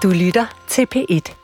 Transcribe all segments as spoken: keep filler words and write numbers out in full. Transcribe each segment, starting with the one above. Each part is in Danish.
Du lytter til P et.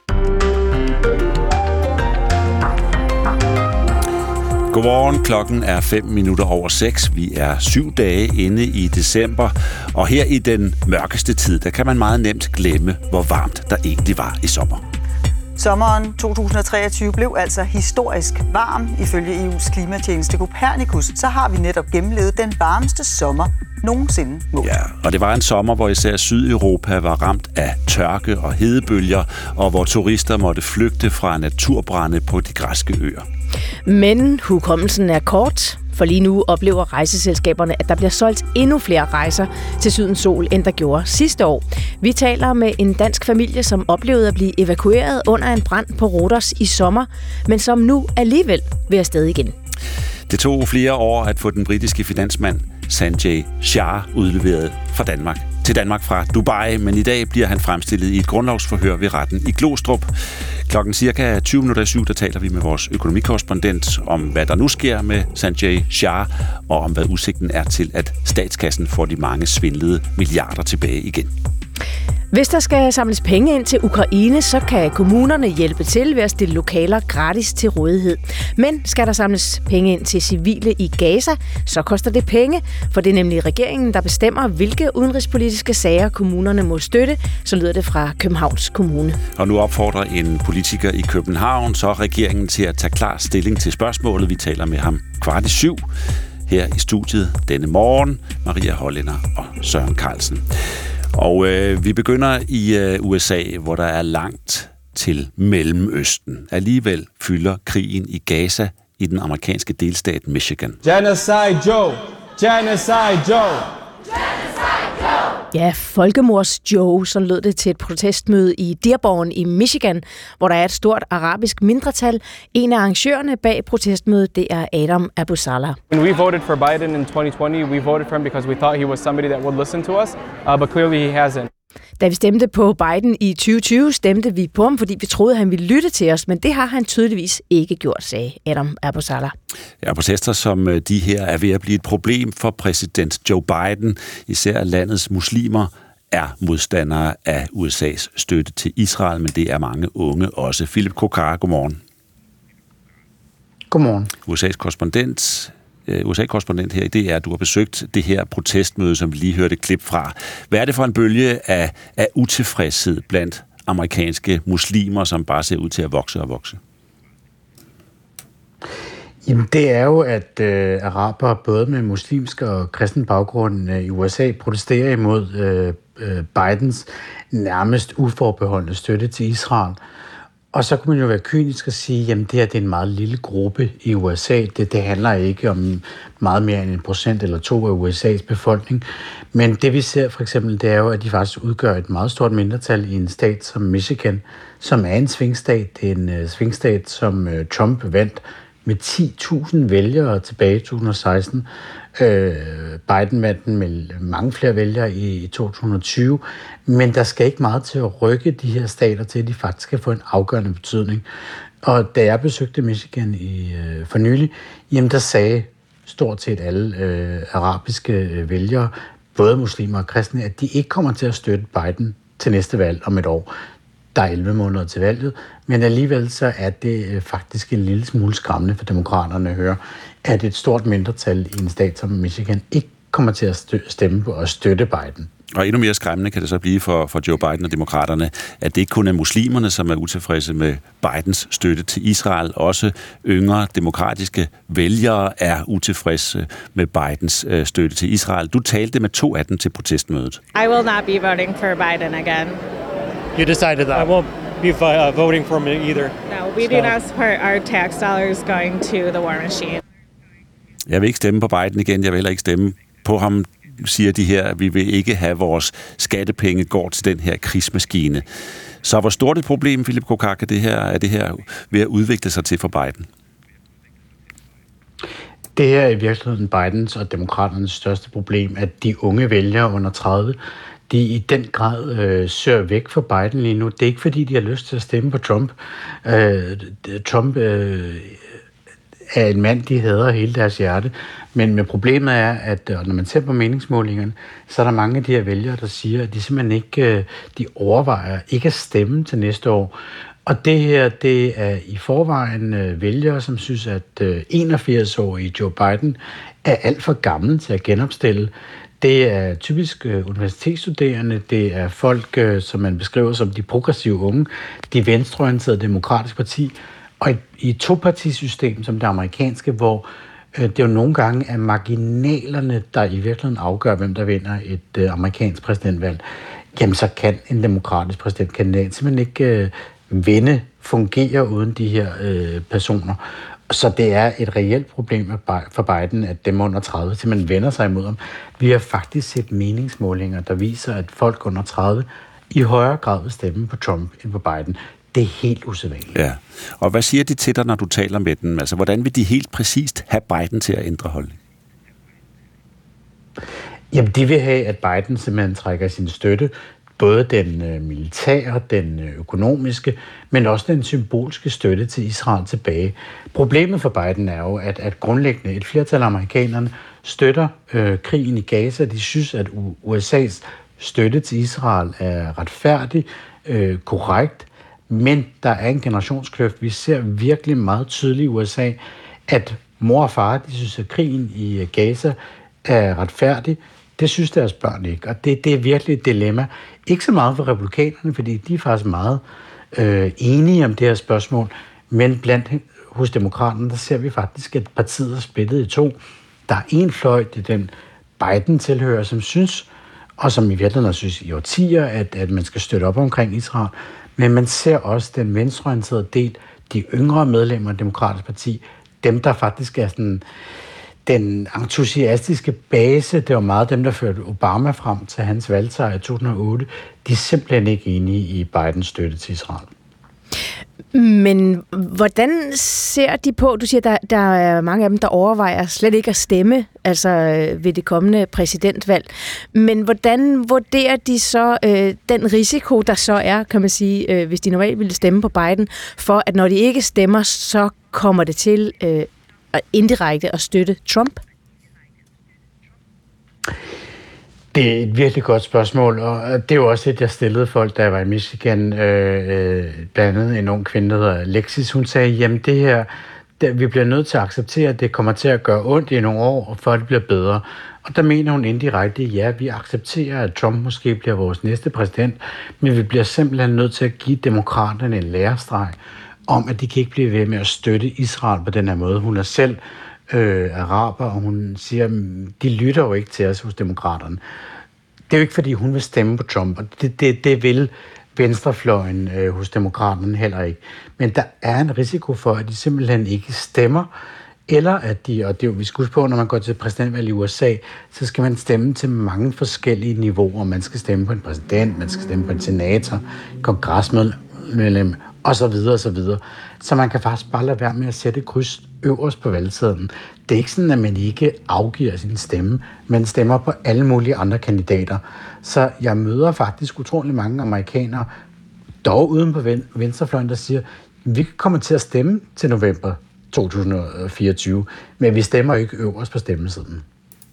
Godmorgen, klokken er fem minutter over seks. Vi er syv dage inde i december, og her i den mørkeste tid, der kan man meget nemt glemme, hvor varmt der egentlig var i sommer. Sommeren to tusind treogtyve blev altså historisk varm. Ifølge E U's klimatjeneste Copernicus, så har vi netop gennemlevet den varmeste sommer nogensinde målt. Ja, og det var en sommer, hvor især Sydeuropa var ramt af tørke og hedebølger, og hvor turister måtte flygte fra naturbrande på de græske øer. Men hukommelsen er kort, for lige nu oplever rejseselskaberne, at der bliver solgt endnu flere rejser til Sydens Sol, end der gjorde sidste år. Vi taler med en dansk familie, som oplevede at blive evakueret under en brand på Rhodos i sommer, men som nu alligevel vil afsted igen. Det tog flere år at få den britiske finansmand Sanjay Shah udleveret fra Danmark til Danmark fra Dubai, men i dag bliver han fremstillet i et grundlovsforhør ved retten i Glostrup. Klokken cirka tyve minutter i syv, der taler vi med vores økonomikorrespondent om, hvad der nu sker med Sanjay Shah, og om hvad udsigten er til, at statskassen får de mange svindlede milliarder tilbage igen. Hvis der skal samles penge ind til Ukraine, så kan kommunerne hjælpe til ved at stille lokaler gratis til rådighed. Men skal der samles penge ind til civile i Gaza, så koster det penge, for det er nemlig regeringen, der bestemmer, hvilke udenrigspolitiske sager kommunerne må støtte, så lyder det fra Københavns Kommune. Og nu opfordrer en politiker i København så regeringen til at tage klar stilling til spørgsmålet. Vi taler med ham kvart i syv her i studiet denne morgen. Maria Hollænder og Søren Carlsen. Og øh, vi begynder i øh, U S A, hvor der er langt til Mellemøsten. Alligevel fylder krigen i Gaza i den amerikanske delstat Michigan. Genocide Joe! Genocide Joe! Ja, folkemords Joe, så lød det til et protestmøde i Dearborn i Michigan, hvor der er et stort arabisk mindretal. En af arrangørerne bag protestmødet, det er Adam Abu Salah. When we voted for Biden in twenty twenty, we voted for him because we thought he was somebody that would listen to us, uh, but clearly he hasn't. Da vi stemte på Biden i tyve tyve, stemte vi på ham, fordi vi troede, han ville lytte til os, men det har han tydeligvis ikke gjort, sagde Adam Abu Salah. Ja, protester som de her er ved at blive et problem for præsident Joe Biden. Især landets muslimer er modstandere af U S A's støtte til Israel, men det er mange unge også. Philip Kokar, godmorgen. Godmorgen. U S A's korrespondent... U S A-korrespondent her i D R, du har besøgt det her protestmøde, som vi lige hørte et klip fra. Hvad er det for en bølge af, af utilfredshed blandt amerikanske muslimer, som bare ser ud til at vokse og vokse? Jamen, det er jo, at øh, arabere, både med muslimsk og kristen baggrund øh, i U S A, protesterer imod øh, øh, Bidens nærmest uforbeholdne støtte til Israel. Og så kunne man jo være kynisk og sige, jamen det her det er en meget lille gruppe i U S A. Det, det handler ikke om meget mere end en procent eller to af U S A's befolkning. Men det vi ser for eksempel, det er jo, at de faktisk udgør et meget stort mindretal i en stat som Michigan, som er en svingstat. Det er en uh, svingstat, som uh, Trump vandt med ti tusind vælgere tilbage i to tusind og seksten. Øh, Biden vandt den med mange flere vælgere i to tusind og tyve, men der skal ikke meget til at rykke de her stater til, at de faktisk skal få en afgørende betydning. Og da jeg besøgte Michigan i, øh, for nylig, jamen der sagde stort set alle øh, arabiske øh, vælgere, både muslimer og kristne, at de ikke kommer til at støtte Biden til næste valg om et år. Der er elleve måneder til valget, men alligevel så er det øh, faktisk en lille smule skræmmende for demokraterne at høre, at et stort mindretal i en stat som Michigan ikke kommer til at stemme på og støtte Biden. Og endnu mere skræmmende kan det så blive for, for Joe Biden og demokraterne, at det ikke kun er muslimerne, som er utilfredse med Bidens støtte til Israel. Også yngre demokratiske vælgere er utilfredse med Bidens øh, støtte til Israel. Du talte med to af dem til protestmødet. I will not be voting for Biden again. You decided that. I won't be uh, voting for him either. No, we so. do not support our tax dollars going to the war machine. Jeg vil ikke stemme på Biden igen, jeg vil heller ikke stemme på ham, siger de her. Vi vil ikke have vores skattepenge går til den her krigsmaskine. Så hvor stort et problem, Philip Kokar, er det her, er det her ved at udvikle sig til for Biden? Det her er i virkeligheden Bidens og demokraternes største problem, at de unge vælgere under tredive, de i den grad øh, søger væk fra Biden lige nu. Det er ikke fordi, de har lyst til at stemme på Trump. Øh, Trump øh, er en mand, de hader hele deres hjerte. Men, men problemet er, at når man ser på meningsmålingerne, så er der mange af de her vælgere, der siger, at de simpelthen ikke de overvejer ikke at stemme til næste år. Og det her, det er i forvejen øh, vælgere, som synes, at øh, enogfirs-årige Joe Biden er alt for gammel til at genopstille. Det er typisk øh, universitetsstuderende, det er folk, øh, som man beskriver som de progressive unge, de venstreorienterede demokratiske parti, og et, i et topartisystem som det amerikanske, hvor øh, det jo nogle gange er marginalerne, der i virkeligheden afgør, hvem der vinder et øh, amerikansk præsidentvalg, jamen så kan en demokratisk præsidentkandidat simpelthen ikke øh, vinde, fungere uden de her øh, personer. Så det er et reelt problem for Biden, at dem under tredive simpelthen vender sig imod ham. Vi har faktisk set meningsmålinger, der viser, at folk under tredive i højere grad vil stemme på Trump end på Biden. Det er helt usædvanligt. Ja. Og hvad siger de til dig, når du taler med dem? Altså, hvordan vil de helt præcist have Biden til at ændre holdning? Jamen, de vil have, at Biden simpelthen trækker sin støtte, både den øh, militære, den øh, økonomiske, men også den symbolske støtte til Israel tilbage. Problemet for Biden er jo, at, at grundlæggende et flertal af amerikanerne støtter øh, krigen i Gaza. De synes, at U S A's støtte til Israel er retfærdig, øh, korrekt, men der er en generationskløft. Vi ser virkelig meget tydeligt i U S A, at mor og far, de synes, at krigen i Gaza er retfærdig. Det synes deres børn ikke, og det, det er virkelig et dilemma. Ikke så meget for republikanerne, fordi de er faktisk meget øh, enige om det her spørgsmål, men blandt hos demokraterne, der ser vi faktisk, at partiet er splittet i to. Der er en fløj, det er den Biden-tilhører, som synes, og som i virkeligheden synes i årtier, at, at man skal støtte op omkring Israel, men man ser også den venstreorienterede del, de yngre medlemmer af Demokratisk Parti, dem der faktisk er sådan den entusiastiske base, det var meget dem, der førte Obama frem til hans valgsejr i to tusind og otte, de er simpelthen ikke enige i Bidens støtte til Israel. Men hvordan ser de på, du siger, der, der er mange af dem, der overvejer slet ikke at stemme, altså ved det kommende præsidentvalg, men hvordan vurderer de så øh, den risiko, der så er, kan man sige, øh, hvis de normalt ville stemme på Biden, for at når de ikke stemmer, så kommer det til øh, indirekte at støtte Trump? Det er et virkelig godt spørgsmål, og det er jo også et, jeg stillede folk, da jeg var i Michigan, øh, blandt andet en ung kvinde, der hedder Alexis. Hun sagde, jamen det her, det, vi bliver nødt til at acceptere, at det kommer til at gøre ondt i nogle år, for at det bliver bedre. Og der mener hun indirekte, ja, vi accepterer, at Trump måske bliver vores næste præsident, men vi bliver simpelthen nødt til at give demokraterne en lærestreg om, at de kan ikke blive ved med at støtte Israel på den her måde. Hun er selv øh, araber, og hun siger, de lytter jo ikke til os hos demokraterne. Det er jo ikke, fordi hun vil stemme på Trump, og det, det, det vil venstrefløjen øh, hos demokraterne heller ikke. Men der er en risiko for, at de simpelthen ikke stemmer, eller at de, og det er jo, vi skal huske på, når man går til præsidentvalg i U S A, så skal man stemme til mange forskellige niveauer. Man skal stemme på en præsident, man skal stemme på en senator, kongresmedlem, og så videre, og så videre. Så man kan faktisk bare lade være med at sætte kryds øverst på valgsedlen. Det er ikke sådan, at man ikke afgiver sin stemme, men stemmer på alle mulige andre kandidater. Så jeg møder faktisk utrolig mange amerikanere, dog uden på venstrefløjen, der siger, vi kommer til at stemme til november to tusind og fireogtyve, men vi stemmer ikke øverst på stemmesedlen.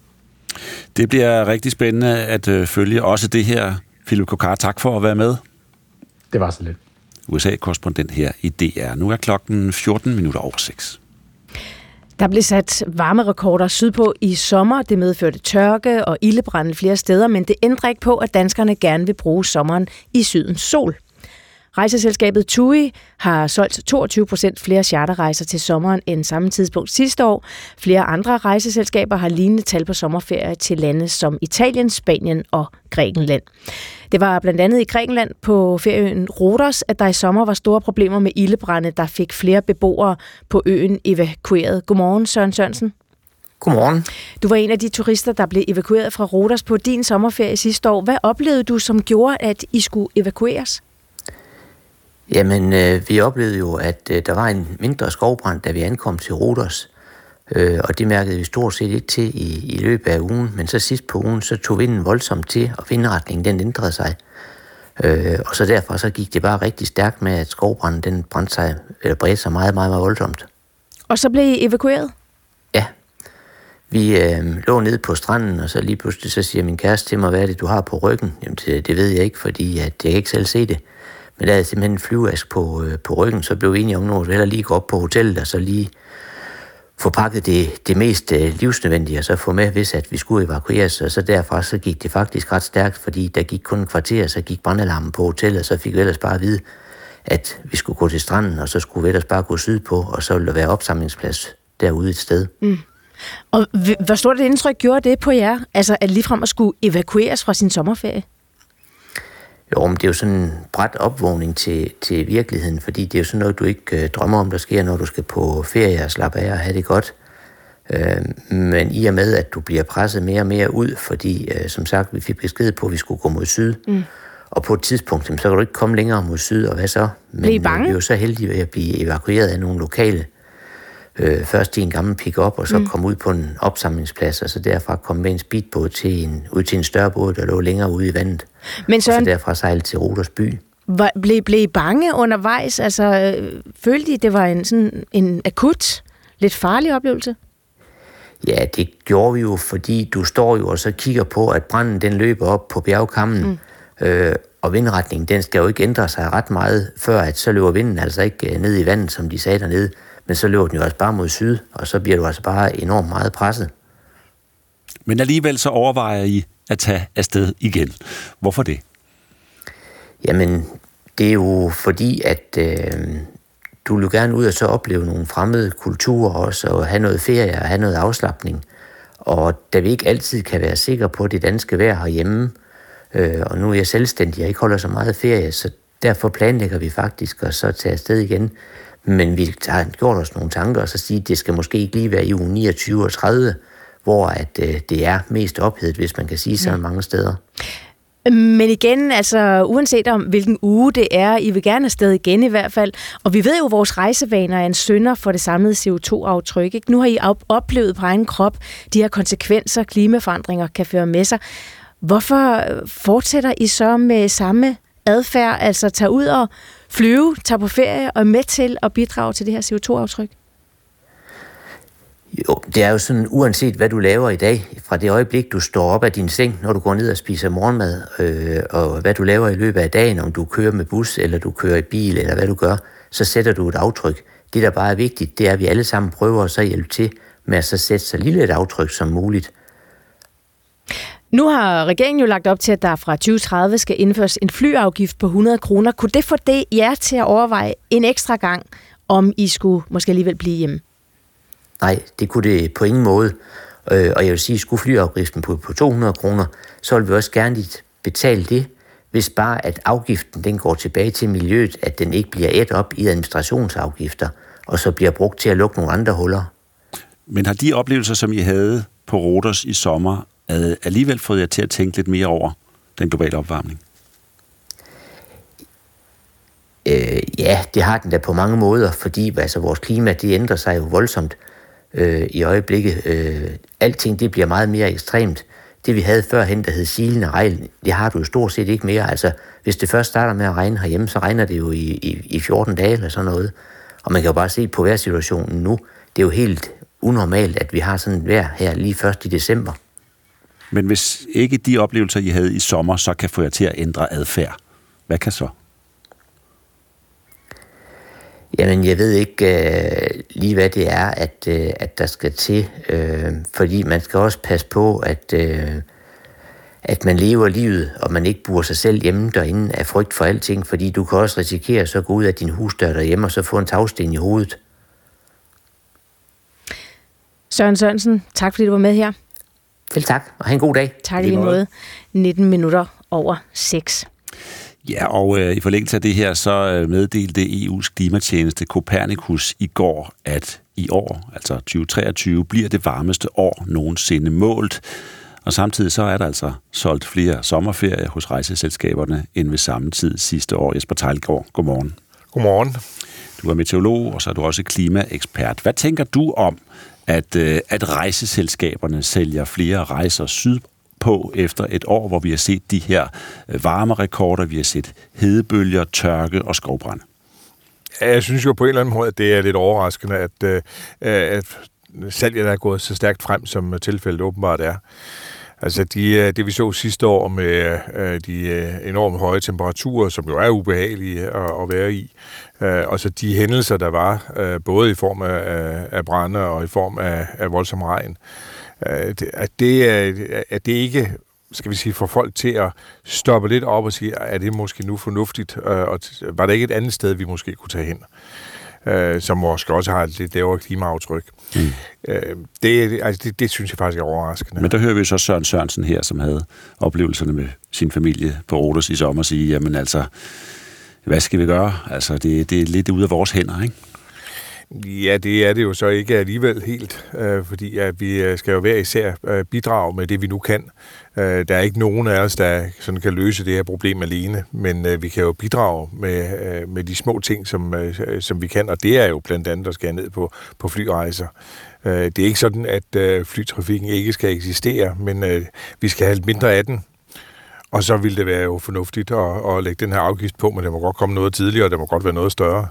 Det bliver rigtig spændende at øh, følge også det her. Philip Kokar, tak for at være med. Det var så lidt. U S A-korrespondent her i D R. Nu er klokken fjorten minutter over seks. Der blev sat varmerekorder sydpå i sommer. Det medførte tørke og ildebrande flere steder, men det ændrer ikke på, at danskerne gerne vil bruge sommeren i sydens sol. Rejseselskabet TUI har solgt toogtyve procent flere charterrejser til sommeren end samme tidspunkt sidste år. Flere andre rejseselskaber har lignende tal på sommerferie til lande som Italien, Spanien og Grækenland. Det var blandt andet i Grækenland på ferieøen Rhodos, at der i sommer var store problemer med ildebrande, der fik flere beboere på øen evakueret. Godmorgen, Søren Sørensen. Godmorgen. Du var en af de turister, der blev evakueret fra Rhodos på din sommerferie sidste år. Hvad oplevede du, som gjorde, at I skulle evakueres? Jamen, øh, vi oplevede jo, at øh, der var en mindre skovbrand, da vi ankom til Rhodos. Øh, og det mærkede vi stort set ikke til i, i løbet af ugen. Men så sidst på ugen, så tog vinden voldsomt til, og vindretningen den ændrede sig. Øh, og så derfor så gik det bare rigtig stærkt med, at skovbranden den brændte sig, eller bredte sig meget, meget, meget voldsomt. Og så blev I evakueret? Ja. Vi øh, lå nede på stranden, og så lige pludselig så siger min kæreste til mig, hvad er det, du har på ryggen? Jamen, det, det ved jeg ikke, fordi at jeg kan ikke selv se det. Men der er simpelthen en flyveask på, øh, på ryggen, så blev vi enige om, at vi heller lige gå op på hotellet, og så lige få pakket det, det mest øh, livsnødvendige, og så få med, hvis at vi skulle evakueres. Og så derfra så gik det faktisk ret stærkt, fordi der gik kun en kvarter, så gik brandalarmen på hotellet, og så fik vi ellers bare at vide, at vi skulle gå til stranden, og så skulle vi ellers bare gå sydpå, og så ville der være opsamlingsplads derude et sted. Mm. Og hvor stort et indtryk gjorde det på jer? Altså at ligefrem at skulle evakueres fra sin sommerferie? Jo, men det er jo sådan en brat opvågning til, til virkeligheden, fordi det er jo sådan noget, du ikke øh, drømmer om, der sker, når du skal på ferie og slappe af og have det godt. Øh, men i og med, at du bliver presset mere og mere ud, fordi øh, som sagt, vi fik besked på, at vi skulle gå mod syd, mm. og på et tidspunkt, så kan du ikke komme længere mod syd, og hvad så? Men Blev I bange? Øh, vi er jo så heldige ved at blive evakueret af nogle lokale. Øh, først i en gammel pick-up, og så mm. komme ud på en opsamlingsplads, og så derfra komme med en speedbåd til en, ud til en større båd, der lå længere ude i vandet. Men Søren, og så derfra sejle til Ruders by. Var, blev, blev I bange undervejs? Altså, øh, følte I, det var en, sådan, en akut, lidt farlig oplevelse? Ja, det gjorde vi jo, fordi du står jo og så kigger på, at branden den løber op på bjergkammen, mm. øh, og vindretningen, den skal jo ikke ændre sig ret meget, før at så løber vinden altså ikke ned i vandet, som de sagde dernede. Men så løber den jo også bare mod syd, og så bliver du altså bare enormt meget presset. Men alligevel så overvejer I at tage afsted igen. Hvorfor det? Jamen, det er jo fordi, at øh, du vil jo gerne ud og så opleve nogle fremmede kulturer også, og have noget ferie og have noget afslapning. Og da vi ikke altid kan være sikre på det danske vejr herhjemme, øh, og nu er jeg selvstændig og ikke holder så meget ferie, så derfor planlægger vi faktisk at så tage afsted igen. Men vi har gjort os nogle tanker, og så sige, at det skal måske ikke lige være i uge niogtyve og tredive, hvor at, øh, det er mest ophedet, hvis man kan sige så mange steder. Men igen, altså uanset om hvilken uge det er, I vil gerne afsted igen i hvert fald. Og vi ved jo, at vores rejsevaner er en synder for det samlede C O to aftryk. Ikke? Nu har I oplevet på egen krop de her konsekvenser, klimaforandringer kan føre med sig. Hvorfor fortsætter I så med samme adfærd, altså tage ud og flyve, tage på ferie og med til at bidrage til det her C O to aftryk? Jo, det er jo sådan, uanset hvad du laver i dag, fra det øjeblik, du står op af din seng, når du går ned og spiser morgenmad, øh, og hvad du laver i løbet af dagen, om du kører med bus, eller du kører i bil, eller hvad du gør, så sætter du et aftryk. Det, der bare er vigtigt, det er, at vi alle sammen prøver at så hjælpe til med at så sætte så lille et aftryk som muligt. Nu har regeringen jo lagt op til, at der fra tyve tredive skal indføres en flyafgift på hundrede kroner. Kunne det få det jer til at overveje en ekstra gang, om I skulle måske alligevel blive hjemme? Nej, det kunne det på ingen måde. Og jeg vil sige, at skulle flyafgiften på, på to hundrede kroner, så vil vi også gerne betale det, hvis bare at afgiften den går tilbage til miljøet, at den ikke bliver ædt op i administrationsafgifter, og så bliver brugt til at lukke nogle andre huller. Men har de oplevelser, som I havde på Rhodos i sommer, alligevel fået jer til at tænke lidt mere over den globale opvarmning? Øh, ja, det har den da på mange måder, fordi altså, vores klima det ændrer sig jo voldsomt øh, i øjeblikket. Øh, alting det bliver meget mere ekstremt. Det vi havde førhen, der hed silende regn, det har du jo stort set ikke mere. Altså, hvis det først starter med at regne herhjemme, så regner det jo i, i, i fjorten dage eller sådan noget. Og man kan jo bare se på vejrsituationen nu. Det er jo helt unormalt, at vi har sådan et vejr her lige først i december. Men hvis ikke de oplevelser, I havde i sommer, så kan få jer til at ændre adfærd, hvad kan så? Jamen, jeg ved ikke øh, lige, hvad det er, at, øh, at der skal til. Øh, fordi man skal også passe på, at, øh, at man lever livet, og man ikke bruger sig selv hjemme derinde af frygt for alting. Fordi du kan også risikere så at gå ud af din husdør derhjemme, og så få en tagsten i hovedet. Søren Sørensen, tak fordi du var med her. Vel tak, og have en god dag. Tak i lige måde. nitten minutter over seks. Ja, og øh, i forlængelse af det her, så øh, meddelte E U's klimatjeneste Copernicus i går, at i år, altså tyve treogtyve, bliver det varmeste år nogensinde målt. Og samtidig så er der altså solgt flere sommerferier hos rejseselskaberne end ved samme tid sidste år. Jesper Teilgaard, godmorgen. Godmorgen. Du er meteorolog, og så er du også klimaekspert. Hvad tænker du om, at, øh, at rejseselskaberne sælger flere rejser syd på efter et år, hvor vi har set de her varmerekorder, vi har set hedebølger, tørke og skovbrand? Jeg synes jo på en eller anden måde, at det er lidt overraskende, at, øh, at salget er gået så stærkt frem, som tilfældet åbenbart er. Altså de, det vi så sidste år med øh, de enormt høje temperaturer, som jo er ubehagelige at, at være i, øh, og så de hændelser, der var, øh, både i form af, af brande og i form af, af voldsom regn, øh, det, at, det, at det ikke, skal vi sige, får folk til at stoppe lidt op og sige, er det måske nu fornuftigt, øh, og var der ikke et andet sted, vi måske kunne tage hen? Øh, som måske også har et lidt lavere klimaaftryk. Mm. Øh, det, altså det, det synes jeg faktisk er overraskende. Men der hører vi så Søren Sørensen her, som havde oplevelserne med sin familie på Rhodos i sommer, sige, jamen altså, hvad skal vi gøre? Altså, det, det er lidt ude af vores hænder, ikke? Ja, det er det jo så ikke alligevel helt, øh, fordi at vi skal jo hver især øh, bidrage med det, vi nu kan. Øh, der er ikke nogen af os, der sådan kan løse det her problem alene, men øh, vi kan jo bidrage med, øh, med de små ting, som, øh, som vi kan, og det er jo blandt andet at skære ned på, på flyrejser. Øh, det er ikke sådan, at øh, flytrafikken ikke skal eksistere, men øh, vi skal have mindre af den. Og så vil det være jo fornuftigt at, at lægge den her afgift på, men det må godt komme noget tidligere, og det må godt være noget større.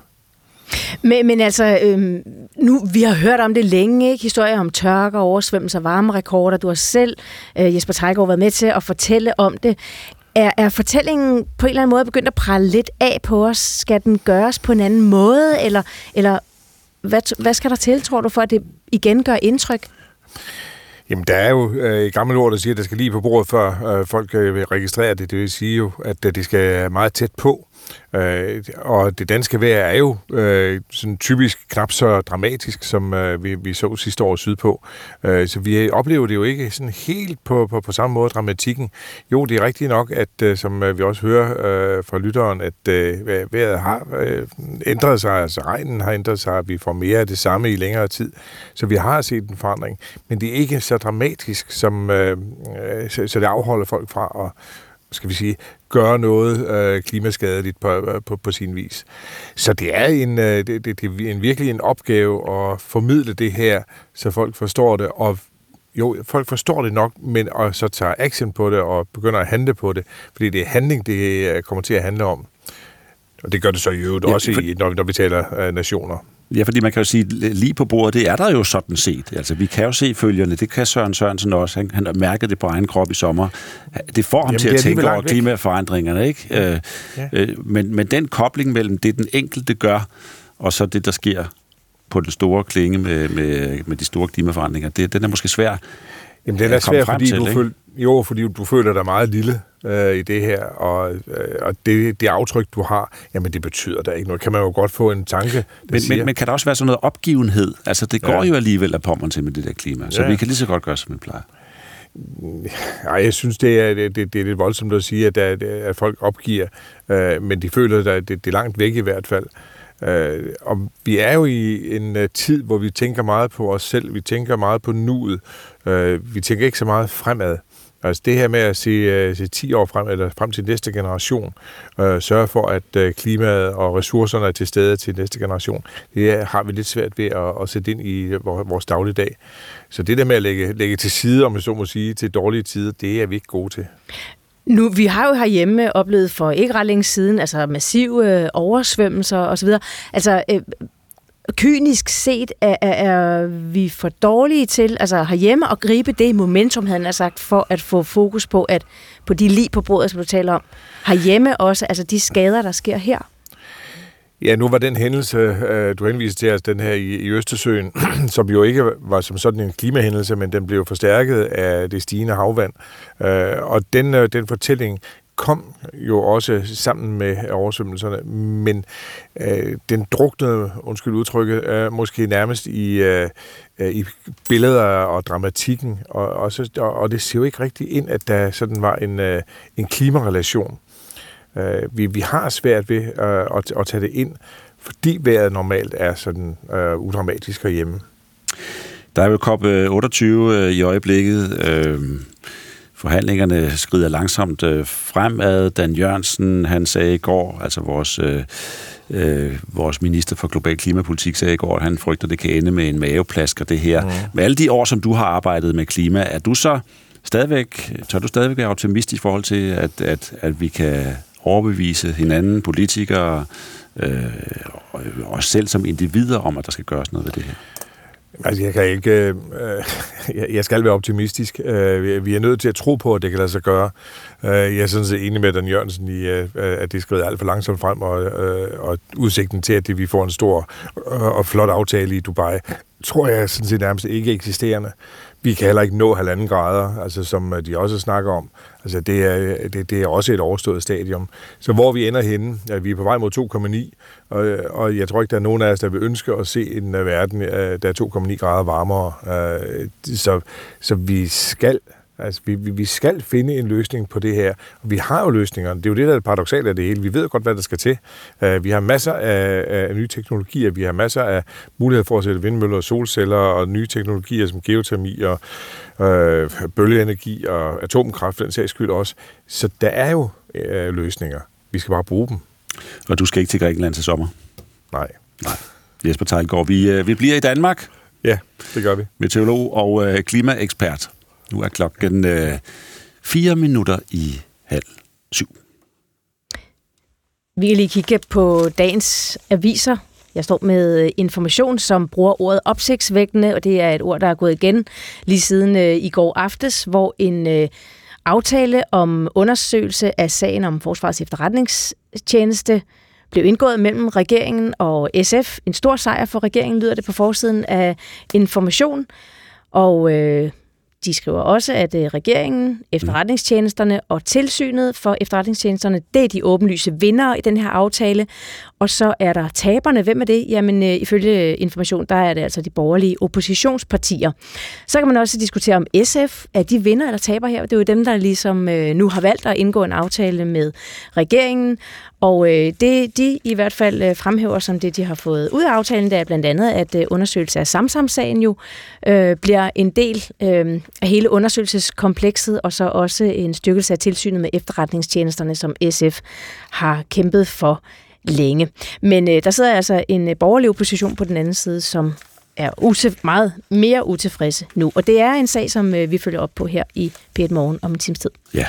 Men, men altså, øhm, nu, vi har hørt om det længe, ikke? Historier om tørker, oversvømmelser, varmerekorder. Du har selv, øh, Jesper Theilgaard, været med til at fortælle om det. Er, er fortællingen på en eller anden måde begyndt at prelle lidt af på os? Skal den gøres på en anden måde? Eller, eller hvad, hvad skal der til, tror du, for at det igen gør indtryk? Jamen, der er jo øh, et gammelt ord, der siger, at der skal lige på bordet, før øh, folk øh, vil registrere det. Det vil sige jo, at øh, det skal meget tæt på. Øh, og det danske vejr er jo øh, sådan typisk knap så dramatisk, som øh, vi, vi så sidste år sydpå. Øh, så vi oplever det jo ikke sådan helt på, på, på samme måde dramatikken. Jo, det er rigtigt nok, at øh, som vi også hører øh, fra lytteren, at øh, vejret har øh, ændret sig, altså regnen har ændret sig, at vi får mere af det samme i længere tid. Så vi har set en forandring, men det er ikke så dramatisk, som, øh, så, så det afholder folk fra at, skal vi sige, gøre noget øh, klimaskadeligt på, på, på sin vis. Så det er en, øh, det, det, det er en virkelig en opgave at formidle det her, så folk forstår det, og jo, folk forstår det nok, men og så tager action på det og begynder at handle på det, fordi det er handling, det kommer til at handle om. Og det gør det så i øvrigt ja, også, for... i, når, når vi taler øh, nationer. Ja, fordi man kan jo sige, lige på bordet, det er der jo sådan set. Altså, vi kan jo se følgerne. Det kan Søren Sørensen også. Han, han har mærket det på egen krop i sommer. Det får ham Jamen, til at tænke over klimaforandringerne, ikke? Ja. Øh, men, men den kobling mellem det, den enkelte gør, og så det, der sker på den store klinge med, med, med de store klimaforandringer, det, den er måske svær. Jamen, den er svær, fordi til, du føler, jo, fordi du føler dig meget lille øh, i det her, og, øh, og det, det aftryk, du har, jamen det betyder da ikke noget. Kan man jo godt få en tanke, men, men, men kan der også være sådan noget opgivenhed? Altså, det går ja. jo alligevel af pommeren til med det der klima, så ja. vi kan lige så godt gøre, som vi plejer. Ja, jeg synes, det er, det, det er lidt voldsomt at sige, at, at, at folk opgiver, øh, men de føler, at det, det er langt væk i hvert fald. Uh, og vi er jo i en uh, tid, hvor vi tænker meget på os selv, vi tænker meget på nuet, uh, vi tænker ikke så meget fremad. Altså det her med at se, uh, se ti år frem, eller frem til næste generation, uh, sørge for, at uh, klimaet og ressourcerne er til stede til næste generation, det har vi lidt svært ved at, at sætte ind i vores dagligdag. Så det der med at lægge, lægge til side, om jeg så må sige, til dårlige tider, det er vi ikke gode til. Nu, vi har jo herhjemme oplevet for ikke ret længe siden, altså massive øh, oversvømmelser osv. Altså, øh, kynisk set er, er, er vi for dårlige til altså herhjemme at gribe det momentum, havde han sagt, for at få fokus på, at på de lig på bordet, som du taler om, herhjemme også, altså de skader, der sker her. Ja, nu var den hændelse, du henviste til, altså den her i, i Østersøen, som jo ikke var som sådan en klimahændelse, men den blev forstærket af det stigende havvand. Og den, den fortælling kom jo også sammen med oversvømmelserne, men øh, den druknede, undskyld udtrykket, øh, måske nærmest i, øh, i billeder og dramatikken, og, og, så, og, og det ser jo ikke rigtig ind, at der sådan var en, øh, en klimarelation. Uh, vi, vi har svært ved uh, at, at tage det ind, fordi vejret normalt er sådan uh, udramatisk herhjemme. Der er jo C O P otteogtyve i øjeblikket. Uh, forhandlingerne skrider langsomt uh, fremad. Dan Jørgensen, han sagde i går, altså vores, uh, uh, vores minister for global klimapolitik sagde i går, at han frygter, det kan ende med en maveplasker, det her. Mm. Med alle de år, som du har arbejdet med klima, er du så stadigvæk, tør du stadigvæk være optimistisk i forhold til, at, at, at vi kan overbevise hinanden, politikere, øh, os selv som individer om, at der skal gøres noget ved det her? Altså, jeg kan ikke... Øh, jeg skal være optimistisk. Øh, vi er nødt til at tro på, at det kan lade sig gøre. Øh, jeg er sådan set enig med Dan Jørgensen i, øh, at det skrider alt for langsomt frem, og, øh, og udsigten til, at det, vi får en stor og flot aftale i Dubai, tror jeg sådan set nærmest ikke eksisterende. Vi kan heller ikke nå halvanden grader, altså som de også snakker om. Altså det er, det, det er også et overstået stadium. Så hvor vi ender henne, ja, vi er på vej mod to komma ni, og, og jeg tror ikke, der er nogen af os, der vil ønske at se en verden, der er to komma ni grader varmere. Så, så vi skal... Altså, vi, vi skal finde en løsning på det her. Og vi har jo løsningerne. Det er jo det, der er paradoksalt af det hele. Vi ved godt, hvad der skal til. Uh, vi har masser af, af nye teknologier. Vi har masser af muligheder for at sætte vindmøller og solceller og nye teknologier som geotermi og uh, bølgeenergi og atomkraft, den sags skyld også. Så der er jo uh, løsninger. Vi skal bare bruge dem. Og du skal ikke til Grækenland til sommer? Nej. Nej. Jesper Theilgaard, vi, uh, vi bliver i Danmark. Ja, det gør vi. Meteorolog og uh, klimaekspert. Nu er klokken øh, fire minutter i halv syv. Vi kan lige kigge på dagens aviser. Jeg står med Information, som bruger ordet opsigtsvækkende, og det er et ord, der er gået igen lige siden øh, i går aftes, hvor en øh, aftale om undersøgelse af sagen om Forsvarets efterretningstjeneste blev indgået mellem regeringen og S F. En stor sejr for regeringen, lyder det på forsiden af Information, og øh, de skriver også, at regeringen, efterretningstjenesterne og tilsynet for efterretningstjenesterne, det er de åbenlyse vindere i den her aftale. Og så er der taberne. Hvem er det? Jamen, øh, ifølge Information, der er det altså de borgerlige oppositionspartier. Så kan man også diskutere om S F, er de vinder eller taber her? Det er jo dem, der ligesom øh, nu har valgt at indgå en aftale med regeringen. Og øh, det de i hvert fald øh, fremhæver som det, de har fået ud af aftalen, det er blandt andet, at øh, undersøgelse af Samsam-sagen jo øh, bliver en del øh, af hele undersøgelseskomplekset, og så også en styrkelse af tilsynet med efterretningstjenesterne, som S F har kæmpet for længe. Men øh, der sidder altså en øh, borgerlig opposition på den anden side, som er utilf- meget mere utilfredse nu. Og det er en sag, som øh, vi følger op på her i P et Morgen om en times tid. Ja.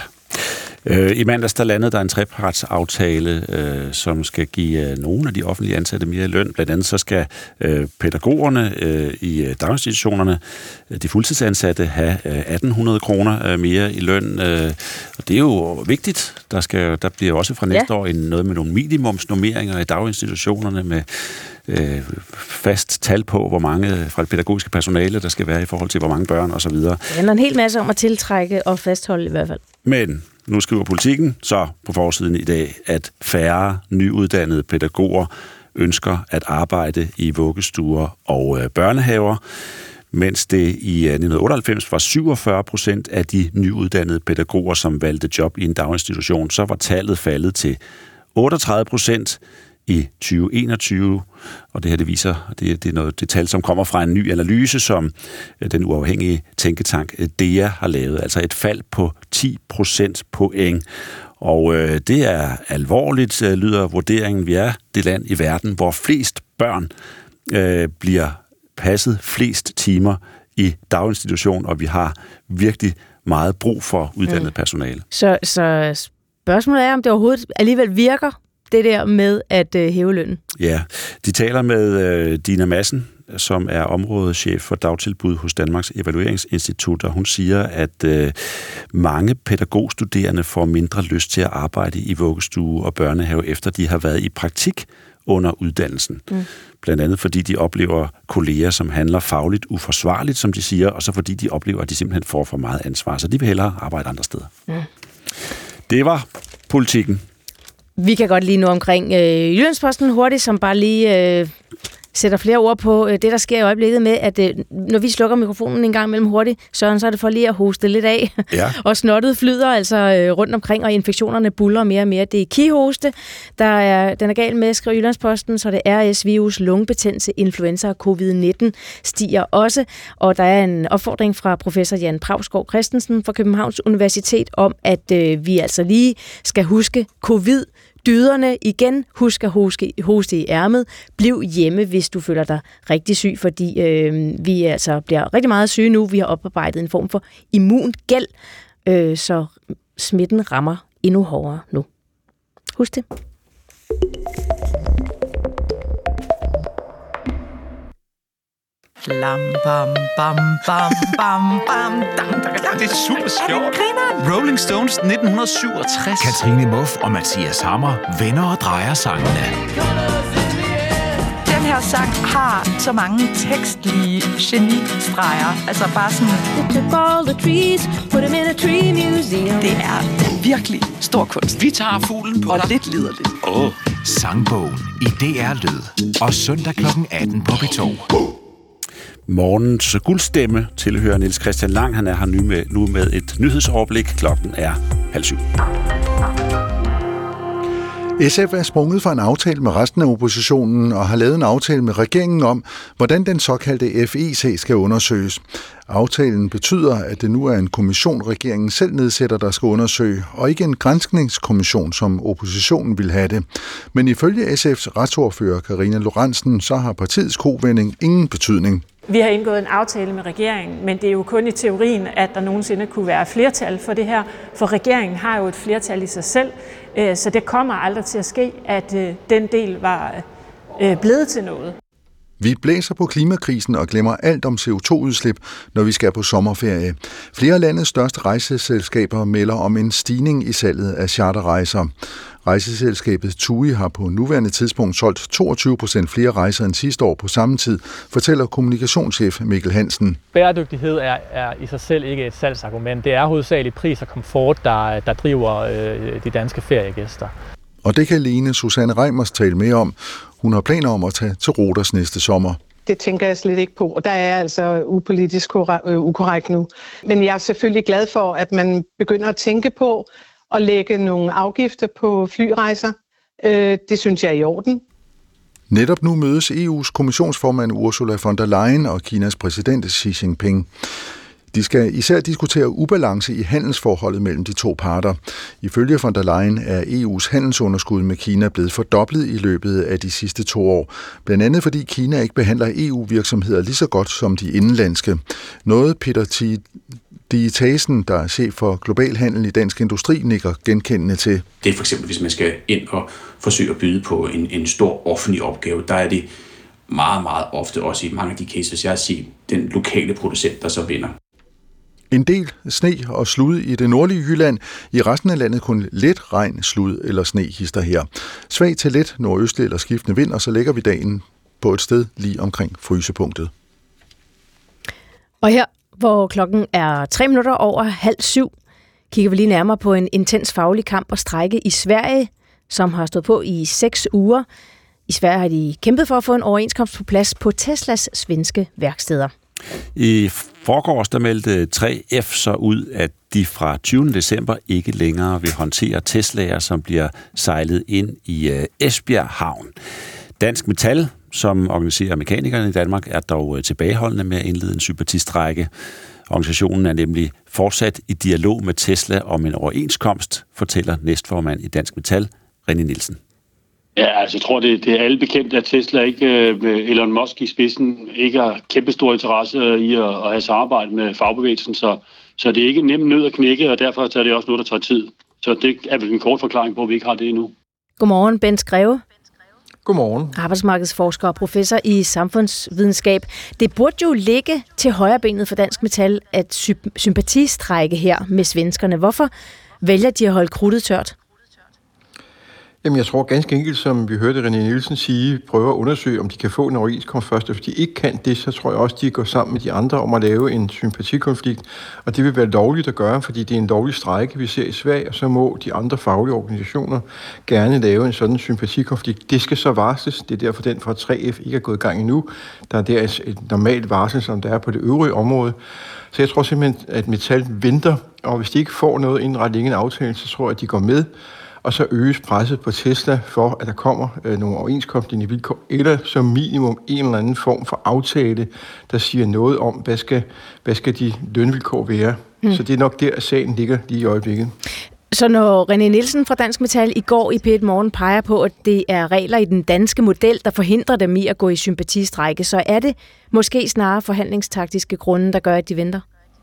I mandags der landede der en trepartsaftale, øh, som skal give øh, nogle af de offentlige ansatte mere løn. Blandt andet så skal øh, pædagogerne øh, i daginstitutionerne, de fuldtidsansatte, have øh, atten hundrede kroner øh, mere i løn. Øh, og det er jo vigtigt. Der, skal, der bliver også fra næste ja. år en, noget med nogle minimumsnormeringer i daginstitutionerne med øh, fast tal på, hvor mange fra det pædagogiske personale, der skal være i forhold til, hvor mange børn osv. Det handler en hel masse om at tiltrække og fastholde i hvert fald. Men nu skriver Politikken så på forsiden i dag, at færre nyuddannede pædagoger ønsker at arbejde i vuggestuer og øh, børnehaver, mens det i nitten otteoghalvfems var syvogfyrre procent af de nyuddannede pædagoger, som valgte job i en daginstitution, så var tallet faldet til otteogtredive procent i tyve enogtyve, og det her det viser, det, det er noget det tal, som kommer fra en ny analyse, som den uafhængige tænketank D E A har lavet, altså et fald på ti procent point. Og øh, det er alvorligt, øh, lyder vurderingen. Vi er det land i verden, hvor flest børn øh, bliver passet flest timer i daginstitution, og vi har virkelig meget brug for uddannet mm. personale. Så, så spørgsmålet er, om det overhovedet alligevel virker, det der med at øh, hæve lønnen? Ja, de taler med øh, Dina Madsen, som er områdeschef for dagtilbud hos Danmarks Evalueringsinstitut, og hun siger, at øh, mange pædagogstuderende får mindre lyst til at arbejde i vuggestue og børnehave, efter de har været i praktik under uddannelsen. Mm. Blandt andet fordi de oplever kolleger, som handler fagligt uforsvarligt, som de siger, og så fordi de oplever, at de simpelthen får for meget ansvar, så de vil hellere arbejde andre steder. Mm. Det var Politikken. Vi kan godt lige nu omkring øh, Jyllandsposten hurtigt, som bare lige øh, sætter flere ord på øh, det, der sker i øjeblikket med, at øh, når vi slukker mikrofonen en gang mellem hurtigt, Søren, så er det for lige at hoste lidt af. Ja. Og snottet flyder altså øh, rundt omkring, og infektionerne buller mere og mere. Det er kihoste, der er, den er gal med, skriver Jyllandsposten, så det er R S-virus, lungebetændelse, influenza og covid nitten stiger også. Og der er en opfordring fra professor Jan Prausgaard Christensen fra Københavns Universitet om, at øh, vi altså lige skal huske covid dyderne igen. Husk at hoste, hoste i ærmet. Bliv hjemme, hvis du føler dig rigtig syg, fordi øh, vi altså bliver rigtig meget syge nu. Vi har oparbejdet en form for immungæld, øh, så smitten rammer endnu hårdere nu. Husk det. Lam, bam, bam, bam, bam, bam, dang, dang, dang. Det er super sjovt. Griner. Rolling Stones nitten syvogtres. Katrine Muff og Mathias Hammer vender og drejer sangene. Den her sang har så mange tekstlige genistreger. Altså bare sådan... Det er virkelig stor kunst. Vi tager fuglen på og dig. lidt liderligt. Åh. Oh. Sangbogen i D R Lyd. Og søndag klokken atten på P to. Morgens guldstemme tilhører Niels Christian Lang. Han er her nu med, nu med et nyhedsoverblik. Klokken er halv syv. S F er sprunget fra en aftale med resten af oppositionen og har lavet en aftale med regeringen om, hvordan den såkaldte F E C skal undersøges. Aftalen betyder, at det nu er en kommission, regeringen selv nedsætter, der skal undersøge, og ikke en granskningskommission, som oppositionen vil have det. Men ifølge S F's retsordfører Karina Lorentzen, så har partiets kovending ingen betydning. Vi har indgået en aftale med regeringen, men det er jo kun i teorien, at der nogensinde kunne være flertal for det her, for regeringen har jo et flertal i sig selv, så det kommer aldrig til at ske, at den del var blevet til noget. Vi blæser på klimakrisen og glemmer alt om C O to udslip, når vi skal på sommerferie. Flere af landets største rejseselskaber melder om en stigning i salget af charterrejser. Rejseselskabet TUI har på nuværende tidspunkt solgt toogtyve procent flere rejser end sidste år på samme tid, fortæller kommunikationschef Mikkel Hansen. Bæredygtighed er, er i sig selv ikke et salgsargument. Det er hovedsageligt pris og komfort, der, der driver øh, de danske feriegæster. Og det kan Lene Susanne Reimers tale mere om. Hun har planer om at tage til Rhodos næste sommer. Det tænker jeg slet ikke på, og der er jeg altså upolitisk ukorrekt nu. Men jeg er selvfølgelig glad for, at man begynder at tænke på at lægge nogle afgifter på flyrejser. Det synes jeg er i orden. Netop nu mødes E U's kommissionsformand Ursula von der Leyen og Kinas præsident Xi Jinping. De skal især diskutere ubalance i handelsforholdet mellem de to parter. Ifølge von der Leyen er E U's handelsunderskud med Kina blevet fordoblet i løbet af de sidste to år. Blandt andet fordi Kina ikke behandler E U-virksomheder lige så godt som de indenlandske. Noget Peter Dietasen, der er chef for global handel i Dansk Industri, nikker genkendende til. Det er for eksempel, hvis man skal ind og forsøge at byde på en, en stor offentlig opgave, der er det meget, meget ofte, også i mange af de cases, jeg har set, den lokale producent, der så vinder. En del sne og slud i det nordlige Jylland. I resten af landet kun let regn, slud eller sne hister her. Svag til let nordøstlig eller skiftende vind, og så lægger vi dagen på et sted lige omkring frysepunktet. Og her, hvor klokken er tre minutter over halv syv, kigger vi lige nærmere på en intens faglig kamp og strejke i Sverige, som har stået på i seks uger. I Sverige har de kæmpet for at få en overenskomst på plads på Teslas svenske værksteder. I forgårs der meldte tre F så ud, at de fra tyvende december ikke længere vil håndtere Teslaer, som bliver sejlet ind i Esbjerg Havn. Dansk Metal, som organiserer mekanikerne i Danmark, er dog tilbageholdende med at indlede en sympatistrejke. Organisationen er nemlig fortsat i dialog med Tesla om en overenskomst, fortæller næstformand i Dansk Metal, René Nielsen. Ja, altså jeg tror, det, det er alle bekendt, at Tesla ikke med Elon Musk i spidsen ikke har kæmpe stor interesse i at, at have samarbejde med fagbevægelsen, så, så det er ikke nemt nød at knække, og derfor er det også noget, der tager tid. Så det er vel en kort forklaring på, at vi ikke har det endnu. Godmorgen, Bent Greve. Godmorgen. Arbejdsmarkedsforsker og professor i samfundsvidenskab. Det burde jo ligge til højrebenet for Dansk Metal at sy- sympatistrække her med svenskerne. Hvorfor vælger de at holde krudtet tørt? Jamen, jeg tror ganske enkelt, som vi hørte René Nielsen sige, prøver at undersøge, om de kan få en overenskomst først. Og hvis de ikke kan det, så tror jeg også, de går sammen med de andre om at lave en sympatikonflikt. Og det vil være lovligt at gøre, fordi det er en lovlig strejke, vi ser i Sverige, og så må de andre faglige organisationer gerne lave en sådan sympatikonflikt. Det skal så varsles. Det er derfor, den fra tre F ikke er gået i gang endnu. Der er der et normalt varsel, som der er på det øvrige område. Så jeg tror simpelthen, at Metal venter, og hvis de ikke får noget indrettet ingen aftale, så tror jeg, at de går med. Og så øges presset på Tesla for, at der kommer øh, nogle overenskomstlige vilkår, eller som minimum en eller anden form for aftale, der siger noget om, hvad skal, hvad skal de lønvilkår være. Mm. Så det er nok der, at sagen ligger lige i øjeblikket. Så når René Nielsen fra Dansk Metal i går i P et Morgen peger på, at det er regler i den danske model, der forhindrer dem i at gå i sympatistrække, så er det måske snarere forhandlingstaktiske grunde, der gør, at de venter?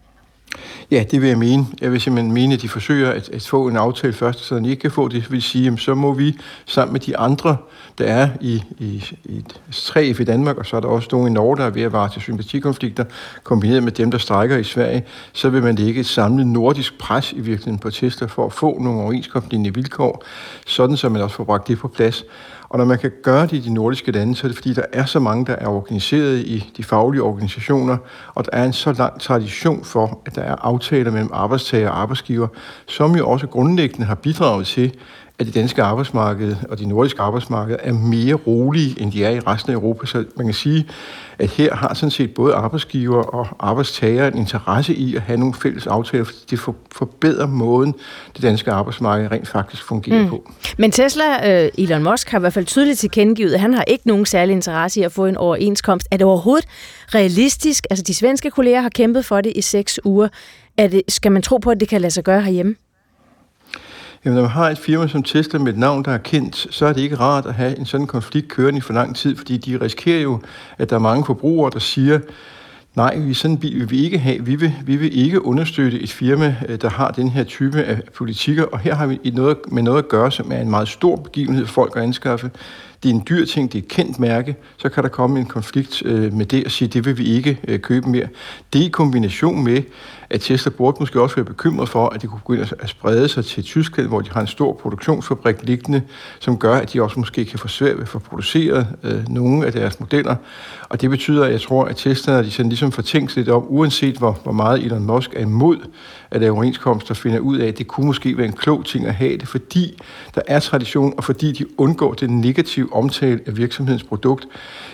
Ja, det vil jeg mene. Jeg vil simpelthen mene, at de forsøger at, at få en aftale først, så de ikke kan få det. Det vil sige, at så må vi sammen med de andre, der er i, i, i tre F i Danmark, og så er der også nogle i Norge, der er ved at vare til sympatikonflikter, kombineret med dem, der strækker i Sverige, så vil man lægge et samlet nordisk pres i virkeligheden på Tesla for at få nogle overenskomstlignende vilkår, sådan så man også får bragt det på plads. Og når man kan gøre det i de nordiske lande, så er det fordi, der er så mange, der er organiseret i de faglige organisationer, og der er en så lang tradition for, at der er aftaler mellem arbejdstager og arbejdsgiver, som jo også grundlæggende har bidraget til, at det danske arbejdsmarked og de nordiske arbejdsmarkeder er mere rolige, end de er i resten af Europa. Så man kan sige, at her har sådan set både arbejdsgiver og arbejdstager en interesse i at have nogle fælles aftaler, fordi det forbedrer måden, det danske arbejdsmarked rent faktisk fungerer mm. på. Men Tesla, øh, Elon Musk, har i hvert fald tydeligt tilkendegivet, at han har ikke nogen særlig interesse i at få en overenskomst. Er det overhovedet realistisk? Altså, de svenske kolleger har kæmpet for det i seks uger. Er det, skal man tro på, at det kan lade sig gøre herhjemme? Jamen, når man har et firma som Tesla med et navn, der er kendt, så er det ikke rart at have en sådan konflikt kørende i for lang tid, fordi de risikerer jo, at der er mange forbrugere, der siger, nej, vi sådan bil vil vi ikke have. Vi vil, vi vil ikke understøtte et firma, der har den her type af politikker, og her har vi noget, med noget at gøre, som er en meget stor begivenhed for folk at anskaffe. Det er en dyr ting, det er et kendt mærke, så kan der komme en konflikt øh, med det og sige, det vil vi ikke øh, købe mere. Det i kombination med, at Tesla burde måske også være bekymret for, at det kunne begynde at sprede sig til Tyskland, hvor de har en stor produktionsfabrik liggende, som gør, at de også måske kan få svært ved at få produceret øh, nogle af deres modeller. Og det betyder, at jeg tror, at Tesla, de sådan ligesom får tænkt lidt om, uanset hvor, hvor meget Elon Musk er imod at lave overenskomster, finder ud af, at det kunne måske være en klog ting at have det, fordi der er tradition, og fordi de undgår den negative omtale af virksomhedens produkt.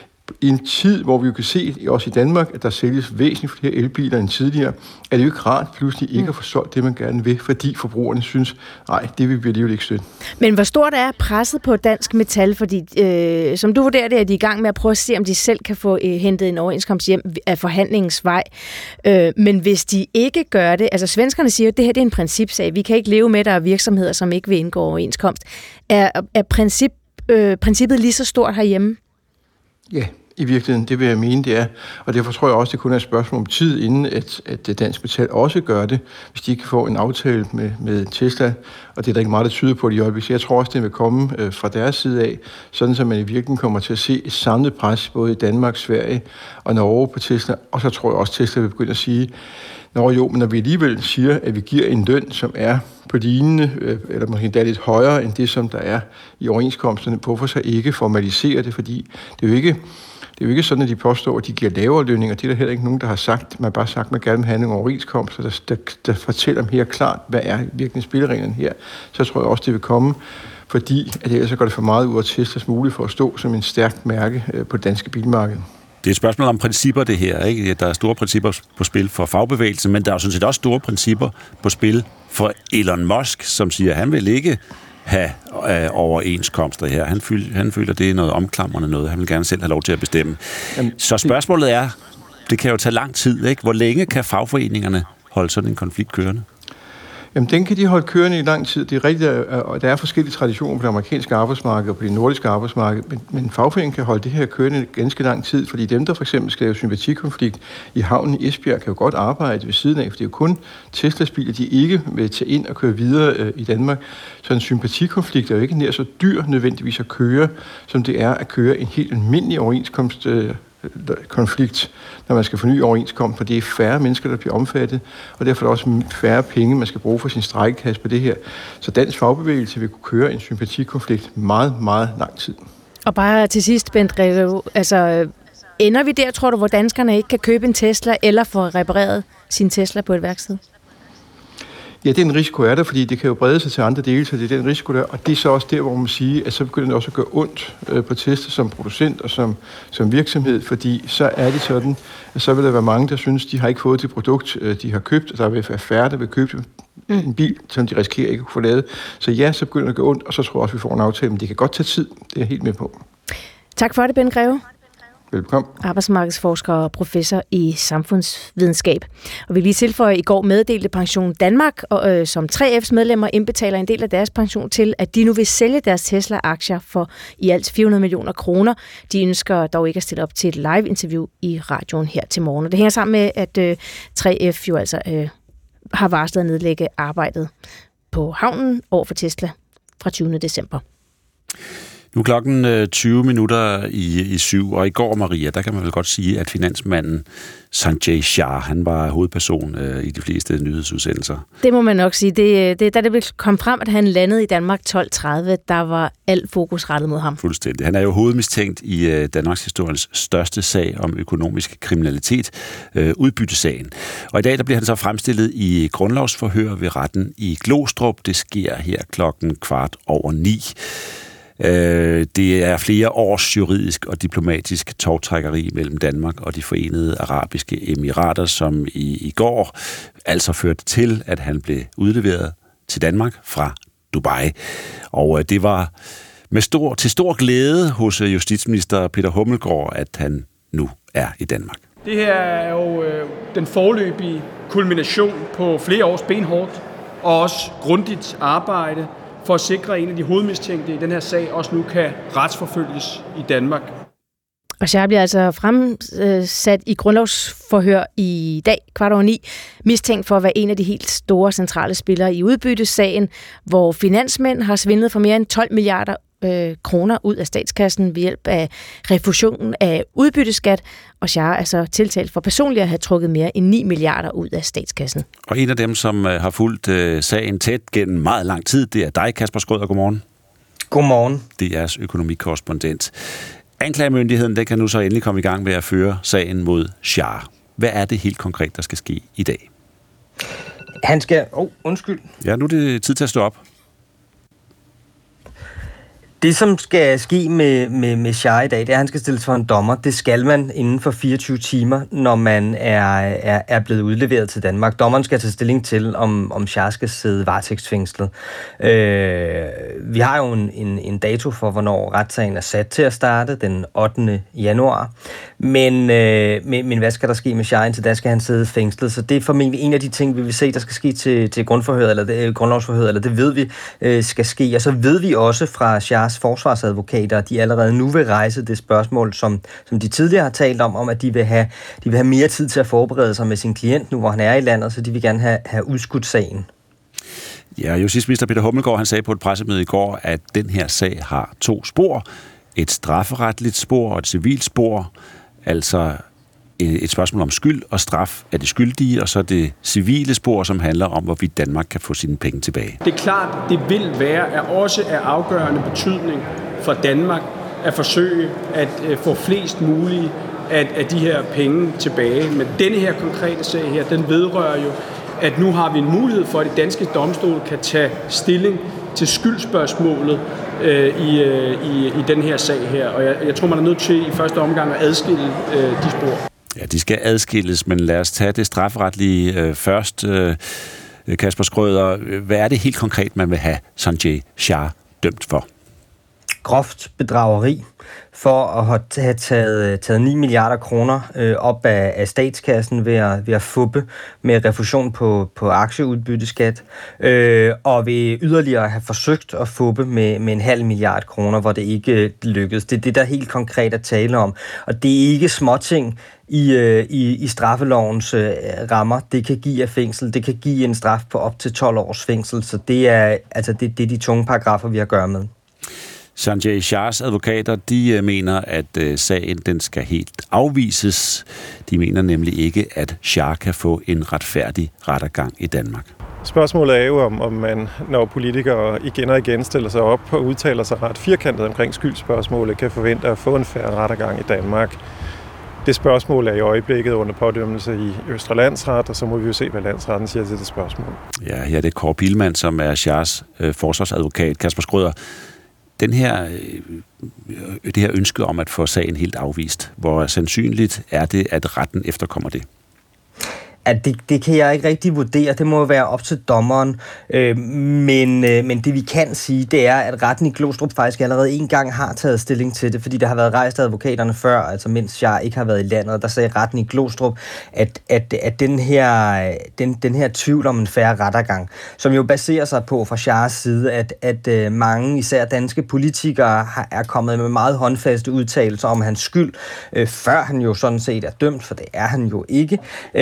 I en tid, hvor vi jo kan se, også i Danmark, at der sælges væsentligt flere elbiler end tidligere, er det jo ikke rart pludselig ikke at få solgt det, man gerne vil, fordi forbrugerne synes, nej, det vil vi alligevel ikke støtte. Men hvor stort er presset på Dansk Metal? Fordi, øh, som du vurderer det, er de i gang med at prøve at se, om de selv kan få øh, hentet en overenskomst hjem af forhandlingens vej. Øh, men hvis de ikke gør det, altså svenskerne siger, at det her det er en principsag, vi kan ikke leve med, at der er virksomheder, som ikke vil indgå overenskomst. Er, er princip, øh, princippet lige så stort herhjemme? Ja, i virkeligheden, det vil jeg mene, det er. Og derfor tror jeg også, det kun er et spørgsmål om tid, inden at, at Dansk Metal også gør det, hvis de ikke får en aftale med, med Tesla. Og det er der ikke meget, der tyder på det i øjeblikket. Så jeg tror også, det vil komme øh, fra deres side af, sådan så man i virkeligheden kommer til at se et samlet pres, både i Danmark, Sverige og Norge på Tesla. Og så tror jeg også, Tesla vil begynde at sige, nå jo, men når vi alligevel siger, at vi giver en løn, som er på lignende, eller måske endda lidt højere end det, som der er i overenskomsterne, hvorfor så ikke formalisere det? Fordi det er jo ikke, det er jo ikke sådan, at de påstår, at de giver lavere lønninger. Det er der heller ikke nogen, der har sagt. Man har bare sagt, at man gerne vil have nogle overenskomster, der, der, der fortæller dem her klart, hvad er virkelig spillereglerne her. Så tror jeg også, det vil komme, fordi at ellers så går det for meget ud af Teslas mulighed for at stå som en stærkt mærke på det danske bilmarked. Det er et spørgsmål om principper, det her. Ikke? Der er store principper på spil for fagbevægelsen, men der er jo sådan set også store principper på spil for Elon Musk, som siger, at han vil ikke have øh, overenskomster her. Han føler, han føler, det er noget omklamrende noget. Han vil gerne selv have lov til at bestemme. Jamen, så spørgsmålet er, det kan jo tage lang tid, ikke? Hvor længe kan fagforeningerne holde sådan en konflikt kørende? Jamen, den kan de holde kørende i lang tid. Det er rigtigt, og der er forskellige traditioner på det amerikanske arbejdsmarked og på det nordiske arbejdsmarked, men, men fagforeningen kan holde det her kørende ganske lang tid, fordi dem, der for eksempel skal lave sympatikonflikt i havnen i Esbjerg, kan jo godt arbejde ved siden af, for det er jo kun Teslas biler, de ikke vil tage ind og køre videre øh, i Danmark. Så en sympatikonflikt er jo ikke nær så dyr nødvendigvis at køre, som det er at køre en helt almindelig overenskomst øh, konflikt, når man skal forny overenskomst, for det er færre mennesker, der bliver omfattet, og derfor er der også færre penge, man skal bruge for sin strejkekasse på det her. Så dansk fagbevægelse vil kunne køre en sympatikonflikt meget, meget lang tid. Og bare til sidst, Bent Greve, altså ender vi der, tror du, hvor danskerne ikke kan købe en Tesla, eller få repareret sin Tesla på et værksted? Ja, den risiko er der, fordi det kan jo brede sig til andre dele, så det er den risiko der. Og det er så også der, hvor man siger, at så begynder det også at gøre ondt øh, på Tesla som producent og som, som virksomhed, fordi så er det sådan, at så vil der være mange, der synes, de har ikke fået det produkt, øh, de har købt, og der vil være færre, der vil købe en bil, som de risikerer ikke at få lavet. Så ja, så begynder det at gøre ondt, og så tror jeg også, vi får en aftale, men det kan godt tage tid. Det er jeg helt med på. Tak for det, Bent Greve. Velkommen. Arbejdsmarkedsforsker og professor i samfundsvidenskab. Og vi lige tilføje, i går meddelte Pension Danmark, og, øh, som tre F's medlemmer indbetaler en del af deres pension til, at de nu vil sælge deres Tesla-aktier for i alt fire hundrede millioner kroner. De ønsker dog ikke at stille op til et live-interview i radioen her til morgen. Og det hænger sammen med, at øh, tre F jo altså øh, har varslet at nedlægge arbejdet på havnen over for Tesla fra tyvende december. Nu er klokken tyve minutter i, i syv, og i går, Maria, der kan man vel godt sige, at finansmanden Sanjay Shah, han var hovedperson øh, i de fleste nyhedsudsendelser. Det må man nok sige. Det, det, da det kom frem, at han landede i Danmark tolv tredive, der var alt fokus rettet mod ham. Fuldstændig. Han er jo hovedmistænkt i øh, Danmarks historiens største sag om økonomisk kriminalitet, øh, udbyttesagen. Og i dag der bliver han så fremstillet i grundlovsforhør ved retten i Glostrup. Det sker her klokken kvart over ni. Det er flere års juridisk og diplomatisk tovtrækkeri mellem Danmark og de Forenede Arabiske Emirater, som i, i går altså førte til, at han blev udleveret til Danmark fra Dubai. Og det var med stor, til stor glæde hos justitsminister Peter Hummelgaard, at han nu er i Danmark. Det her er jo øh, den foreløbige kulmination på flere års benhårdt og også grundigt arbejde for at sikre, at en af de hovedmistænkte i den her sag også nu kan retsforfølges i Danmark. Og Shah bliver altså fremsat i grundlovsforhør i dag, kvart over ni, mistænkt for at være en af de helt store centrale spillere i udbyttesagen, hvor finansmænd har svindlet for mere end tolv milliarder øh, kroner ud af statskassen ved hjælp af refusionen af udbytteskat, og Shah er så tiltalt for personligt at have trukket mere end ni milliarder ud af statskassen. Og en af dem, som har fulgt øh, sagen tæt gennem meget lang tid, det er dig, Kasper Schrøder. Godmorgen. Godmorgen. Det er jeres økonomikorrespondent. Anklagemyndigheden den kan nu så endelig komme i gang med at føre sagen mod Shah. Hvad er det helt konkret, der skal ske i dag? Han skal... Åh, oh, undskyld. Ja, nu er det tid til at stå op. Det, som skal ske med, med, med Shah i dag, det er, at han skal stilles for en dommer. Det skal man inden for fireogtyve timer, når man er, er, er blevet udleveret til Danmark. Dommeren skal tage stilling til, om, om Shah skal sidde varetægtsfængslet. Øh, vi har jo en, en, en dato for, hvornår retssagen er sat til at starte, den ottende januar. Men, øh, men, men hvad skal der ske med Shah, indtil da skal han sidde fængslet? Så det er formentlig en af de ting, vi vil se, der skal ske til, til grundforhøret, eller det, grundlovsforhøret, eller det ved vi øh, skal ske. Og så ved vi også fra Shahs forsvarsadvokater, at de allerede nu vil rejse det spørgsmål, som, som de tidligere har talt om, om at de vil, have, de vil have mere tid til at forberede sig med sin klient, nu hvor han er i landet, så de vil gerne have, have udskudt sagen. Ja, justitsminister Peter Hummelgaard, han sagde på et pressemøde i går, at den her sag har to spor. Et strafferetligt spor og et civilt spor, altså et spørgsmål om skyld og straf af de skyldige, og så det civile spor, som handler om, hvorvidt Danmark kan få sine penge tilbage. Det er klart, det vil være at også af afgørende betydning for Danmark at forsøge at få flest mulige af, af de her penge tilbage. Men denne her konkrete sag her, den vedrører jo, at nu har vi en mulighed for, at de danske domstole kan tage stilling til skyldspørgsmålet øh, i, øh, i, i den her sag her. Og jeg, jeg tror, man er nødt til i første omgang at adskille øh, de spor. Ja, de skal adskilles, men lad os tage det strafferetlige øh, først. Øh, Kasper Schrøder, hvad er det helt konkret, man vil have Sanjay Shah dømt for? Groft bedrageri for at have taget, taget ni milliarder kroner øh, op af, af statskassen ved at, ved at fuppe med refusion på, på aktieudbytteskat, øh, og ved yderligere have forsøgt at fuppe med, med en halv milliard kroner, hvor det ikke lykkedes. Det er det, der helt konkret at tale om. Og det er ikke småting i, øh, i, i straffelovens øh, rammer. Det kan give af fængsel. Det kan give en straf på op til tolv års fængsel. Så det er, altså det, det er de tunge paragrafer, vi har at gøre med. Sanjay Shahs advokater, de mener, at øh, sagen den skal helt afvises. De mener nemlig ikke, at Shah kan få en retfærdig rettergang i Danmark. Spørgsmålet er jo, om, om man, når politikere igen og igen stiller sig op og udtaler sig ret firkantet omkring skyldspørgsmålet, kan forvente at få en fair rettergang i Danmark. Det spørgsmål er i øjeblikket under pådømmelse i Østre Landsret, og så må vi jo se, hvad landsretten siger til det spørgsmål. Ja, her er det Kåre Pilman, som er Shahs øh, forsvarsadvokat. Kasper Schrøder, Den her, det her ønske om at få sagen helt afvist, hvor sandsynligt er det, at retten efterkommer det? At det, det kan jeg ikke rigtig vurdere. Det må være op til dommeren. Øh, men, øh, men det vi kan sige, det er, at retten i Glostrup faktisk allerede en gang har taget stilling til det, fordi der har været rejst af advokaterne før, altså mens jeg ikke har været i landet. Der sagde retten i Glostrup, at, at, at den, her, den, den her tvivl om en fair rettergang, som jo baserer sig på fra Shahs side, at, at øh, mange, især danske politikere, har, er kommet med meget håndfaste udtalelser om hans skyld, øh, før han jo sådan set er dømt, for det er han jo ikke. Øh,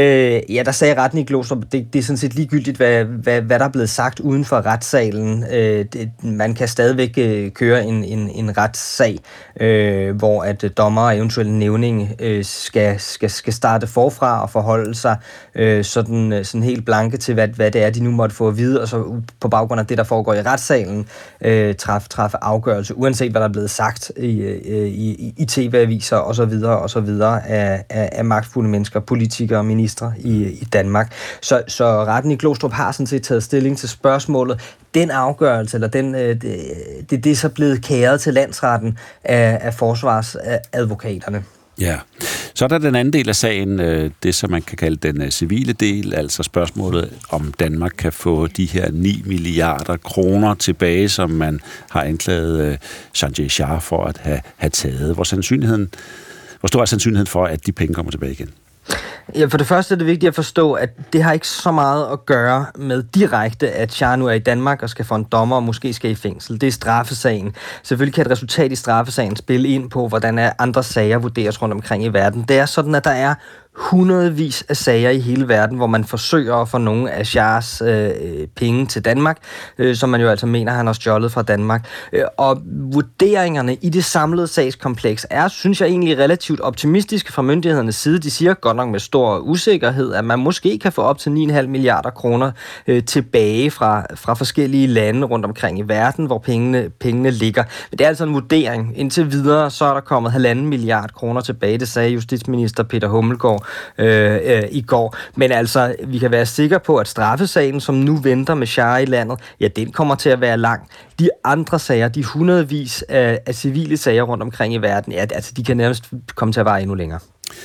Ja, der sagde retten i Glostrup, det, det er sådan set ligegyldigt, hvad, hvad, hvad der er blevet sagt uden for retssalen. Øh, det, man kan stadigvæk øh, køre en, en, en retssag, øh, hvor at dommer og eventuelt nævning øh, skal, skal, skal starte forfra og forholde sig øh, sådan, sådan helt blanke til, hvad, hvad det er, de nu måtte få at vide, og så på baggrund af det, der foregår i retssalen, øh, træffe træf afgørelse, uanset hvad der er blevet sagt i, øh, i, i tv-aviser og så videre og så videre af, af, af magtfulde mennesker, politikere og ministre i, i Danmark. Så, så retten i Glostrup har sådan set taget stilling til spørgsmålet. Den afgørelse, eller den, det, det, det er så blevet kæret til landsretten af, af forsvarsadvokaterne. Ja, så er der den anden del af sagen, det som man kan kalde den civile del, altså spørgsmålet om Danmark kan få de her ni milliarder kroner tilbage, som man har anklaget Sanjay Shah for at have, have taget. Hvor, sandsynligheden, hvor stor er sandsynligheden for, at de penge kommer tilbage igen? Ja, for det første er det vigtigt at forstå, at det har ikke så meget at gøre med direkte, at Shah nu er i Danmark og skal få en dommer og måske skal i fængsel. Det er straffesagen. Selvfølgelig kan et resultat i straffesagen spille ind på, hvordan andre sager vurderes rundt omkring i verden. Det er sådan, at der er hundredvis af sager i hele verden, hvor man forsøger at få nogle af Shahs øh, penge til Danmark, øh, som man jo altså mener, han har stjålet fra Danmark. Øh, og vurderingerne i det samlede sagskompleks er, synes jeg, egentlig relativt optimistiske fra myndighedernes side. De siger godt nok med stor usikkerhed, at man måske kan få op til ni komma fem milliarder kroner øh, tilbage fra, fra forskellige lande rundt omkring i verden, hvor pengene, pengene ligger. Men det er altså en vurdering. Indtil videre, så er der kommet halvanden milliard kroner tilbage. Det sagde justitsminister Peter Hummelgaard Øh, øh, i går. Men altså, vi kan være sikre på, at straffesagen, som nu venter med Shah i landet, ja, den kommer til at være lang. De andre sager, de hundredvis af, af civile sager rundt omkring i verden, ja, altså, de kan nærmest komme til at vare endnu længere.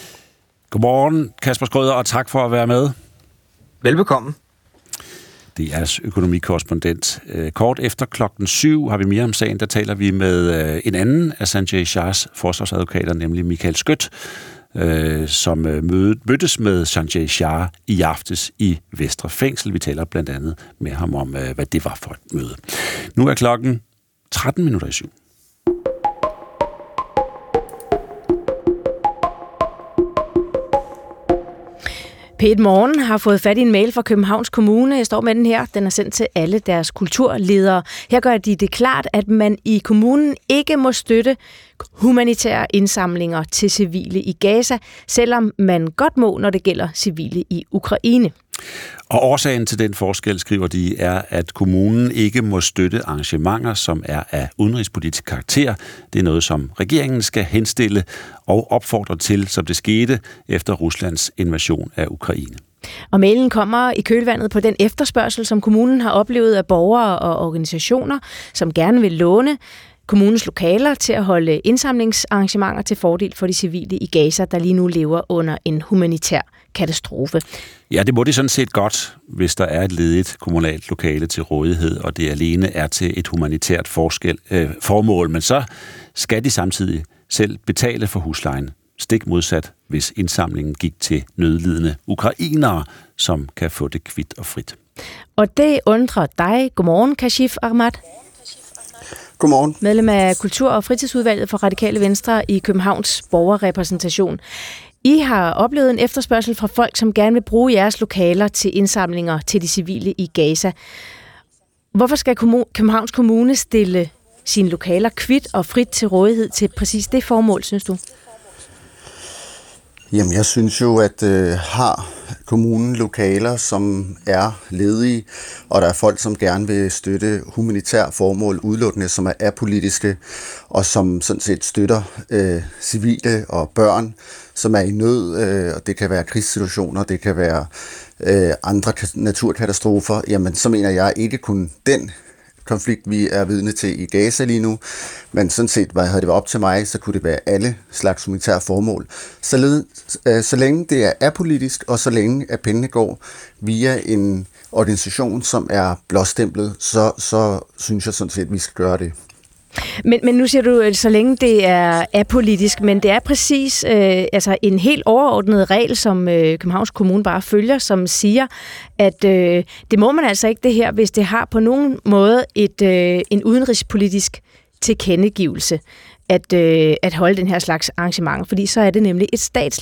Godmorgen, Kasper Skrøder, og tak for at være med. Velbekomme. Det er jeres økonomikorrespondent. Kort efter klokken syv har vi mere om sagen. Der taler vi med en anden af Sanjay Shahs forsvarsadvokater, nemlig Michael Skødt, Øh, som mød, mødtes med Sanjay Shah i aftes i Vestre Fængsel. Vi taler blandt andet med ham om, øh, hvad det var for et møde. Nu er klokken tretten minutter i syv. P et Morgen har fået fat i en mail fra Københavns Kommune. Jeg står med den her. Den er sendt til alle deres kulturledere. Her gør de det klart, at man i kommunen ikke må støtte humanitære indsamlinger til civile i Gaza, selvom man godt må, når det gælder civile i Ukraine. Og årsagen til den forskel, skriver de, er, at kommunen ikke må støtte arrangementer, som er af udenrigspolitisk karakter. Det er noget, som regeringen skal henstille og opfordre til, som det skete efter Ruslands invasion af Ukraine. Og mailen kommer i kølvandet på den efterspørgsel, som kommunen har oplevet af borgere og organisationer, som gerne vil låne kommunens lokaler til at holde indsamlingsarrangementer til fordel for de civile i Gaza, der lige nu lever under en humanitær katastrofe. Ja, det må det sådan set godt, hvis der er et ledigt kommunalt lokale til rådighed, og det alene er til et humanitært forskel, øh, formål, men så skal de samtidig selv betale for huslejen. Stik modsat, hvis indsamlingen gik til nødlidende ukrainere, som kan få det kvit og frit. Og det undrer dig. Godmorgen, Kashif Ahmad. Godmorgen. Medlem af Kultur- og Fritidsudvalget for Radikale Venstre i Københavns borgerrepræsentation. I har oplevet en efterspørgsel fra folk, som gerne vil bruge jeres lokaler til indsamlinger til de civile i Gaza. Hvorfor skal Københavns Kommune stille sine lokaler kvit og frit til rådighed til præcis det formål, synes du? Jamen, jeg synes jo, at øh, har kommunen lokaler, som er ledige, og der er folk, som gerne vil støtte humanitær formål udelukkende, som er apolitiske, og som sådan set støtter øh, civile og børn, som er i nød, øh, og det kan være krigssituationer, det kan være øh, andre naturkatastrofer, jamen så mener jeg ikke kun den konflikt, vi er vidne til i Gaza lige nu, men sådan set, hvad havde det været op til mig, så kunne det være alle slags humanitære formål. Så, led, øh, så længe det er apolitisk, og så længe at pengene går via en organisation, som er blåstemplet, så, så synes jeg sådan set, at vi skal gøre det. Men, men nu siger du, så længe det er apolitisk, men det er præcis øh, altså en helt overordnet regel, som øh, Københavns Kommune bare følger, som siger, at øh, det må man altså ikke det her, hvis det har på nogen måde et, øh, en udenrigspolitisk tilkendegivelse at, øh, at holde den her slags arrangementer, fordi så er det nemlig et statsligt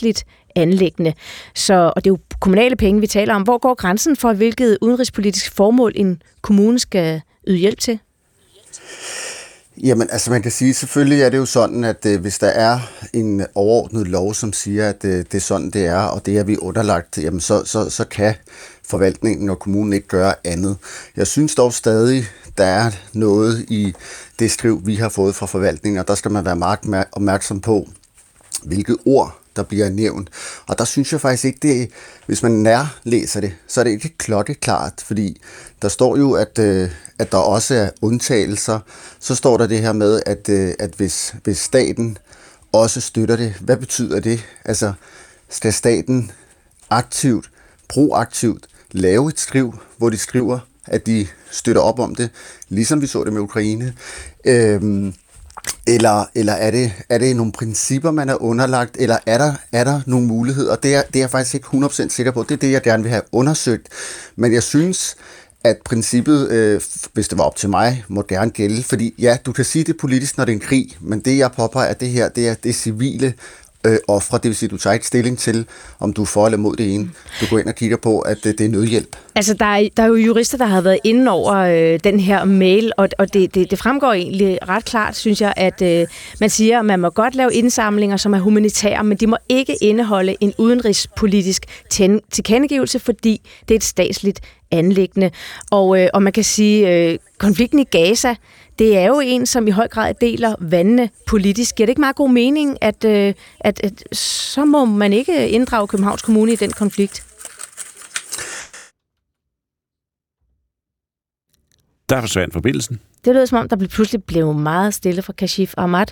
anliggende. Så, og det er jo kommunale penge, vi taler om. Hvor går grænsen for, hvilket udenrigspolitisk formål en kommune skal yde hjælp til? Jamen, altså man kan sige, selvfølgelig er det jo sådan, at øh, hvis der er en overordnet lov, som siger, at øh, det er sådan, det er, og det er vi underlagt, jamen så, så, så kan forvaltningen og kommunen ikke gøre andet. Jeg synes dog stadig, der er noget i det skriv, vi har fået fra forvaltningen, og der skal man være meget opmærksom på, hvilke ord der bliver nævnt. Og der synes jeg faktisk ikke, det, hvis man nærlæser det, så er det ikke klokkeklart, fordi der står jo, at, øh, at der også er undtagelser. Så står der det her med, at, øh, at hvis, hvis staten også støtter det, hvad betyder det? Altså, skal staten aktivt, proaktivt lave et skriv, hvor de skriver, at de støtter op om det, ligesom vi så det med Ukraine? Øhm, Eller, eller er, det, er det nogle principper, man er underlagt, eller er der, er der nogle muligheder? Det er, det er jeg faktisk ikke hundrede procent sikker på. Det er det, jeg gerne vil have undersøgt. Men jeg synes, at princippet, øh, hvis det var op til mig, må gerne gælde. Fordi ja, du kan sige det politisk, når det er en krig, men det, jeg påpeger, at det her, det er det civile øh, ofre. Det vil sige, at du tager ikke stilling til, om du er for eller mod det ene. Du går ind og kigger på, at det, det er nødhjælp. Altså, der er, der er jo jurister, der har været inde over øh, den her mail, og, og det, det, det fremgår egentlig ret klart, synes jeg, at øh, man siger, at man må godt lave indsamlinger, som er humanitære, men de må ikke indeholde en udenrigspolitisk ten- tilkendegivelse, fordi det er et statsligt anliggende. Og, øh, og man kan sige, øh, konflikten i Gaza, det er jo en, som i høj grad deler vandene politisk. Giver det ikke meget god mening, at, øh, at, at så må man ikke inddrage Københavns Kommune i den konflikt? Der forsvandt forbindelsen. Det lød som om, der pludselig blev meget stille fra Kashif Ahmad.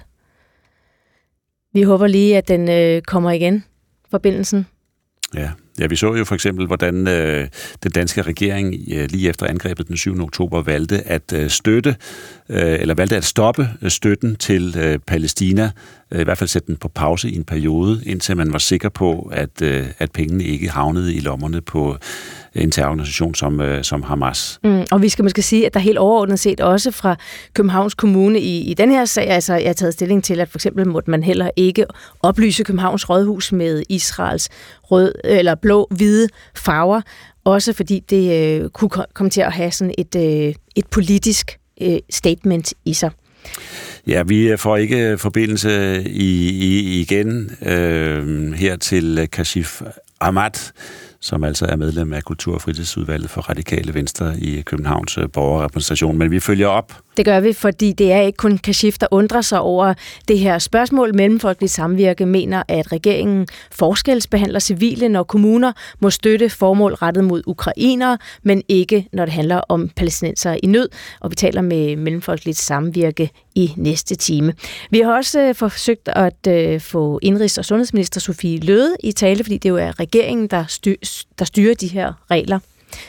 Vi håber lige, at den øh, kommer igen, forbindelsen. Ja. Ja, vi så jo for eksempel, hvordan øh, den danske regering øh, lige efter angrebet den syvende oktober valgte at øh, støtte, øh, eller valgte at stoppe øh, støtten til øh, Palæstina, øh, i hvert fald sætte den på pause i en periode, indtil man var sikker på, at, øh, at pengene ikke havnede i lommerne på en terrororganisation som, øh, som Hamas. Mm, og vi skal måske sige, at der helt overordnet set også fra Københavns Kommune i, i den her sag, altså jeg har taget stilling til, at for eksempel måtte man heller ikke oplyse Københavns Rådhus med Israels rød eller blå-hvide farver, også fordi det øh, kunne komme til at have sådan et, øh, et politisk øh, statement i sig. Ja, vi får ikke forbindelse i, i, igen øh, her til Kashif Ahmad, som altså er medlem af Kultur- og Fritidsudvalget for Radikale Venstre i Københavns borgerrepræsentation. Men vi følger op. Det gør vi, fordi det er ikke kun Kashif, der undrer sig over det her spørgsmål. Mellemfolkeligt Samvirke mener, at regeringen forskelsbehandler civile, når kommuner må støtte formål rettet mod ukrainere, men ikke når det handler om palæstinensere i nød. Og vi taler med Mellemfolkeligt Samvirke i næste time. Vi har også forsøgt at få indrigs- og sundhedsminister Sophie Løhde i tale, fordi det jo er regeringen, der, styr, der styrer de her regler.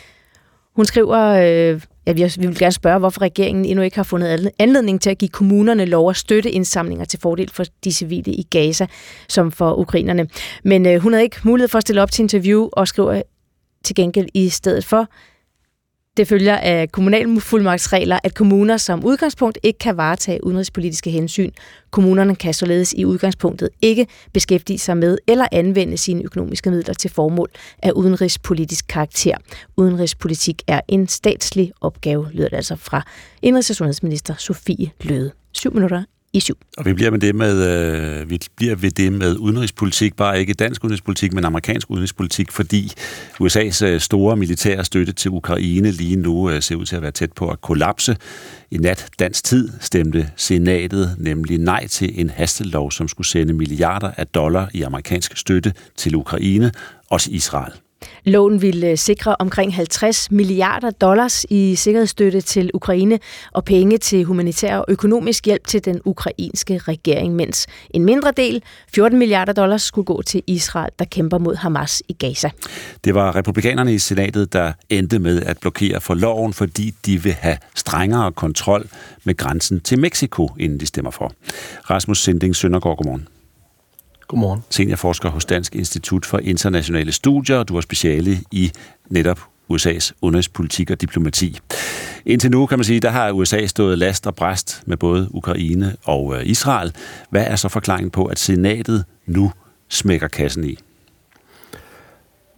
Hun skriver, øh, at vi vil gerne spørge, hvorfor regeringen endnu ikke har fundet anledning til at give kommunerne lov at støtte indsamlinger til fordel for de civile i Gaza, som for ukrainerne. Men øh, hun havde ikke mulighed for at stille op til interview og skriver til gengæld i stedet for, det følger af kommunalfuldmagtsregler, at kommuner som udgangspunkt ikke kan varetage udenrigspolitiske hensyn. Kommunerne kan således i udgangspunktet ikke beskæftige sig med eller anvende sine økonomiske midler til formål af udenrigspolitisk karakter. Udenrigspolitik er en statslig opgave, lyder det altså fra indrigs- og sundhedsminister Sophie Løhde. Syv minutter i syv. Og vi bliver med det med øh, vi bliver ved det med udenrigspolitik, bare ikke dansk udenrigspolitik, men amerikansk udenrigspolitik, fordi U S A's øh, store militære støtte til Ukraine lige nu øh, ser ud til at være tæt på at kollapse. I nat dansk tid stemte senatet nemlig nej til en hastelov, som skulle sende milliarder af dollar i amerikansk støtte til Ukraine, også Israel. Loven ville sikre omkring halvtreds milliarder dollars i sikkerhedsstøtte til Ukraine og penge til humanitær og økonomisk hjælp til den ukrainske regering, mens en mindre del, fjorten milliarder dollars, skulle gå til Israel, der kæmper mod Hamas i Gaza. Det var republikanerne i senatet, der endte med at blokere for loven, fordi de vil have strengere kontrol med grænsen til Mexico, inden de stemmer for. Rasmus Sinding Søndergaard, godmorgen. Godmorgen. Seniorforsker hos Dansk Institut for Internationale Studier, og du er speciale i netop U S A's udenrigspolitik og diplomati. Indtil nu kan man sige, der har U S A stået last og bræst med både Ukraine og Israel. Hvad er så forklaringen på, at senatet nu smækker kassen i?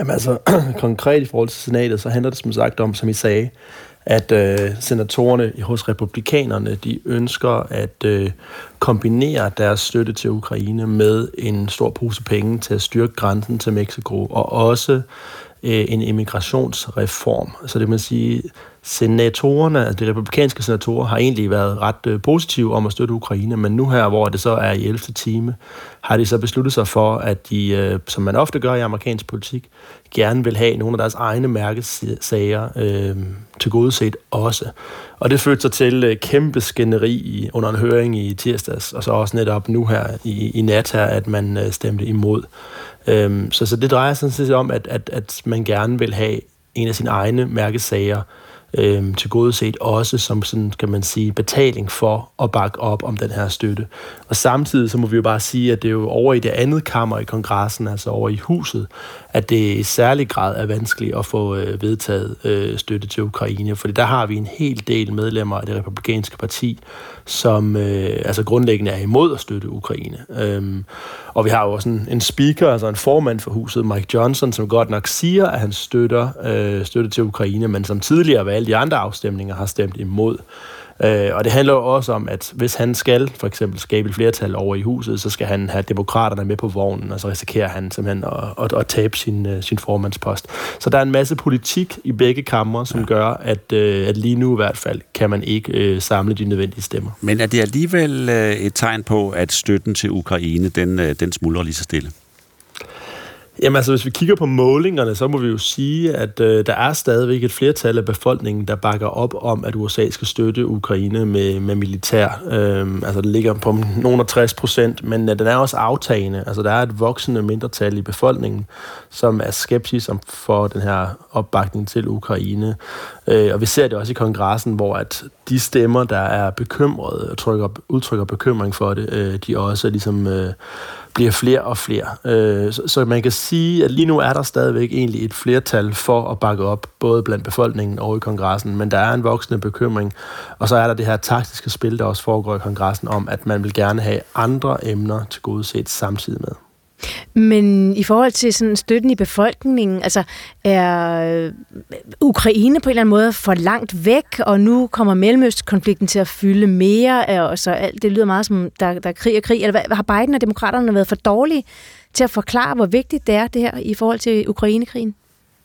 Jamen altså, konkret i forhold til senatet, så handler det som sagt om, som I sagde, at øh, senatorerne hos republikanerne, de ønsker at øh, kombinere deres støtte til Ukraine med en stor pose penge til at styrke grænsen til Mexico, og også øh, en immigrationsreform. Så det vil sige, senatorerne, altså de republikanske senatorer, har egentlig været ret øh, positive om at støtte Ukraine, men nu her, hvor det så er i ellevte time, har de så besluttet sig for, at de, øh, som man ofte gør i amerikansk politik, gerne vil have nogle af deres egne mærkesager øh, tilgodeset også. Og det førte sig til øh, kæmpe skænderi under en høring i tirsdags, og så også netop nu her i, i nat her, at man øh, stemte imod. Øh, så, så det drejer sig sådan set om, at, at, at man gerne vil have en af sine egne mærkesager øh, tilgodeset også som sådan, kan man sige, betaling for at bakke op om den her støtte. Og samtidig så må vi jo bare sige, at det er jo over i det andet kammer i kongressen, altså over i huset, at det i særlig grad er vanskeligt at få øh, vedtaget øh, støtte til Ukraine, fordi der har vi en hel del medlemmer af det republikanske parti, som øh, altså grundlæggende er imod at støtte Ukraine. Øhm, og vi har jo også en, en speaker, altså en formand for huset, Mike Johnson, som godt nok siger, at han støtter øh, støtte til Ukraine, men som tidligere ved alle de andre afstemninger har stemt imod. Øh, og det handler jo også om, at hvis han skal for eksempel skabe et flertal over i huset, så skal han have demokraterne med på vognen, og så risikerer han simpelthen at, at, at tabe sin, sin formandspost. Så der er en masse politik i begge kamre, som ja. gør, at, at lige nu i hvert fald kan man ikke øh, samle de nødvendige stemmer. Men er det alligevel øh, et tegn på, at støtten til Ukraine, den, øh, den smuldrer lige så stille? Jamen altså, hvis vi kigger på målingerne, så må vi jo sige, at øh, der er stadigvæk et flertal af befolkningen, der bakker op om, at U S A skal støtte Ukraine med, med militær. Øh, altså, det ligger på nogle tres procent, men øh, den er også aftagende. Altså, der er et voksende mindretal i befolkningen, som er skeptisk for den her opbakning til Ukraine. Øh, og vi ser det også i kongressen, hvor at de stemmer, der er bekymrede og trykker, udtrykker bekymring for det, øh, de også ligesom øh, bliver flere og flere. Øh, så, så man kan sige, at lige nu er der stadigvæk egentlig et flertal for at bakke op, både blandt befolkningen og i kongressen, men der er en voksende bekymring, og så er der det her taktiske spil, der også foregår i kongressen, om at man vil gerne have andre emner til godeset samtidig med. Men i forhold til sådan støtten i befolkningen, altså er Ukraine på en eller anden måde for langt væk, og nu kommer Mellemøstkonflikten til at fylde mere, og så alt det lyder meget som, der, der er krig og krig. Eller hvad, har Biden og demokraterne været for dårlige til at forklare, hvor vigtigt det er, det her i forhold til Ukrainekrigen?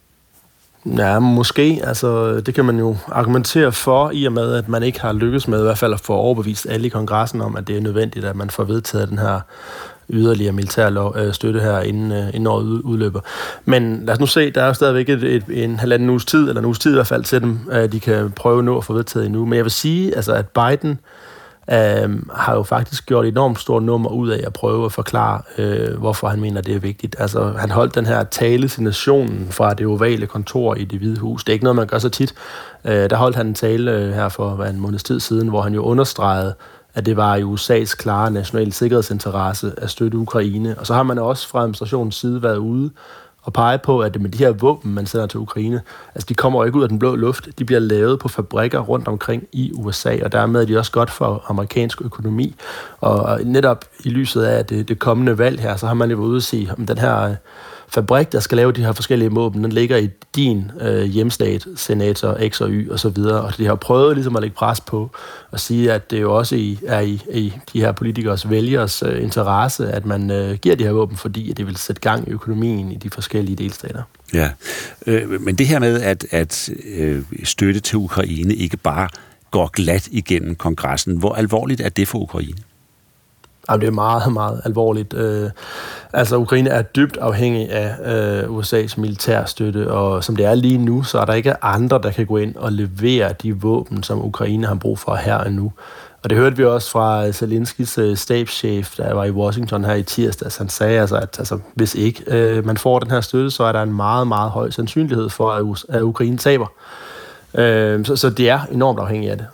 Ja, måske. Altså, det kan man jo argumentere for, i og med, at man ikke har lykkes med i hvert fald at få overbevist alle i kongressen om, at det er nødvendigt, at man får vedtaget den her yderligere militær støtte her, inden, inden året udløber. Men lad os nu se, der er jo stadigvæk et, et, en halvanden uges tid, eller en uges tid i hvert fald til dem, at de kan prøve nu at få vedtaget endnu. Men jeg vil sige, altså, at Biden øh, har jo faktisk gjort et enormt stort nummer ud af at prøve at forklare, øh, hvorfor han mener, det er vigtigt. Altså, han holdt den her tale til nationen fra det ovale kontor i Det Hvide Hus. Det er ikke noget, man gør så tit. Øh, der holdt han en tale øh, her for hvad, en måneds tid siden, hvor han jo understregede, at det var i U S A's klare nationale sikkerhedsinteresse at støtte Ukraine. Og så har man også fra administrationens side været ude og pege på, at det med de her våben, man sender til Ukraine, altså de kommer jo ikke ud af den blå luft. De bliver lavet på fabrikker rundt omkring i U S A, og dermed er de også godt for amerikansk økonomi. Og netop i lyset af det, det kommende valg her, så har man jo ude at sige, om den her fabrik, der skal lave de her forskellige våben, den ligger i din øh, hjemstat, senator X og Y og så videre, og de har prøvet ligesom at lægge pres på og sige, at det jo også i, er i, i de her politikers vælgers øh, interesse, at man øh, giver de her våben, fordi at det vil sætte gang i økonomien i de forskellige delstater. Ja, øh, men det her med, at, at øh, støtte til Ukraine ikke bare går glat igennem kongressen, hvor alvorligt er det for Ukraine? Jamen, det er meget, meget alvorligt. Øh, altså, Ukraine er dybt afhængig af øh, U S A's militærstøtte, og som det er lige nu, så er der ikke andre, der kan gå ind og levere de våben, som Ukraine har brug for her og nu. Og det hørte vi også fra Zelenskis øh, stabschef, der var i Washington her i tirsdags. Han sagde altså, at altså, hvis ikke øh, man får den her støtte, så er der en meget, meget høj sandsynlighed for, at, at Ukraine taber. Øh, så, så det er enormt afhængigt af det.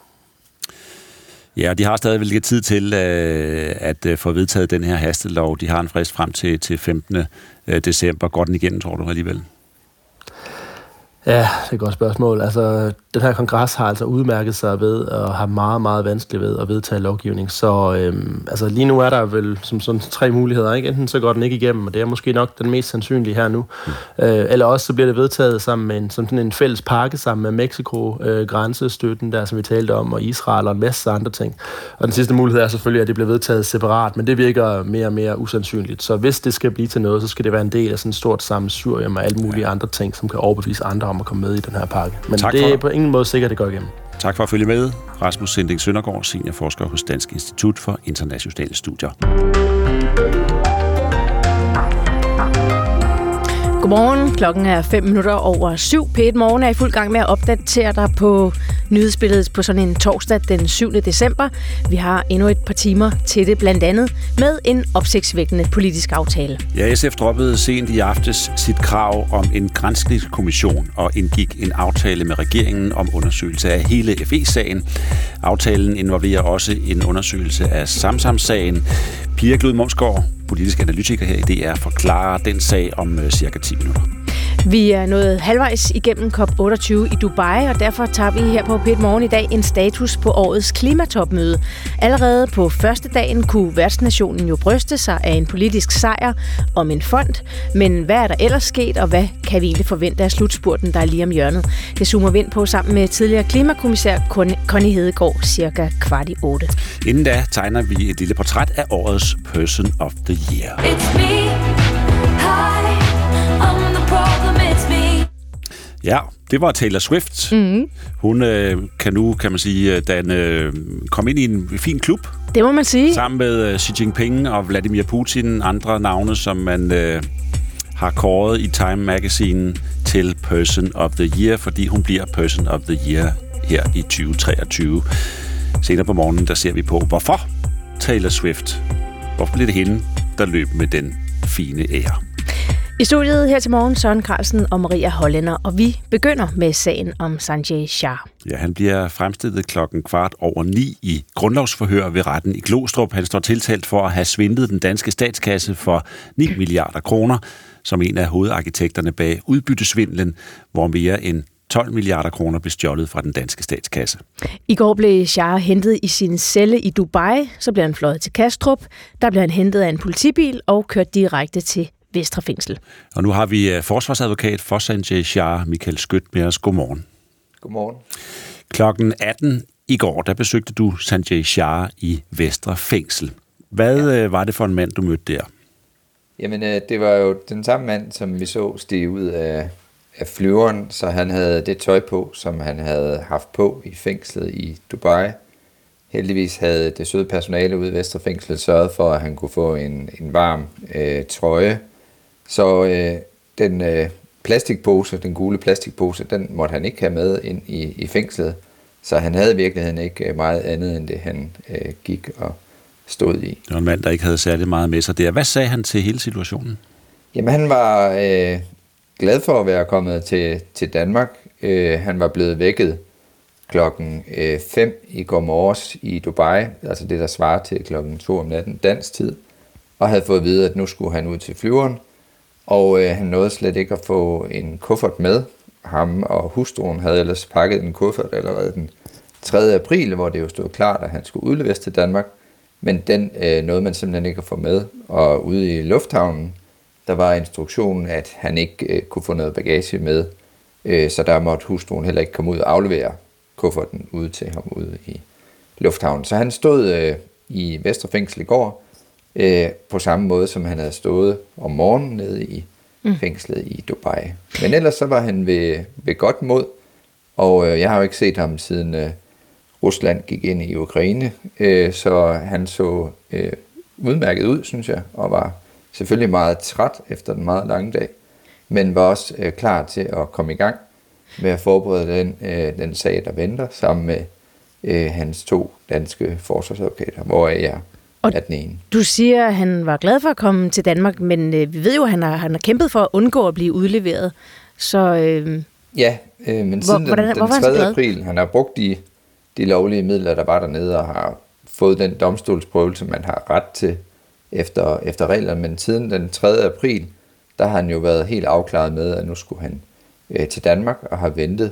Ja, de har stadig lidt tid til øh, at øh, få vedtaget den her hastelov. De har en frist frem til, til femtende december. Går den igennem, tror du alligevel? Ja, det er et godt spørgsmål. Altså, den her kongres har altså udmærket sig ved og har meget, meget vanskeligt ved at vedtage lovgivning. Så øhm, altså, lige nu er der vel som sådan tre muligheder. Ikke? Enten så går den ikke igennem, og det er måske nok den mest sandsynlige her nu. Mm. Øh, eller også så bliver det vedtaget sammen med en, som sådan en fælles pakke sammen med Mexico, øh, grænsestøtten der, som vi talte om, og Israel og en masse andre ting. Og den sidste mulighed er selvfølgelig, at det bliver vedtaget separat, men det virker mere og mere usandsynligt. Så hvis det skal blive til noget, så skal det være en del af sådan et stort sammensurium og alle mulige andre ting, som kan overbevise andre om at komme med i den her pakke. Men tak det er på ingen måde sikkert, at det går igennem. Tak for at følge med. Rasmus Sinding Søndergaard, seniorforsker hos Dansk Institut for Internationale Studier. Godmorgen. Klokken er fem minutter over syv. P et Morgen er i fuld gang med at opdatere dig på nyhedsbilledet på sådan en torsdag den syvende december. Vi har endnu et par timer til det, blandt andet med en opsigtsvækkende politisk aftale. Ja, S F droppede sent i aftes sit krav om en granskningskommission og indgik en aftale med regeringen om undersøgelse af hele F E-sagen. Aftalen involverer også en undersøgelse af Samsam-sagen. Pia Glud Mundsgaard, politisk analytiker her i D R, forklarer den sag om cirka ti minutter. Vi er nået halvvejs igennem COP otteogtyve i Dubai, og derfor tager vi her på P et Morgen i dag en status på årets klimatopmøde. Allerede på første dagen kunne værtsnationen jo bryste sig af en politisk sejr om en fond. Men hvad er der ellers sket, og hvad kan vi egentlig forvente af slutspurten, der er lige om hjørnet? Det zoomer vi ind på sammen med tidligere klimakommissær Connie Hedegaard, cirka kvart i otte. Inden da tegner vi et lille portræt af årets Person of the Year. It's me. Hi, I'm the problem, it's me. Ja, det var Taylor Swift. Mm. Hun øh, kan nu, kan man sige, den øh, komme ind i en fin klub. Det må man sige. Sammen med Xi Jinping og Vladimir Putin, andre navne, som man øh, har kåret i Time Magazine til Person of the Year, fordi hun bliver Person of the Year her i tyve treogtyve. Senere på morgenen, der ser vi på, hvorfor Taylor Swift, hvorfor blev det hende, der løb med den fine ære. I studiet her til morgen, Søren Carlsen og Maria Hollænder, og vi begynder med sagen om Sanjay Shah. Ja, han bliver fremstillet klokken kvart over ni i grundlovsforhør ved retten i Glostrup. Han står tiltalt for at have svindlet den danske statskasse for ni milliarder kroner, som en af hovedarkitekterne bag udbyttesvindlen, hvor mere end tolv milliarder kroner blev stjålet fra den danske statskasse. I går blev Shah hentet i sin celle i Dubai, så blev han fløjet til Kastrup. Der blev han hentet af en politibil og kørt direkte til Vestre Fængsel. Og nu har vi forsvarsadvokat for Sanjay Shah, Michael Skødt, med os. Godmorgen. Godmorgen. Klokken atten i går, der besøgte du Sanjay Shah i Vestre Fængsel. Hvad ja. var det for en mand, du mødte der? Jamen, det var jo den samme mand, som vi så stige ud af, af flyveren, så han havde det tøj på, som han havde haft på i fængslet i Dubai. Heldigvis havde det søde personale ude i Vestre Fængsel sørget for, at han kunne få en, en varm øh, trøje. Så øh, den øh, plastikpose, den gule plastikpose, den måtte han ikke have med ind i, i fængslet. Så han havde i virkeligheden ikke meget andet, end det han øh, gik og stod i. Det var en mand, der ikke havde særlig meget med sig der. Hvad sagde han til hele situationen? Jamen, han var øh, glad for at være kommet til, til Danmark. Øh, han var blevet vækket klokken fem i går morges i Dubai, altså det, der svarer til klokken to om natten dansk tid, og havde fået at vide, at nu skulle han ud til flyveren, og øh, han nåede slet ikke at få en kuffert med. Ham og hustruen havde ellers pakket en kuffert allerede den tredje april, hvor det jo stod klart, at han skulle udleveres til Danmark, men den øh, nåede man simpelthen ikke at få med, og ude i lufthavnen, der var instruktionen, at han ikke øh, kunne få noget bagage med, øh, så der måtte hustruen heller ikke komme ud og aflevere kufferten ude til ham ude i lufthavnen. Så han stod øh, i Vestre Fængsel i går, øh, på samme måde som han havde stået om morgenen nede i mm. fængslet i Dubai. Men ellers så var han ved, ved godt mod, og øh, jeg har jo ikke set ham siden øh, Rusland gik ind i Ukraine, øh, så han så øh, udmærket ud, synes jeg, og var selvfølgelig meget træt efter den meget lange dag, men var også øh, klar til at komme i gang med at forberede den, øh, den sag, der venter, sammen med øh, hans to danske forsvarsadvokater, hvor jeg er den ene. Du siger, at han var glad for at komme til Danmark, men øh, vi ved jo, at han har, han har kæmpet for at undgå at blive udleveret. Så, øh, ja, øh, men hvor, siden hvordan, den, den tredje april, han har brugt de, de lovlige midler, der var dernede, og har fået den domstolsprøvelse, man har ret til efter, efter reglerne, men siden den tredje april, der har han jo været helt afklaret med, at nu skulle han øh, til Danmark og har ventet.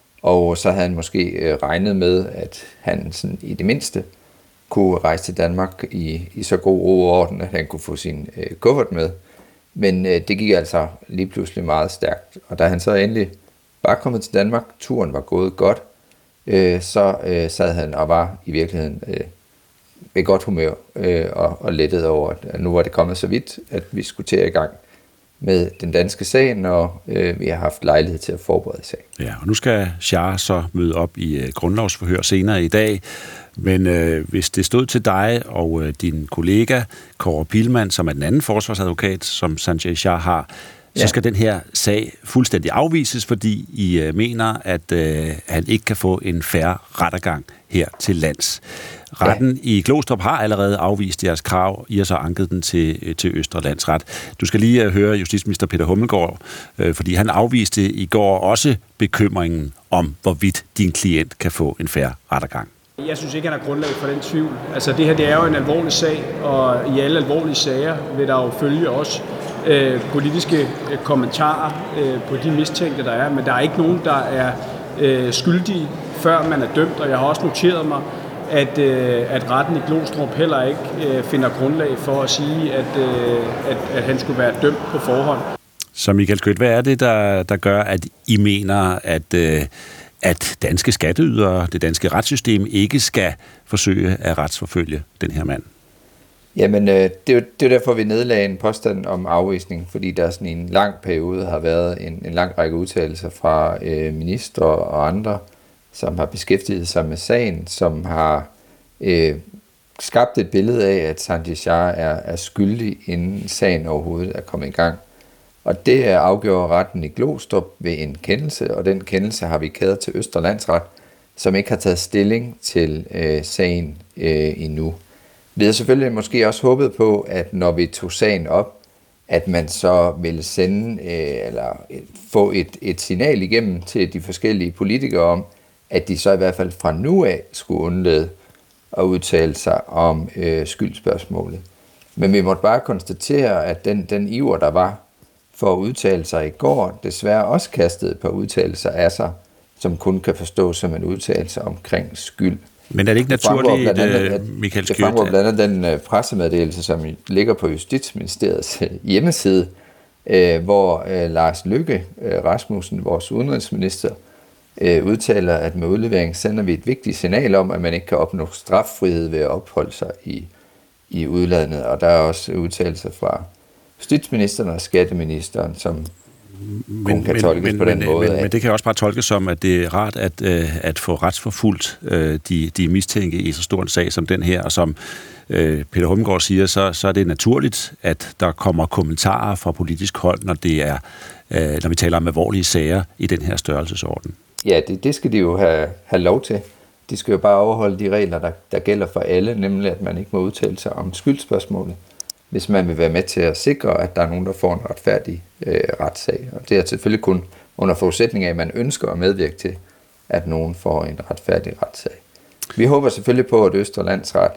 Og så havde han måske øh, regnet med, at han sådan, i det mindste kunne rejse til Danmark i, i så god ro og orden, at han kunne få sin øh, kuffert med. Men øh, det gik altså lige pludselig meget stærkt. Og da han så endelig var kommet til Danmark, turen var gået godt, øh, så øh, sad han og var i virkeligheden øh, ved godt humør øh, og, og lettet over, at nu var det kommet så vidt, at vi skulle til i gang med den danske sag, og øh, vi har haft lejlighed til at forberede sagen. Ja, og nu skal Shah så møde op i øh, grundlovsforhør senere i dag. Men øh, hvis det stod til dig og øh, din kollega, Kåre Pilman, som er den anden forsvarsadvokat, som Sanjay Shah har, så skal den her sag fuldstændig afvises, fordi I øh, mener, at øh, han ikke kan få en fair rettergang her til lands. Retten ja. i Glostrup har allerede afvist jeres krav. I har så anket den til, til Østre Landsret. Du skal lige uh, høre justitsminister Peter Hummelgaard, øh, fordi han afviste i går også bekymringen om, hvorvidt din klient kan få en fair rettergang. Jeg synes ikke, han har grundlag for den tvivl. Altså det her, det er jo en alvorlig sag, og i alle alvorlige sager vil der jo følge også øh, politiske øh, kommentarer øh, på de mistænkte, der er. Men der er ikke nogen, der er øh, skyldige, før man er dømt, og jeg har også noteret mig, at, øh, at retten i Glostrup heller ikke øh, finder grundlag for at sige, at, øh, at, at han skulle være dømt på forhånd. Så Michael Skytte, hvad er det, der, der gør, at I mener, at, øh, at danske skatteydere, det danske retssystem, ikke skal forsøge at retsforfølge den her mand? Jamen, øh, det, er jo, det er derfor, vi nedlagde en påstand om afvisning, fordi der sådan i en lang periode har været en, en lang række udtalelser fra øh, ministre og andre, som har beskæftiget sig med sagen, som har øh, skabt et billede af, at Sanjay Shah er, er skyldig, inden sagen overhovedet er kommet i gang. Og det er afgjort retten i Glostrup ved en kendelse, og den kendelse har vi kædet til Østre Landsret, som ikke har taget stilling til øh, sagen øh, endnu. Vi har selvfølgelig måske også håbet på, at når vi tog sagen op, at man så ville sende øh, eller få et, et signal igennem til de forskellige politikere om, at de så i hvert fald fra nu af skulle undlade at udtale sig om øh, skyldspørgsmålet. Men vi måtte bare konstatere, at den, den iver, der var for at udtale sig i går, desværre også kastede et par udtalelser af sig, som kun kan forstås som en udtalelse omkring skyld. Men er det ikke naturligt, det Michael Skytte? Det fremgår blandt andet den uh, pressemeddelelse, som ligger på Justitsministeriets uh, hjemmeside, uh, hvor uh, Lars Løkke uh, Rasmussen, vores udenrigsminister, uh, udtaler, at med udlevering sender vi et vigtigt signal om, at man ikke kan opnå straffrihed ved at opholde sig i, i udlandet. Og der er også udtalelser fra justitsministeren og skatteministeren, som Men, kun kan men, tolkes men, på den men, måde. Men, men det kan også bare tolkes som, at det er rart at, øh, at få retsforfulgt øh, de, de mistænkte i så stor en sag som den her, og som øh, Peter Hummelgaard siger, så, så er det naturligt, at der kommer kommentarer fra politisk hold, når, det er, øh, når vi taler om alvorlige sager i den her størrelsesorden. Ja, det, det skal de jo have, have lov til. De skal jo bare overholde de regler, der, der gælder for alle, nemlig at man ikke må udtale sig om skyldspørgsmålet, hvis man vil være med til at sikre, at der er nogen, der får en retfærdig øh, retssag. Og det er selvfølgelig kun under forudsætning af, at man ønsker at medvirke til, at nogen får en retfærdig retssag. Vi håber selvfølgelig på, at Østre Landsret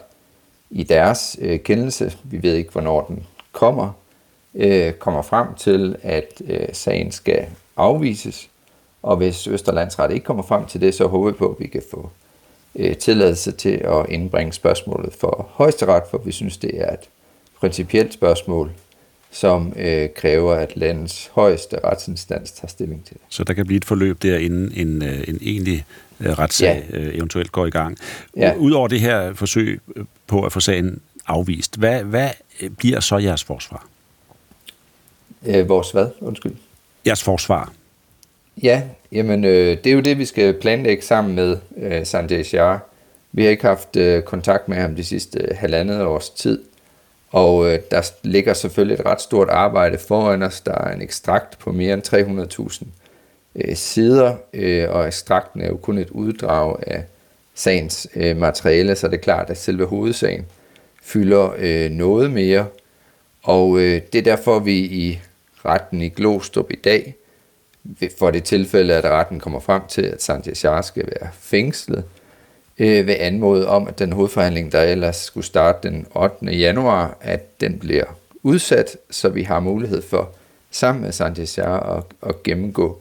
i deres øh, kendelse, vi ved ikke, hvornår den kommer, øh, kommer frem til, at øh, sagen skal afvises. Og hvis Østre Landsret ikke kommer frem til det, så håber vi på, at vi kan få øh, tilladelse til at indbringe spørgsmålet for Højesteret, for vi synes, det er et principielt spørgsmål, som øh, kræver, at landets højeste retsinstans tager stilling til det. Så der kan blive et forløb der, inden en, en egentlig øh, retssag ja. øh, eventuelt går i gang. Ja. Udover det her forsøg på at få sagen afvist, hvad, hvad bliver så jeres forsvar? Øh, vores hvad? Undskyld. Jeres forsvar? Ja, jamen øh, det er jo det, vi skal planlægge sammen med øh, Sanjay Shah. Vi har ikke haft øh, kontakt med ham de sidste øh, halvandet års tid. Og øh, der ligger selvfølgelig et ret stort arbejde foran os. Der er en ekstrakt på mere end tre hundrede tusind øh, sider, øh, og ekstrakten er jo kun et uddrag af sagens øh, materiale, så det er klart, at selve hovedsagen fylder øh, noget mere. Og øh, det er derfor, vi i retten i Glostrup i dag, for det tilfælde, at retten kommer frem til, at Sanjay Shah skal være fængslet, øh, vil anmode om, at den hovedforhandling, der ellers skulle starte den ottende januar, at den bliver udsat, så vi har mulighed for sammen med Sanjay Shah at, at gennemgå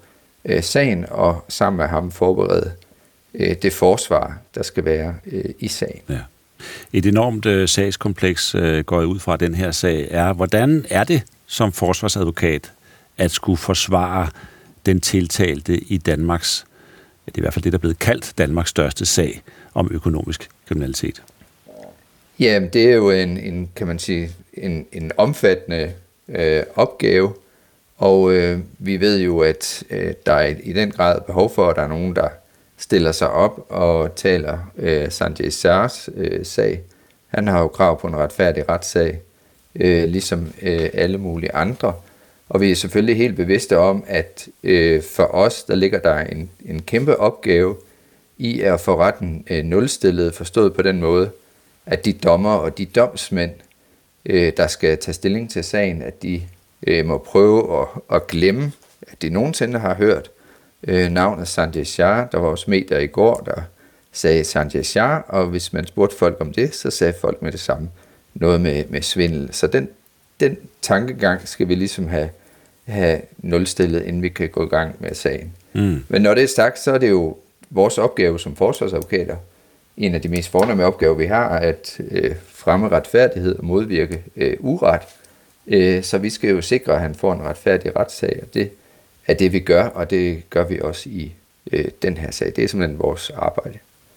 øh, sagen, og sammen med ham forberede øh, det forsvar, der skal være øh, i sagen. Ja. Et enormt øh, sagskompleks øh, går ud fra den her sag er, hvordan er det som forsvarsadvokat at skulle forsvare den tiltalte i Danmarks, det er i hvert fald det, der er blevet kaldt Danmarks største sag om økonomisk kriminalitet? Jamen, det er jo en, en kan man sige, en, en omfattende øh, opgave, og øh, vi ved jo, at øh, der er i den grad behov for, at der er nogen, der stiller sig op og taler øh, Sanjay Shahs øh, sag. Han har jo krav på en retfærdig retssag, øh, ligesom øh, alle mulige andre. Og vi er selvfølgelig helt bevidste om, at øh, for os, der ligger der en, en kæmpe opgave i at få retten øh, nulstillet, forstået på den måde, at de dommer og de domsmænd, øh, der skal tage stilling til sagen, at de øh, må prøve at, at glemme, at de nogensinde har hørt øh, navnet Sanjay Shah. Der var også medier i går, der sagde Sanjay Shah, og hvis man spurgte folk om det, så sagde folk med det samme noget med, med svindel. Så den, den tankegang skal vi ligesom have, have nulstillet, inden vi kan gå i gang med sagen. Mm. Men når det er sagt, så er det jo vores opgave som forsvarsadvokater, en af de mest fornemme opgaver, vi har, at øh, fremme retfærdighed og modvirke øh, uret. Øh, så vi skal jo sikre, at han får en retfærdig retssag, og det er det, vi gør, og det gør vi også i øh, den her sag. Det er simpelthen vores arbejde.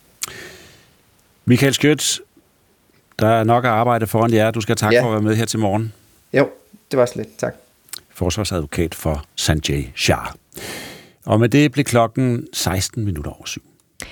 Michael Skyts, der er nok at arbejde foran jer. Du skal takke ja. for at være med her til morgen. Jo, det var slet. Tak. Forsvarsadvokat for Sanjay Shah. Og med det blev klokken seksten minutter over syv.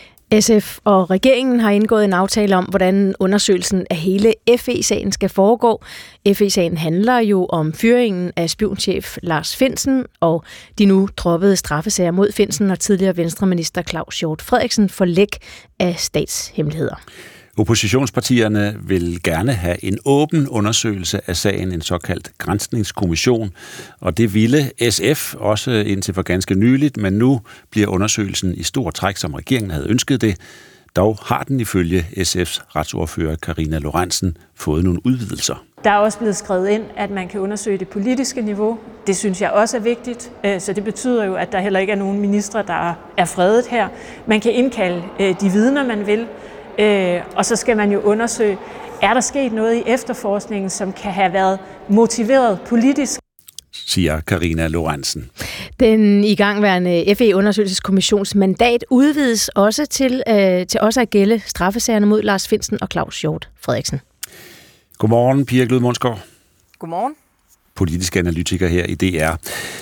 S F og regeringen har indgået en aftale om, hvordan undersøgelsen af hele F E-sagen skal foregå. F E-sagen handler jo om fyringen af spionchef Lars Findsen, og de nu droppede straffesager mod Findsen og tidligere venstreminister Claus Hjort Frederiksen for læk af statshemmeligheder. Oppositionspartierne vil gerne have en åben undersøgelse af sagen, en såkaldt granskningskommission, og det ville S F også indtil for ganske nyligt, men nu bliver undersøgelsen i stor træk, som regeringen havde ønsket det. Dog har den ifølge S F's retsordfører Karina Lorentzen fået nogle udvidelser. Der er også blevet skrevet ind, at man kan undersøge det politiske niveau. Det synes jeg også er vigtigt, så det betyder jo, at der heller ikke er nogen ministre, der er fredet her. Man kan indkalde de vidner, man vil. Øh, og så skal man jo undersøge, er der sket noget i efterforskningen, som kan have været motiveret politisk? Siger Karina Lorentzen. Den igangværende F E-undersøgelseskommissions mandat udvides også til, øh, til også at gælde straffesagerne mod Lars Findsen og Claus Hjort Frederiksen. Godmorgen, Pia Glud Mundsgaard. Godmorgen. Politisk analytiker her i D R.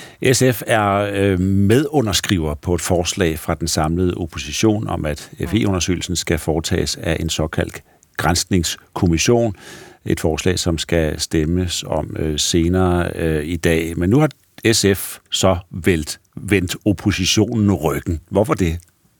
S F er øh, medunderskriver på et forslag fra den samlede opposition om, at F E-undersøgelsen skal foretages af en såkaldt granskningskommission. Et forslag, som skal stemmes om øh, senere øh, i dag. Men nu har S F så vendt, vendt oppositionen ryggen. Hvorfor det?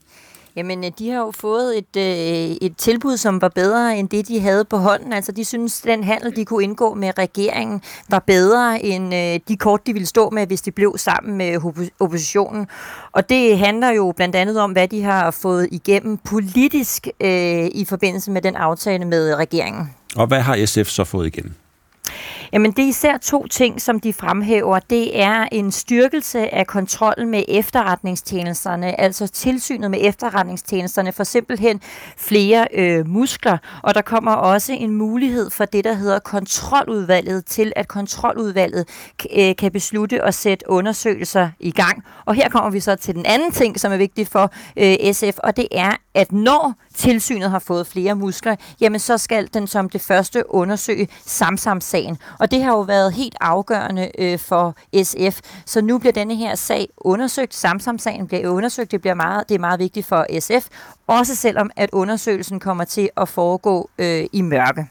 Jamen, de har jo fået et, øh, et tilbud, som var bedre end det, de havde på hånden. Altså, de synes, den handel, de kunne indgå med regeringen, var bedre end øh, de kort, de ville stå med, hvis de blev sammen med oppositionen. Og det handler jo blandt andet om, hvad de har fået igennem politisk øh, i forbindelse med den aftale med regeringen. Og hvad har S F så fået igennem? Jamen, det er især to ting, som de fremhæver. Det er en styrkelse af kontrollen med efterretningstjenesterne, altså tilsynet med efterretningstjenesterne for simpelthen flere øh, muskler. Og der kommer også en mulighed for det, der hedder kontroludvalget, til at kontroludvalget øh, kan beslutte at sætte undersøgelser i gang. Og her kommer vi så til den anden ting, som er vigtig for øh, S F, og det er, at når tilsynet har fået flere muskler, jamen så skal den som det første undersøge Samsam-sagen. Og det har jo været helt afgørende øh, for S F. Så nu bliver denne her sag undersøgt. Samsam-sagen bliver undersøgt. Det, bliver meget, det er meget vigtigt for S F. Også selvom at undersøgelsen kommer til at foregå øh, i mørke.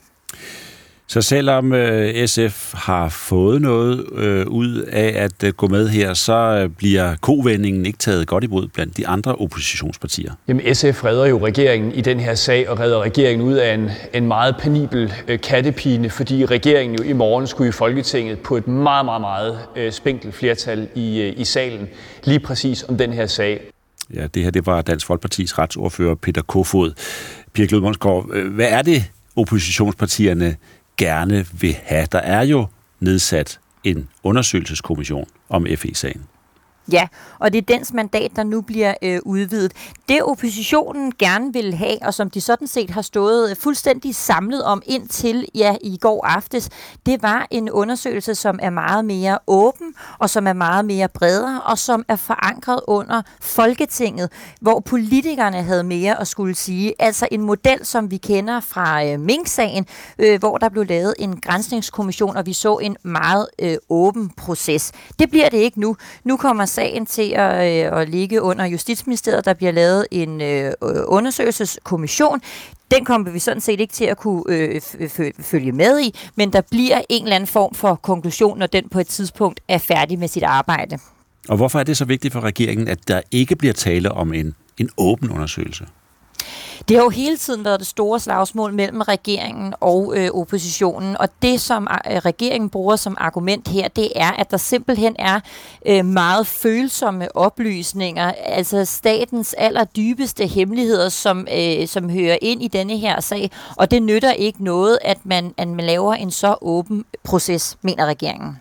Så selvom øh, S F har fået noget øh, ud af at øh, gå med her, så øh, bliver kovendingen ikke taget godt imod blandt de andre oppositionspartier. Jamen S F redder jo regeringen i den her sag og redder regeringen ud af en, en meget penibel øh, kattepine, fordi regeringen jo i morgen skulle i Folketinget på et meget, meget, meget øh, spinkelt flertal i, øh, i salen, lige præcis om den her sag. Ja, det her det var Dansk Folkepartis retsordfører Peter Kofod. Pia Glud Mundsgaard, hvad er det, oppositionspartierne gerne vil have? Der er jo nedsat en undersøgelseskommission om F E-sagen. Ja, og det er dens mandat, der nu bliver øh, udvidet. Det oppositionen gerne vil have, og som de sådan set har stået fuldstændig samlet om indtil ja, i går aftes, det var en undersøgelse, som er meget mere åben, og som er meget mere bredere, og som er forankret under Folketinget, hvor politikerne havde mere at skulle sige. Altså en model, som vi kender fra øh, Mink-sagen, øh, hvor der blev lavet en granskningskommission, og vi så en meget øh, åben proces. Det bliver det ikke nu. Nu kommer sagen til at, øh, at ligge under Justitsministeriet. Der bliver lavet en øh, undersøgelseskommission. Den kommer vi sådan set ikke til at kunne øh, følge med i, men der bliver en eller anden form for konklusion, når den på et tidspunkt er færdig med sit arbejde. Og hvorfor er det så vigtigt for regeringen, at der ikke bliver tale om en, en åben undersøgelse? Det har jo hele tiden været det store slagsmål mellem regeringen og øh, oppositionen, og det, som øh, regeringen bruger som argument her, det er, at der simpelthen er øh, meget følsomme oplysninger, altså statens allerdybeste hemmeligheder, som, øh, som hører ind i denne her sag, og det nytter ikke noget, at man, at man laver en så åben proces, mener regeringen.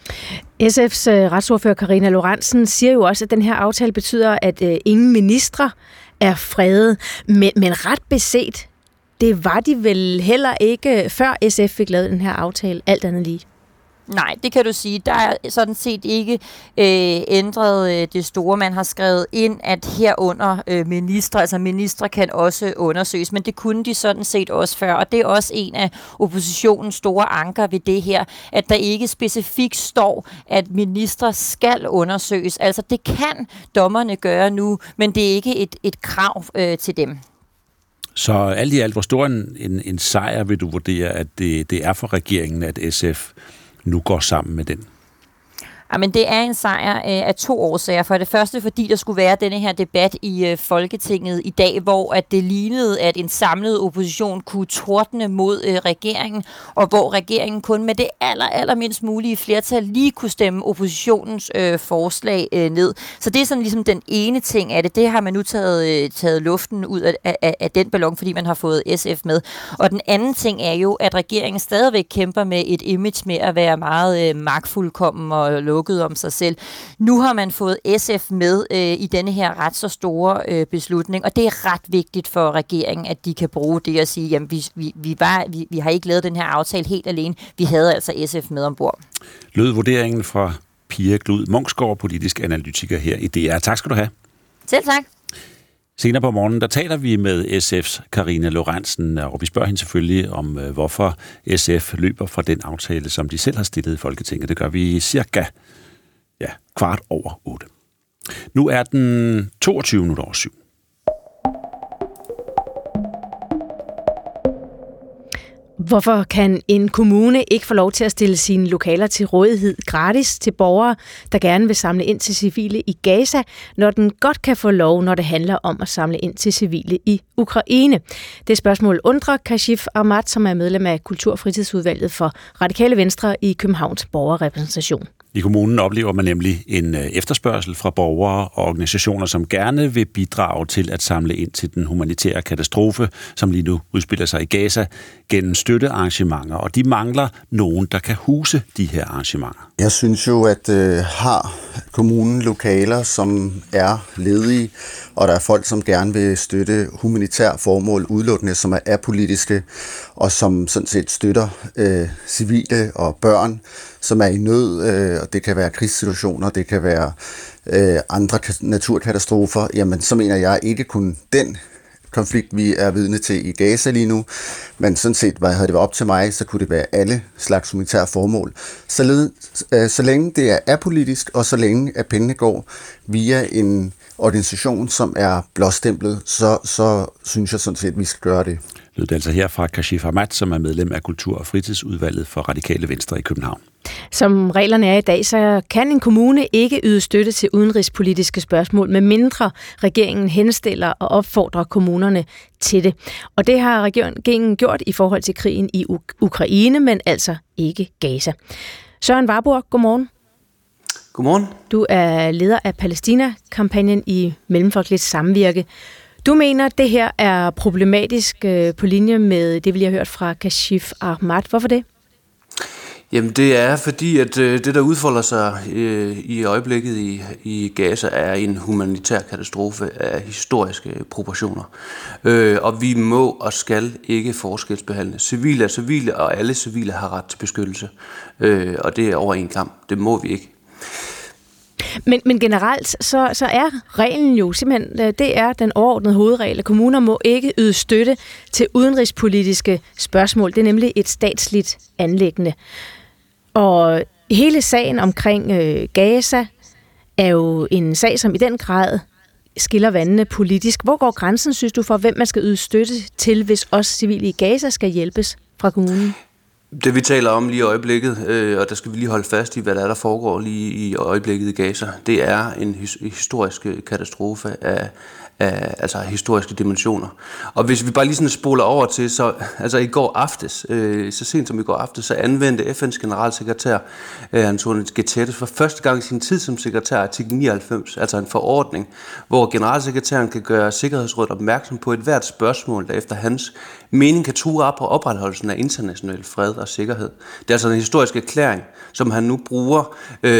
S F's øh, retsordfører Karina Lorentzen siger jo også, at den her aftale betyder, at øh, ingen ministre er fredet, men, men ret beset, det var de vel heller ikke, før S F fik lavet den her aftale, alt andet lige. Nej, det kan du sige. Der er sådan set ikke øh, ændret øh, det store. Man har skrevet ind, at herunder øh, ministre, altså ministre kan også undersøges, men det kunne de sådan set også før, og det er også en af oppositionens store anker ved det her, at der ikke specifikt står, at ministre skal undersøges. Altså det kan dommerne gøre nu, men det er ikke et, et krav øh, til dem. Så alt i alt, hvor stor en, en, en sejr vil du vurdere, at det, det er for regeringen, at S F nu går sammen med den? Jamen, det er en sejr øh, af to årsager. For det første, fordi der skulle være denne her debat i øh, Folketinget i dag, hvor at det lignede, at en samlet opposition kunne tordne mod øh, regeringen, og hvor regeringen kun med det aller, aller mindst mulige flertal lige kunne stemme oppositionens øh, forslag øh, ned. Så det er sådan ligesom den ene ting af det. Det har man nu taget, øh, taget luften ud af, af, af den ballon, fordi man har fået S F med. Og den anden ting er jo, at regeringen stadigvæk kæmper med et image med at være meget øh, magtfuldkommen og lukket om sig selv. Nu har man fået S F med øh, i denne her ret så store øh, beslutning, og det er ret vigtigt for regeringen, at de kan bruge det og sige, jamen vi, vi, vi, var, vi, vi har ikke lavet den her aftale helt alene. Vi havde altså S F med ombord. Lød vurderingen fra Pia Glud Munksgaard, politisk analytiker her i D R. Tak skal du have. Selv tak. Senere på morgenen, der taler vi med S F's Karina Lorentzen, og vi spørger hende selvfølgelig om, hvorfor S F løber fra den aftale, som de selv har stillet i Folketinget. Det gør vi cirka ja, kvart over otte. Nu er den toogtyve minutter over syv. Hvorfor kan en kommune ikke få lov til at stille sine lokaler til rådighed gratis til borgere, der gerne vil samle ind til civile i Gaza, når den godt kan få lov, når det handler om at samle ind til civile i Ukraine? Det spørgsmål undrer Kashif Ahmad, som er medlem af Kultur- og Fritidsudvalget for Radikale Venstre i Københavns borgerrepræsentation. I kommunen oplever man nemlig en efterspørgsel fra borgere og organisationer, som gerne vil bidrage til at samle ind til den humanitære katastrofe, som lige nu udspiller sig i Gaza, gennem støttearrangementer, og de mangler nogen, der kan huse de her arrangementer. Jeg synes jo, at øh, har kommunen lokaler, som er ledige, og der er folk, som gerne vil støtte humanitær formål udelukkende, som er apolitiske, og som sådan set støtter øh, civile og børn, som er i nød, øh, og det kan være krigssituationer, det kan være øh, andre naturkatastrofer, jamen så mener jeg ikke kun den konflikt, vi er vidne til i Gaza lige nu, men sådan set, hvad havde det været op til mig, så kunne det være alle slags humanitære formål. Så, øh, så længe det er apolitisk, og så længe at pengene går via en organisation, som er blåstemplet, så, så synes jeg sådan set, at vi skal gøre det. Lød det altså her fra Kashif Ahmad, som er medlem af Kultur- og Fritidsudvalget for Radikale Venstre i København. Som reglerne er i dag, så kan en kommune ikke yde støtte til udenrigspolitiske spørgsmål, med mindre regeringen henstiller og opfordrer kommunerne til det. Og det har regeringen gjort i forhold til krigen i Ukraine, men altså ikke Gaza. Søren Warburg, godmorgen. Godmorgen. Du er leder af Palæstina-kampagnen i Mellemfolkeligt Samvirke. Du mener, at det her er problematisk på linje med det, vi har hørt fra Kashif Ahmad. Hvorfor det? Jamen det er fordi, at øh, det der udfolder sig øh, i øjeblikket i, i Gaza er en humanitær katastrofe af historiske proportioner. Øh, og vi må og skal ikke forskelsbehandle. Civile er civile, og alle civile har ret til beskyttelse. Øh, og det er over en kamp. Det må vi ikke. Men, men generelt, så, så er reglen jo simpelthen, det er den overordnede hovedregel, at kommuner må ikke yde støtte til udenrigspolitiske spørgsmål. Det er nemlig et statsligt anliggende. Og hele sagen omkring øh, Gaza er jo en sag, som i den grad skiller vandene politisk. Hvor går grænsen, synes du, for hvem man skal yde støtte til, hvis også civile i Gaza skal hjælpes fra kommunen? Det vi taler om lige i øjeblikket, øh, og der skal vi lige holde fast i, hvad der er, der foregår lige i øjeblikket i Gaza, det er en his- historisk katastrofe af, af altså historiske dimensioner. Og hvis vi bare lige sådan spoler over til, så altså i går aftes, øh, så sent som i går aftes, så anvendte F N's generalsekretær øh, Antonio Guterres for første gang i sin tid som sekretær artikel nioghalvfems, altså en forordning, hvor generalsekretæren kan gøre Sikkerhedsrådet opmærksom på et hvert spørgsmål, der efter hans mening kan true op på opretholdelsen af international fred og sikkerhed. Det er altså en historisk erklæring, som han nu bruger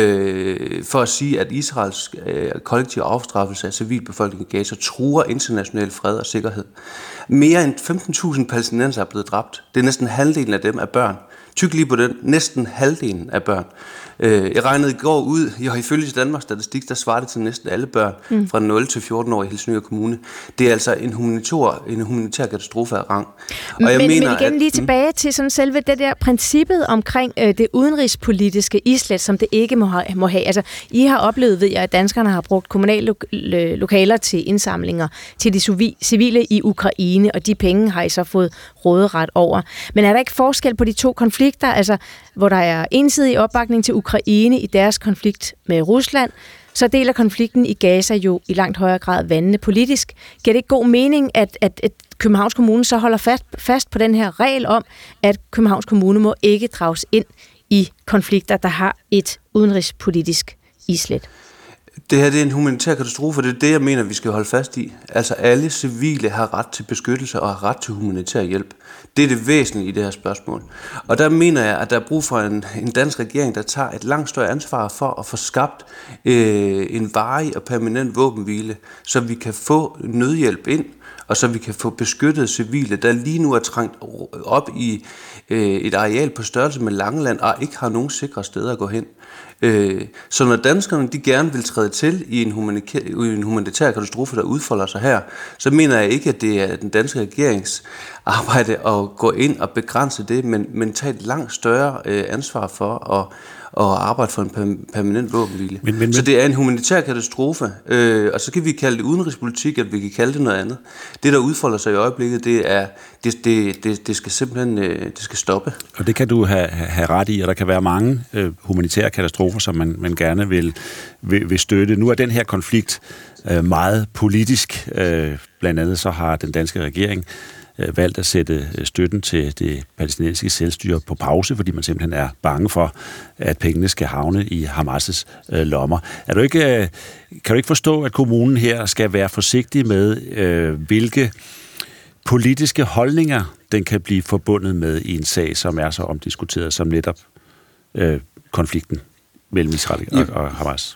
øh, for at sige, at Israels øh, kollektive afstraffelse af civilbefolkningen i Gaza truer international fred og sikkerhed. Mere end femten tusind palæstinenser er blevet dræbt. Det er næsten halvdelen af dem er børn. Tyk lige på den. Næsten halvdelen af børn. Jeg regnede i går ud, jeg har ifølge Danmarks Statistik, der svarer det til næsten alle børn mm. fra nul til fjorten år i Helsingør Kommune. Det er altså en humanitær, en humanitær katastrofe af rang. Og jeg men, mener, men igen at, lige tilbage mm. til sådan selve det der princippet omkring øh, det udenrigspolitiske islet, som det ikke må have, må have. Altså, I har oplevet, ved jeg, at danskerne har brugt kommunale lo- lokaler til indsamlinger til de civile i Ukraine, og de penge har I så fået råderet over. Men er der ikke forskel på de to konflikter, altså hvor der er ensidig opbakning til Ukraine i deres konflikt med Rusland, så deler konflikten i Gaza jo i langt højere grad vandene politisk. Giver det ikke god mening, at, at, at Københavns Kommune så holder fast, fast på den her regel om, at Københavns Kommune må ikke drages ind i konflikter, der har et udenrigspolitisk islet? Det her det er en humanitær katastrofe, det er det, jeg mener, vi skal holde fast i. Altså alle civile har ret til beskyttelse og har ret til humanitær hjælp. Det er det væsentlige i det her spørgsmål. Og der mener jeg, at der er brug for en, en dansk regering, der tager et langt større ansvar for at få skabt øh, en varig og permanent våbenhvile, så vi kan få nødhjælp ind, og så vi kan få beskyttet civile, der lige nu er trængt op i øh, et areal på størrelse med Langeland, og ikke har nogen sikre steder at gå hen. Øh, så når danskerne de gerne vil træde til i en humanitær, i en humanitær katastrofe, der udfolder sig her, så mener jeg ikke, at det er den danske regerings arbejde at gå ind og begrænse det, men, men tage et langt større øh, ansvar for at og arbejde for en permanent våbenhvile. Men, men, men. Så det er en humanitær katastrofe, øh, og så kan vi kalde det udenrigspolitik, at vi kan kalde det noget andet. Det, der udfolder sig i øjeblikket, det er, det, det, det, det skal simpelthen øh, det skal stoppe. Og det kan du have, have ret i, og der kan være mange øh, humanitære katastrofer, som man, man gerne vil, vil, vil støtte. Nu er den her konflikt øh, meget politisk. Øh, blandt andet så har den danske regering valgt at sætte støtten til det palæstinensiske selvstyre på pause, fordi man simpelthen er bange for, at pengene skal havne i Hamas' øh, lommer. Er du ikke, øh, kan du ikke forstå, at kommunen her skal være forsigtig med, øh, hvilke politiske holdninger den kan blive forbundet med i en sag, som er så omdiskuteret som netop øh, konflikten mellem Israel og, og Hamas?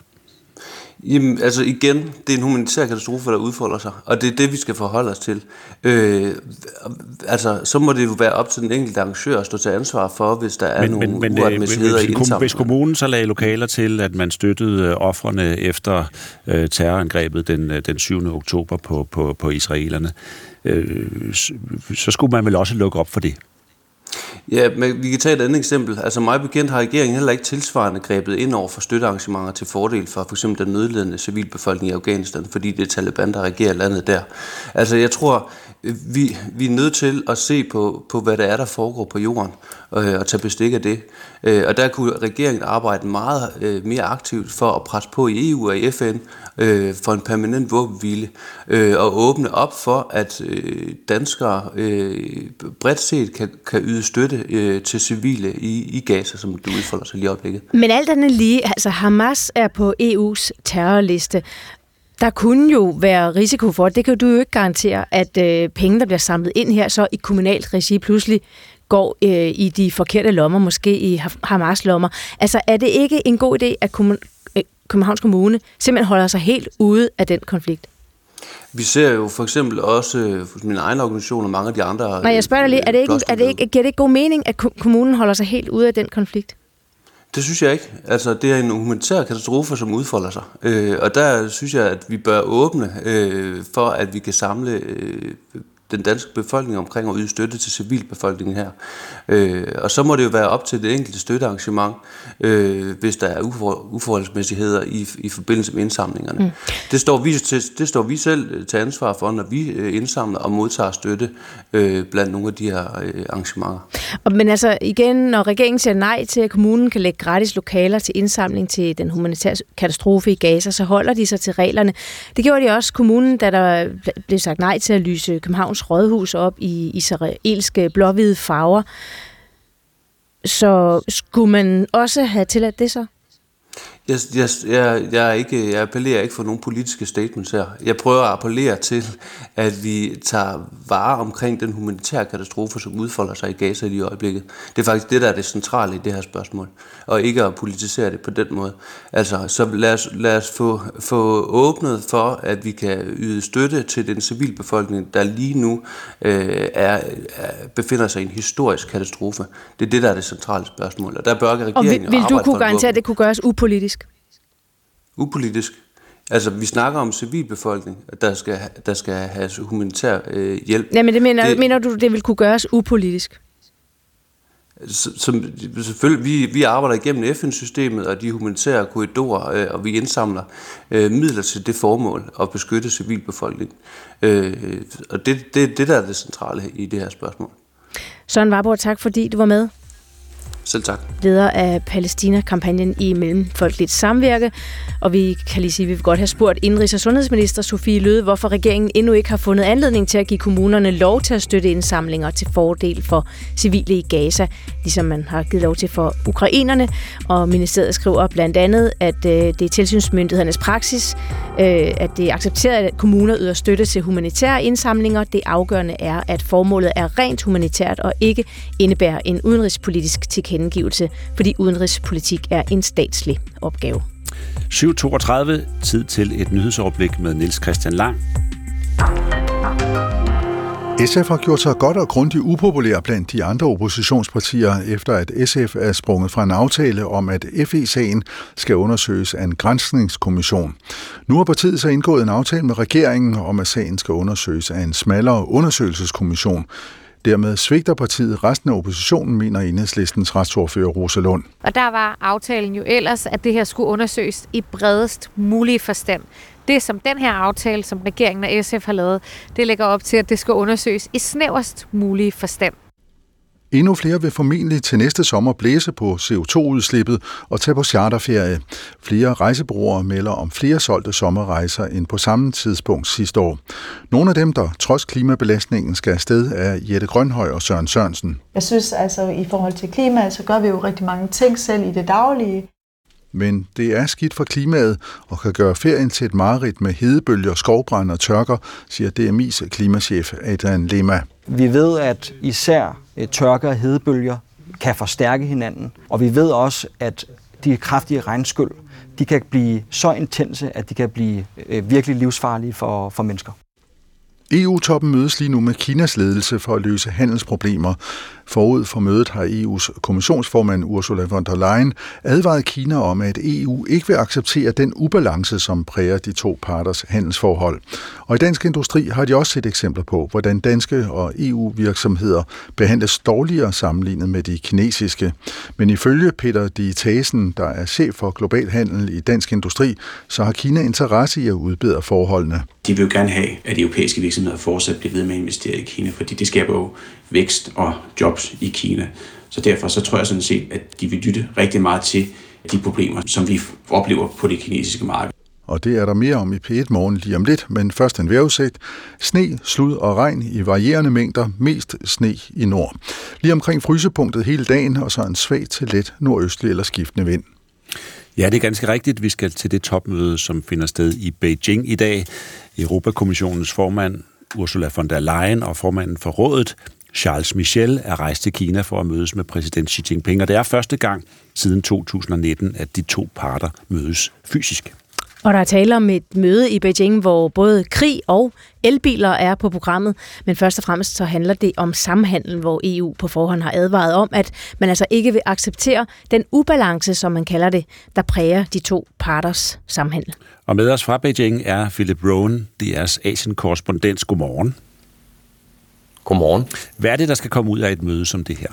Jamen, altså igen, det er en humanitær katastrofe, der udfolder sig, og det er det, vi skal forholde os til. Øh, altså, så må det jo være op til den enkelte arrangør at stå til ansvar for, hvis der er men, nogle men, uretmæssigheder i indsamlingen. Hvis kommunen så lagde lokaler til, at man støttede ofrene efter øh, terrorangrebet den, den syvende oktober på, på, på israelerne, øh, så skulle man vel også lukke op for det? Ja, men vi kan tage et andet eksempel. Altså mig bekendt har regeringen heller ikke tilsvarende grebet ind over for støttearrangementer til fordel for f.eks. den nødlidende civilbefolkning i Afghanistan, fordi det er Taliban, der regerer landet der. Altså jeg tror, vi, vi er nødt til at se på, på, hvad der er, der foregår på jorden, øh, og tage bestik af det. Øh, og der kunne regeringen arbejde meget øh, mere aktivt for at presse på i E U og i F N øh, for en permanent våbenhvile, øh, og åbne op for, at øh, danskere øh, bredt set kan, kan yde støtte øh, til civile i, i Gaza, som det udfolder sig lige i øjeblikket. Men alt andet lige, altså Hamas er på E U's terrorliste. Der kunne jo være risiko for, det kan du jo ikke garantere, at øh, penge, der bliver samlet ind her, så i kommunalt regi pludselig går øh, i de forkerte lommer, måske i Hamas lommer. Altså er det ikke en god idé, at Københavns Kommune simpelthen holder sig helt ude af den konflikt? Vi ser jo for eksempel også hos min egen organisation og mange af de andre... Nej, jeg spørger dig lige, er det ikke, er det ikke, giver det ikke god mening, at kommunen holder sig helt ude af den konflikt? Det synes jeg ikke. Altså, det er en humanitær katastrofe, som udfolder sig. Øh, og der synes jeg, at vi bør åbne øh, for, at vi kan samle øh, den danske befolkning omkring og yde støtte til civilbefolkningen her. Øh, og så må det jo være op til det enkelte støttearrangement, øh, hvis der er ufor, uforholdsmæssigheder i, i forbindelse med indsamlingerne. Mm. Det, står vi til, det står vi selv til ansvar for, når vi indsamler og modtager støtte øh, blandt nogle af de her øh, arrangementer. Men altså igen, når regeringen siger nej til, at kommunen kan lægge gratis lokaler til indsamling til den humanitære katastrofe i Gaza, så holder de sig til reglerne. Det gjorde de også kommunen, da der blev sagt nej til at lyse Københavns Rådhus op i israelske blåhvide farver. Så skulle man også have tilladt det så? Jeg, jeg, jeg, jeg, er ikke, jeg appellerer ikke for nogle politiske statements her. Jeg prøver at appellere til, at vi tager vare omkring den humanitære katastrofe, som udfolder sig i Gaza i øjeblikket. Det er faktisk det, der er det centrale i det her spørgsmål, og ikke at politisere det på den måde. Altså, så lad os, lad os få, få åbnet for, at vi kan yde støtte til den civilbefolkning, der lige nu øh, er, er, befinder sig i en historisk katastrofe. Det er det, der er det centrale spørgsmål, og der bør regeringen og vil, vil du kunne garantere, at det kunne gøres upolitisk? Upolitisk. Altså, vi snakker om civilbefolkning, der skal, der skal have humanitær øh, hjælp. Nej, men det mener, det, mener du, det vil kunne gøres upolitisk? Som, selvfølgelig, vi, vi arbejder igennem F N-systemet og de humanitære korridorer, øh, og vi indsamler øh, midler til det formål at beskytte civilbefolkningen. Øh, og det er det, det, der er det centrale i det her spørgsmål. Søren Warburg, tak fordi du var med. Selv tak. Leder af Palæstina-kampagnen i Mellemfolkeligt Samvirke. Og vi kan lige sige, at vi vil godt have spurgt indrigs- og sundhedsminister Sophie Løhde, hvorfor regeringen endnu ikke har fundet anledning til at give kommunerne lov til at støtte indsamlinger til fordel for civile i Gaza, ligesom man har givet lov til for ukrainerne. Og ministeriet skriver blandt andet, at det er tilsynsmyndighedernes praksis, at det er accepteret, at kommuner yder støtte til humanitære indsamlinger. Det afgørende er, at formålet er rent humanitært og ikke indebærer en udenrigspolitisk tilkendegivelse, fordi udenrigspolitik er en statslig opgave. syv toogtredive. Tid til et nyhedsoverblik med Niels Christian Lang. S F har gjort sig godt og grundigt upopulær blandt de andre oppositionspartier, efter at S F er sprunget fra en aftale om, at F E-sagen skal undersøges af en granskningskommission. Nu har partiet så indgået en aftale med regeringen om, at sagen skal undersøges af en smallere undersøgelseskommission. Dermed svigter partiet resten af oppositionen, mener Enhedslistens retsordfører Rosa Lund. Og der var aftalen jo ellers, at det her skulle undersøges i bredest mulige forstand. Det, som den her aftale, som regeringen og S F har lavet, det lægger op til, at det skal undersøges i snæverst mulige forstand. Endnu flere vil formentlig til næste sommer blæse på C O to udslippet og tage på charterferie. Flere rejsebureauer melder om flere solgte sommerrejser end på samme tidspunkt sidste år. Nogle af dem, der trods klimabelastningen skal afsted, er Jette Grønhøj og Søren Sørensen. Jeg synes altså, i forhold til klimaet, så gør vi jo rigtig mange ting selv i det daglige. Men det er skidt for klimaet og kan gøre ferien til et mareridt med hedebølger, skovbrand og tørker, siger D M I's klimachef Adrian Lema. Vi ved, at især tørker og hedebølger kan forstærke hinanden, og vi ved også, at de kraftige regnskyl, de kan blive så intense, at de kan blive virkelig livsfarlige for, for mennesker. E U-toppen mødes lige nu med Kinas ledelse for at løse handelsproblemer. Forud for mødet har E U's kommissionsformand Ursula von der Leyen advaret Kina om, at E U ikke vil acceptere den ubalance, som præger de to parters handelsforhold. Og i Dansk Industri har de også set eksempler på, hvordan danske og E U-virksomheder behandles dårligere sammenlignet med de kinesiske. Men ifølge Peter Dietasen, der er chef for global handel i Dansk Industri, så har Kina interesse i at udbedre forholdene. De vil jo gerne have, at europæiske virksomheder fortsat bliver ved med at investere i Kina, fordi det skaber jo vækst og jobs i Kina. Så derfor så tror jeg sådan set, at de vil lytte rigtig meget til de problemer, som vi oplever på det kinesiske marked. Og det er der mere om i P et Morgen lige om lidt, men først en vejrudsigt. Sne, slud og regn i varierende mængder, mest sne i nord. Lige omkring frysepunktet hele dagen, og så en svag til let nordøstlig eller skiftende vind. Ja, det er ganske rigtigt. Vi skal til det topmøde, som finder sted i Beijing i dag. Europakommissionens formand Ursula von der Leyen og formanden for rådet, Charles Michel er rejst til Kina for at mødes med præsident Xi Jinping, og det er første gang siden to tusind nitten, at de to parter mødes fysisk. Og der er tale om et møde i Beijing, hvor både krig og elbiler er på programmet, men først og fremmest så handler det om samhandel, hvor E U på forhånd har advaret om, at man altså ikke vil acceptere den ubalance, som man kalder det, der præger de to parters samhandel. Og med os fra Beijing er Philip Rowan, D R's Asien-korrespondent. Godmorgen. Godmorgen. Hvad er det, der skal komme ud af et møde som det her?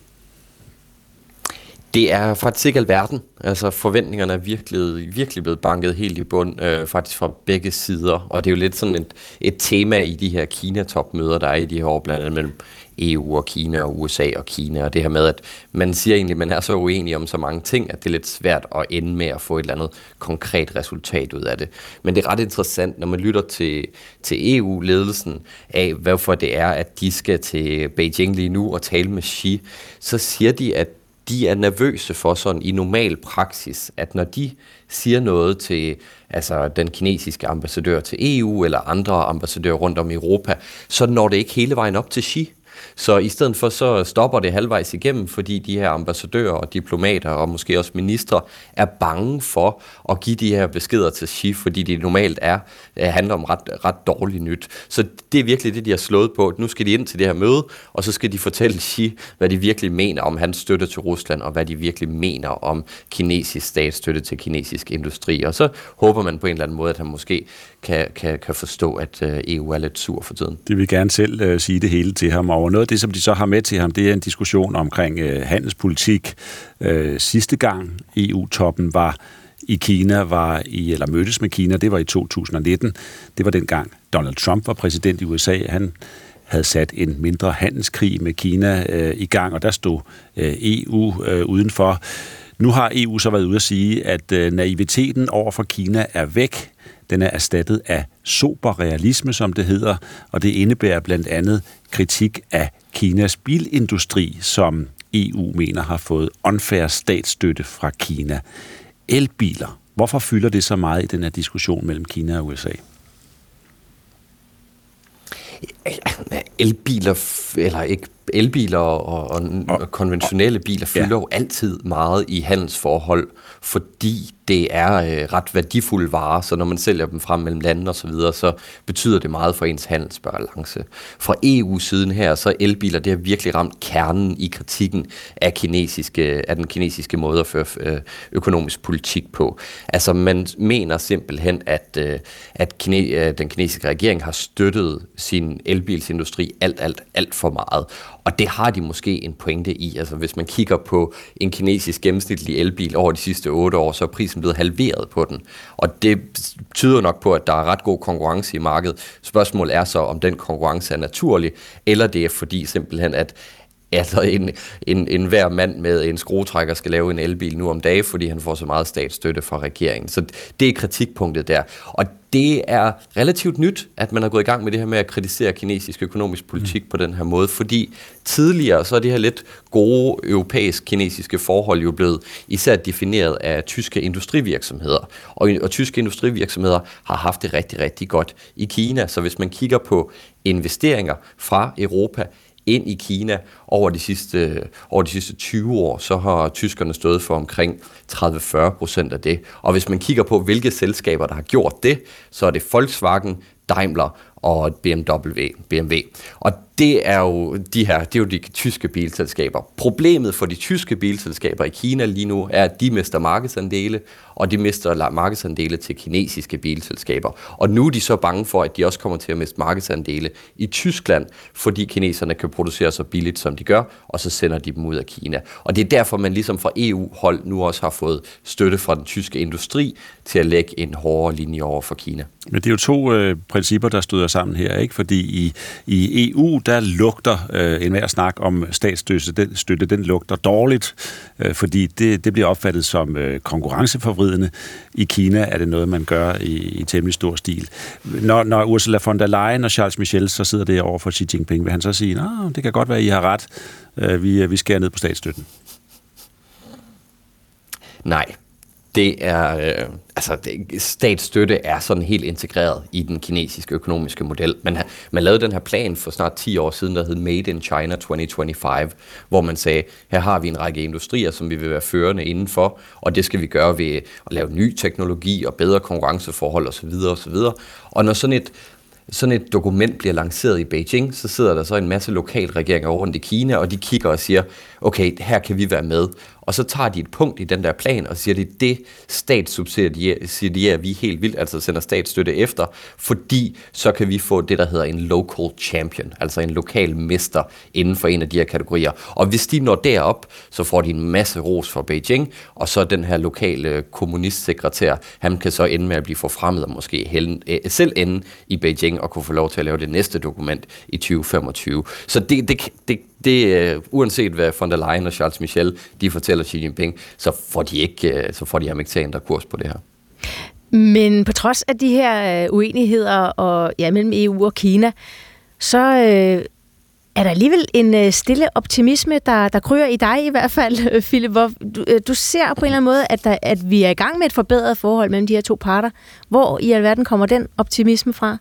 Det er faktisk ikke alverden. Altså forventningerne er virkelig, virkelig blevet banket helt i bund, øh, faktisk fra begge sider. Og det er jo lidt sådan et, et tema i de her Kina-topmøder, der er i de her år, blandt andet mellem E U og Kina og U S A og Kina. Og det her med, at man siger egentlig, at man er så uenig om så mange ting, at det er lidt svært at ende med at få et eller andet konkret resultat ud af det. Men det er ret interessant, når man lytter til, til E U-ledelsen af, hvorfor det er, at de skal til Beijing lige nu og tale med Xi, så siger de, at de er nervøse for sådan i normal praksis, at når de siger noget til altså den kinesiske ambassadør til E U eller andre ambassadører rundt om i Europa, så når det ikke hele vejen op til Xi. Så i stedet for, så stopper det halvvejs igennem, fordi de her ambassadører og diplomater og måske også ministre er bange for at give de her beskeder til Xi, fordi det normalt er, handler om ret, ret dårligt nyt. Så det er virkelig det, de har slået på. Nu skal de ind til det her møde, og så skal de fortælle Xi, hvad de virkelig mener om hans støtte til Rusland, og hvad de virkelig mener om kinesisk statsstøtte til kinesisk industri. Og så håber man på en eller anden måde, at han måske kan, kan, kan forstå, at E U er lidt sur for tiden. De vil gerne selv uh, sige det hele til ham, og noget af det, som de så har med til ham, det er en diskussion omkring uh, handelspolitik. Uh, sidste gang E U-toppen var i Kina, var i, eller mødtes med Kina, det var i to tusind nitten. Det var dengang Donald Trump var præsident i U S A. Han havde sat en mindre handelskrig med Kina uh, i gang, og der stod uh, E U uh, udenfor. Nu har E U så været ude at sige, at uh, naiviteten over for Kina er væk. Den er erstattet af sober realisme, som det hedder, og det indebærer blandt andet kritik af Kinas bilindustri, som E U mener har fået unfair statsstøtte fra Kina. Elbiler. Hvorfor fylder det så meget i den her diskussion mellem Kina og U S A? Elbiler, eller ikke elbiler og, og, og konventionelle biler fylder ja. jo altid meget i handelsforhold, fordi det er øh, ret værdifulde varer, så når man sælger dem frem mellem lande og så videre, så betyder det meget for ens handelsbalance. Fra E U-siden her, så elbiler, det har virkelig ramt kernen i kritikken af, kinesiske, af den kinesiske måde at føre øh, økonomisk politik på. Altså man mener simpelthen, at, øh, at kine, øh, den kinesiske regering har støttet sin elbilsindustri alt, alt, alt for meget. Og det har de måske en pointe i. Altså hvis man kigger på en kinesisk gennemsnitlig elbil over de sidste otte år, så er prisen blevet halveret på den. Og det tyder nok på, at der er ret god konkurrence i markedet. Spørgsmålet er så, om den konkurrence er naturlig, eller det er fordi simpelthen, at altså en, en, en hver mand med en skruetrækker skal lave en elbil nu om dagen, fordi han får så meget statsstøtte fra regeringen. Så det er kritikpunktet der. Og det er relativt nyt, at man er gået i gang med det her med at kritisere kinesisk økonomisk politik mm. på den her måde, fordi tidligere så er det her lidt gode europæisk-kinesiske forhold jo blevet især defineret af tyske industrivirksomheder. Og, og tyske industrivirksomheder har haft det rigtig, rigtig godt i Kina. Så hvis man kigger på investeringer fra Europa ind i Kina over de sidste, over de sidste tyve år, så har tyskerne stået for omkring tredive til fyrre procent af det. Og hvis man kigger på, hvilke selskaber, der har gjort det, så er det Volkswagen, Daimler og B M W. B M W. Og det er jo de her, det er jo de tyske bilselskaber. Problemet for de tyske bilselskaber i Kina lige nu er, at de mister markedsandele, og de mister markedsandele til kinesiske bilselskaber. Og nu er de så bange for, at de også kommer til at miste markedsandele i Tyskland, fordi kineserne kan producere så billigt, som de gør, og så sender de dem ud af Kina. Og det er derfor, man ligesom fra E U-hold nu også har fået støtte fra den tyske industri til at lægge en hårdere linje over for Kina. Men det er jo to øh, principper, der støder sammen her, ikke? Fordi i, i E U, der lugter øh, enhver snak om statsstøtte, den, støtte, den lugter dårligt, øh, fordi det, det bliver opfattet som øh, konkurrenceforvridende. I Kina er det noget, man gør i, i temmelig stor stil. Når, når Ursula von der Leyen og Charles Michel så sidder der over for Xi Jinping, vil han så sige, at det kan godt være, at I har ret, øh, vi, vi skærer ned på statsstøtten? Nej. det er, øh, altså det, statsstøtte er sådan helt integreret i den kinesiske økonomiske model. Man, man lavede den her plan for snart ti år siden, der hed Made in China tyve femogtyve, hvor man sagde, her har vi en række industrier, som vi vil være førende indenfor, og det skal vi gøre ved at lave ny teknologi og bedre konkurrenceforhold osv. osv. Og når sådan et sådan et dokument bliver lanceret i Beijing, så sidder der så en masse lokalregeringer rundt i Kina, og de kigger og siger, okay, her kan vi være med. Og så tager de et punkt i den der plan, og siger, det det statssubsidierer vi helt vildt, altså sender statsstøtte efter, fordi så kan vi få det, der hedder en local champion, altså en lokal mester inden for en af de her kategorier. Og hvis de når derop, så får de en masse ros fra Beijing, og så den her lokale kommunistsekretær, han kan så ende med at blive forfremmet, og måske hellen, øh, selv ende i Beijing, og kunne få lov til at lave det næste dokument i tyve femogtyve. Så det, det, det, det uh, uanset hvad von der Leyen og Charles Michel, de fortæller Xi Jinping, så får de ikke, uh, så får de ham ikke til at ændre kurs på det her. Men på trods af de her uenigheder og, ja, mellem E U og Kina, så øh, er der alligevel en øh, stille optimisme, der, der kryger i dig i hvert fald, Philip. Hvor du, øh, du ser på en eller anden måde, at, der, at vi er i gang med et forbedret forhold mellem de her to parter. Hvor i alverden kommer den optimisme fra?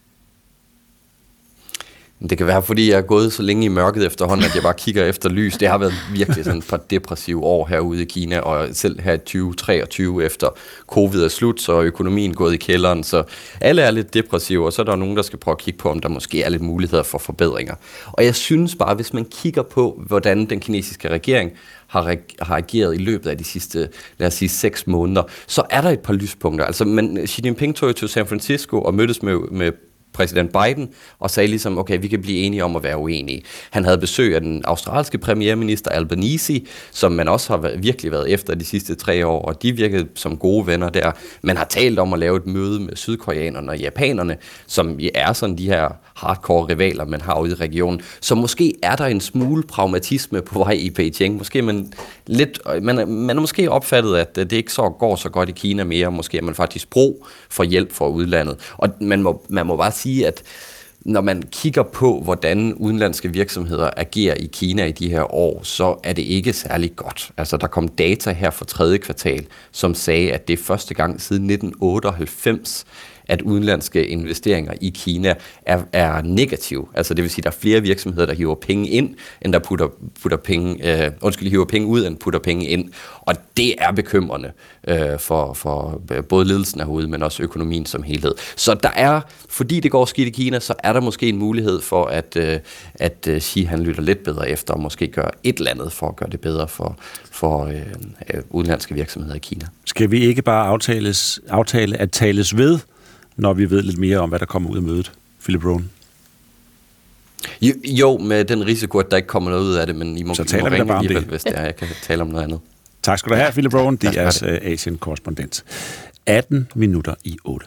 Det kan være, fordi jeg er gået så længe i mørket efterhånden, at jeg bare kigger efter lys. Det har været virkelig sådan et par depressive år herude i Kina, og selv her i tyve treogtyve efter covid er slut, så er økonomien gået i kælderen, så alle er lidt depressive, og så er der nogen, der skal prøve at kigge på, om der måske er lidt muligheder for forbedringer. Og jeg synes bare, hvis man kigger på, hvordan den kinesiske regering har, har ageret i løbet af de sidste, lad os sige, seks måneder, så er der et par lyspunkter. Altså, men Xi Jinping tog til San Francisco og mødtes med, med præsident Biden, og sagde ligesom, okay, vi kan blive enige om at være uenige. Han havde besøg af den australske premierminister Albanese, som man også har virkelig været efter de sidste tre år, og de virkede som gode venner der. Man har talt om at lave et møde med sydkoreanerne og japanerne, som er sådan de her hardcore rivaler, man har ude i regionen. Så måske er der en smule pragmatisme på vej i Beijing. Måske man lidt, man er, man er måske opfattet, at det ikke så går så godt i Kina mere. Måske er man faktisk brug for hjælp fra udlandet. Og man må, man må bare sige, at når man kigger på, hvordan udenlandske virksomheder agerer i Kina i de her år, så er det ikke særlig godt. Altså, der kom data her for tredje kvartal, som sagde, at det er første gang siden nitten otteoghalvfems, at udenlandske investeringer i Kina er, er negative. Altså det vil sige, at der er flere virksomheder, der hiver penge ind, end der putter, putter penge, øh, undskyld, hiver penge ud, end putter penge ind. Og det er bekymrende øh, for, for både ledelsen herude, men også økonomien som helhed. Så der er, fordi det går skidt i Kina, så er der måske en mulighed for, at, øh, at Xi han lytter lidt bedre efter, og måske gør et eller andet for at gøre det bedre for, for øh, øh, udenlandske virksomheder i Kina. Skal vi ikke bare aftales, aftale at tales ved, når vi ved lidt mere om, hvad der kommer ud af mødet, Philip Rohn? Jo, jo, med den risiko, at der ikke kommer noget ud af det, men I må, så I taler må vi ringe bare om alligevel, det. Hvis det er, jeg kan tale om noget andet. Tak skal du have, Philip Rohn, D R's uh, Asien-korrespondent. atten minutter i otte.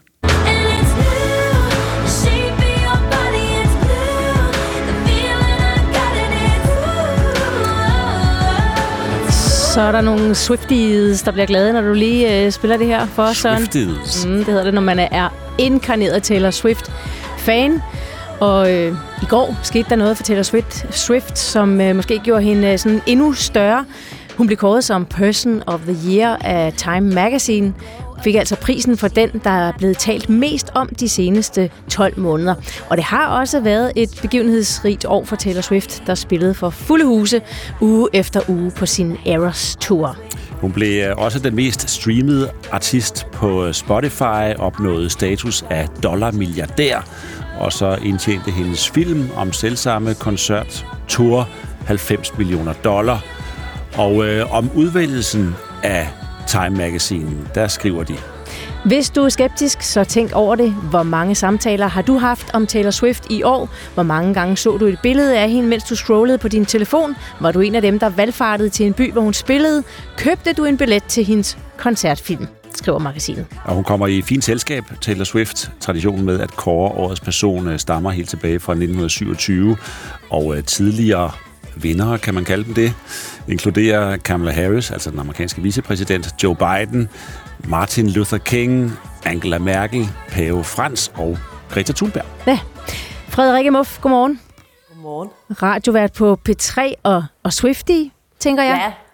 Så er der nogle Swifties, der bliver glade, når du lige øh, spiller det her for os, Søren. Swifties? Mm, det hedder det, når man er inkarneret Taylor Swift-fan. Og øh, i går skete der noget for Taylor Swift, Swift som øh, måske gjorde hende øh, sådan endnu større. Hun blev kåret som Person of the Year af Time Magazine. Fik altså prisen for den, der er blevet talt mest om de seneste tolv måneder. Og det har også været et begivenhedsrigt år for Taylor Swift, der spillede for fulde huse uge efter uge på sin Eras Tour. Hun blev også den mest streamede artist på Spotify, opnåede status af dollarmilliardær, og så indtjente hendes film om selvsamme koncert Tour halvfems millioner dollar. Og øh, om udvælgelsen af Time Magazine, der skriver de: Hvis du er skeptisk, så tænk over det. Hvor mange samtaler har du haft om Taylor Swift i år? Hvor mange gange så du et billede af hende, mens du scrollede på din telefon? Var du en af dem, der valgfartede til en by, hvor hun spillede? Købte du en billet til hendes koncertfilm? Skriver magasinet. Og hun kommer i fint selskab, Taylor Swift. Traditionen med at kåre årets person stammer helt tilbage fra nitten syvogtyve, og tidligere vindere, kan man kalde dem det, inkluderer Kamala Harris, altså den amerikanske vicepræsident, Joe Biden, Martin Luther King, Angela Merkel, Pave Frans og Greta Thunberg. Ja. Frederikke Muff, godmorgen. Godmorgen. Radiovært på P tre og, og Swiftie, tænker jeg.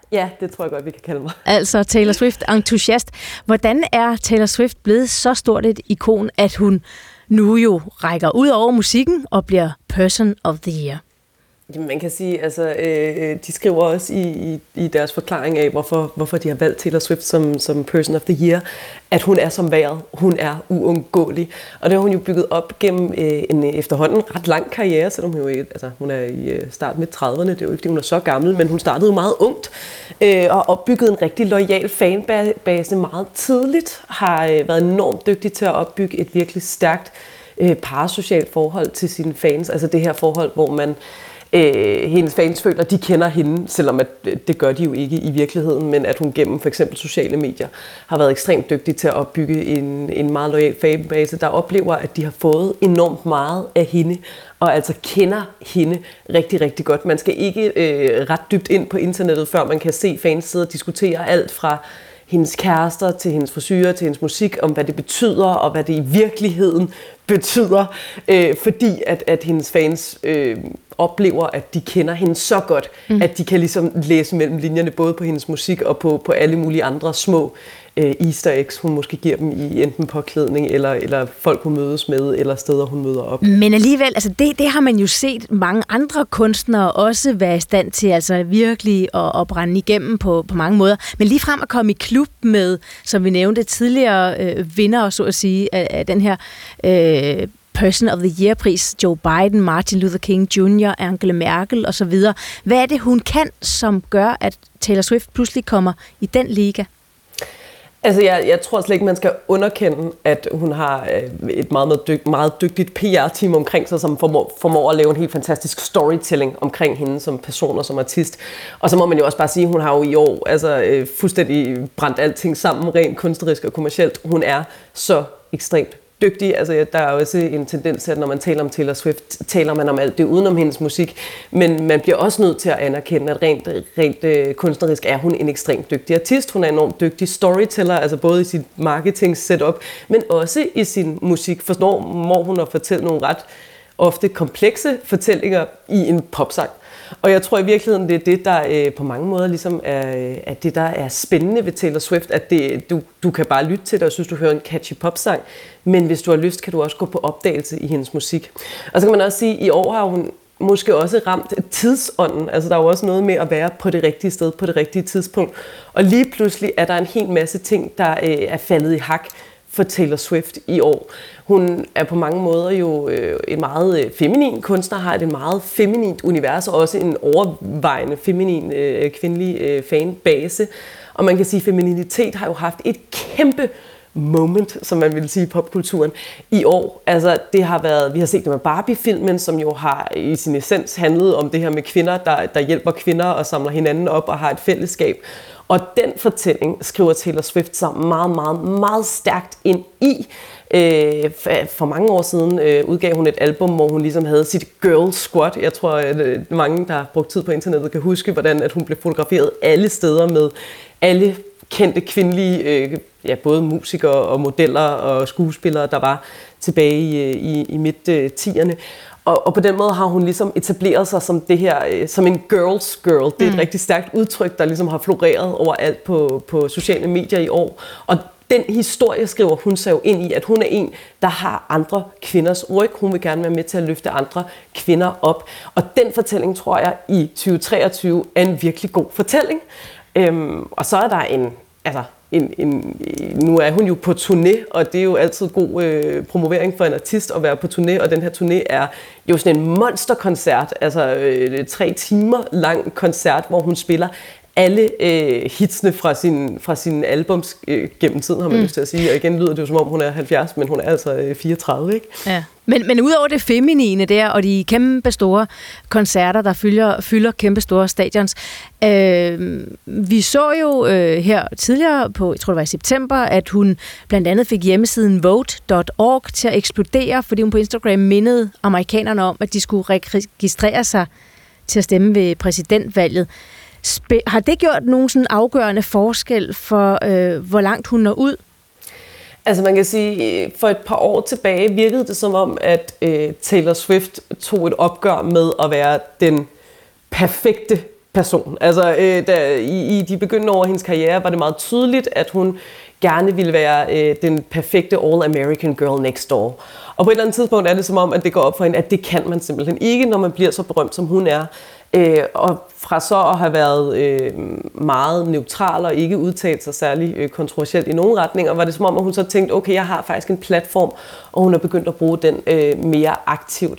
Ja, det tror jeg godt, vi kan kalde mig. Altså Taylor Swift-entusiast. Hvordan er Taylor Swift blevet så stort et ikon, at hun nu jo rækker ud over musikken og bliver Person of the Year? Jamen, man kan sige, altså, øh, de skriver også i, i, i deres forklaring af, hvorfor, hvorfor de har valgt Taylor Swift som, som Person of the Year, at hun er som vejret. Hun er uundgåelig. Og det har hun jo bygget op gennem øh, en efterhånden ret lang karriere, selvom hun, jo, altså, hun er i øh, start midt trediverne. Det er jo ikke, fordi hun er så gammel, men hun startede jo meget ungt øh, og opbyggede en rigtig loyal fanbase meget tidligt. Har øh, været enormt dygtig til at opbygge et virkelig stærkt øh, parasocialt forhold til sine fans. Altså det her forhold, hvor man Øh, hendes fans føler, at de kender hende, selvom at det gør de jo ikke i virkeligheden, men at hun gennem for eksempel sociale medier har været ekstremt dygtig til at opbygge en, en meget loyal fanbase, der oplever, at de har fået enormt meget af hende, og altså kender hende rigtig, rigtig godt. Man skal ikke øh, ret dybt ind på internettet, før man kan se fans sidde og diskutere alt fra hendes kærester, til hendes frisyrer, til hendes musik, om hvad det betyder, og hvad det i virkeligheden betyder, øh, fordi at, at hendes fans øh, oplever, at de kender hende så godt, mm. at de kan ligesom læse mellem linjerne, både på hendes musik og på, på alle mulige andre små øh, easter eggs, hun måske giver dem i enten påklædning, eller, eller folk, hun mødes med, eller steder, hun møder op. Men alligevel, altså det, det har man jo set mange andre kunstnere også være i stand til, altså virkelig at, at brænde igennem på, på mange måder. Men lige frem at komme i klub med, som vi nævnte tidligere, øh, vinder, så at sige, af, af den her øh, Person of the Year-pris, Joe Biden, Martin Luther King junior, Angela Merkel osv. Hvad er det, hun kan, som gør, at Taylor Swift pludselig kommer i den liga? Altså, jeg, jeg tror slet ikke, man skal underkende, at hun har et meget, meget, dyg, meget dygtigt P R-team omkring sig, som formår, formår at lave en helt fantastisk storytelling omkring hende som person og som artist. Og så må man jo også bare sige, at hun har jo i år altså, fuldstændig brændt alting sammen, rent kunstnerisk og kommercielt. Hun er så ekstremt dygtig. Altså, der er også en tendens til, at når man taler om Taylor Swift, taler man om alt det udenom hendes musik, men man bliver også nødt til at anerkende, at rent, rent øh, kunstnerisk er hun en ekstremt dygtig artist. Hun er en enormt dygtig storyteller, altså både i sit marketing setup, men også i sin musik. Forstår hun at fortælle nogle ret ofte komplekse fortællinger i en popsang. Og jeg tror i virkeligheden, det er det, der øh, på mange måder ligesom er, er det, der er spændende ved Taylor Swift, at det, du, du kan bare lytte til det og synes, du hører en catchy popsang, men hvis du har lyst, kan du også gå på opdagelse i hendes musik. Og så kan man også sige, at i år har hun måske også ramt tidsånden. Altså der er jo også noget med at være på det rigtige sted, på det rigtige tidspunkt. Og lige pludselig er der en hel masse ting, der øh, er faldet i hak for Taylor Swift i år. Hun er på mange måder jo øh, en meget øh, feminin kunstner, har et meget feminint univers, og også en overvejende feminin øh, kvindelig øh, fanbase. Og man kan sige, at femininitet har jo haft et kæmpe moment, som man vil sige i popkulturen, i år. Altså, det har været, vi har set det med Barbie-filmen, som jo har i sin essens handlet om det her med kvinder, der, der hjælper kvinder og samler hinanden op og har et fællesskab. Og den fortælling skriver Taylor Swift sig meget, meget, meget stærkt ind i. Øh, for mange år siden øh, udgav hun et album, hvor hun ligesom havde sit girl squad. Jeg tror, at øh, mange, der har brugt tid på internettet, kan huske, hvordan at hun blev fotograferet alle steder med alle kendte kvindelige, øh, ja, både musikere og modeller og skuespillere, der var tilbage i, i, i midt-tierne. Og, og på den måde har hun ligesom etableret sig som det her, øh, som en girls girl. Det er et mm. rigtig stærkt udtryk, der ligesom har floreret overalt på, på sociale medier i år. Og den historie skriver hun sig jo ind i, at hun er en, der har andre kvinders ryg. Hun vil gerne være med til at løfte andre kvinder op. Og den fortælling, tror jeg, i tyve treogtyve er en virkelig god fortælling. Øhm, og så er der en, altså, en, en, nu er hun jo på turné, og det er jo altid god øh, promovering for en artist at være på turné, og den her turné er jo sådan en monsterkoncert, altså øh, tre timer lang koncert, hvor hun spiller alle øh, hitsene fra sin, fra sine albums øh, gennem tiden, har man mm. lyst til at sige. Og igen lyder det jo som om, hun er halvfjerds, men hun er altså øh, fireogtredive, ikke? Ja. Men, men udover det feminine der, og de kæmpe store koncerter, der fylder, fylder kæmpe store stadions, øh, vi så jo øh, her tidligere, på, jeg tror det var i september, at hun blandt andet fik hjemmesiden vote punktum org til at eksplodere, fordi hun på Instagram mindede amerikanerne om, at de skulle registrere sig til at stemme ved præsidentvalget. Har det gjort nogen sådan afgørende forskel for, øh, hvor langt hun når ud? Altså man kan sige, for et par år tilbage virkede det som om, at øh, Taylor Swift tog et opgør med at være den perfekte person. Altså, øh, der, i, i de begyndende år af hendes karriere var det meget tydeligt, at hun gerne ville være øh, den perfekte all-American girl next door. Og på et eller andet tidspunkt er det som om, at det går op for hende, at det kan man simpelthen ikke, når man bliver så berømt, som hun er. Øh, og fra så at have været øh, meget neutral og ikke udtalt sig særlig øh, kontroversielt i nogle retninger, var det som om, at hun så tænkte, okay, jeg har faktisk en platform, og hun er begyndt at bruge den øh, mere aktivt.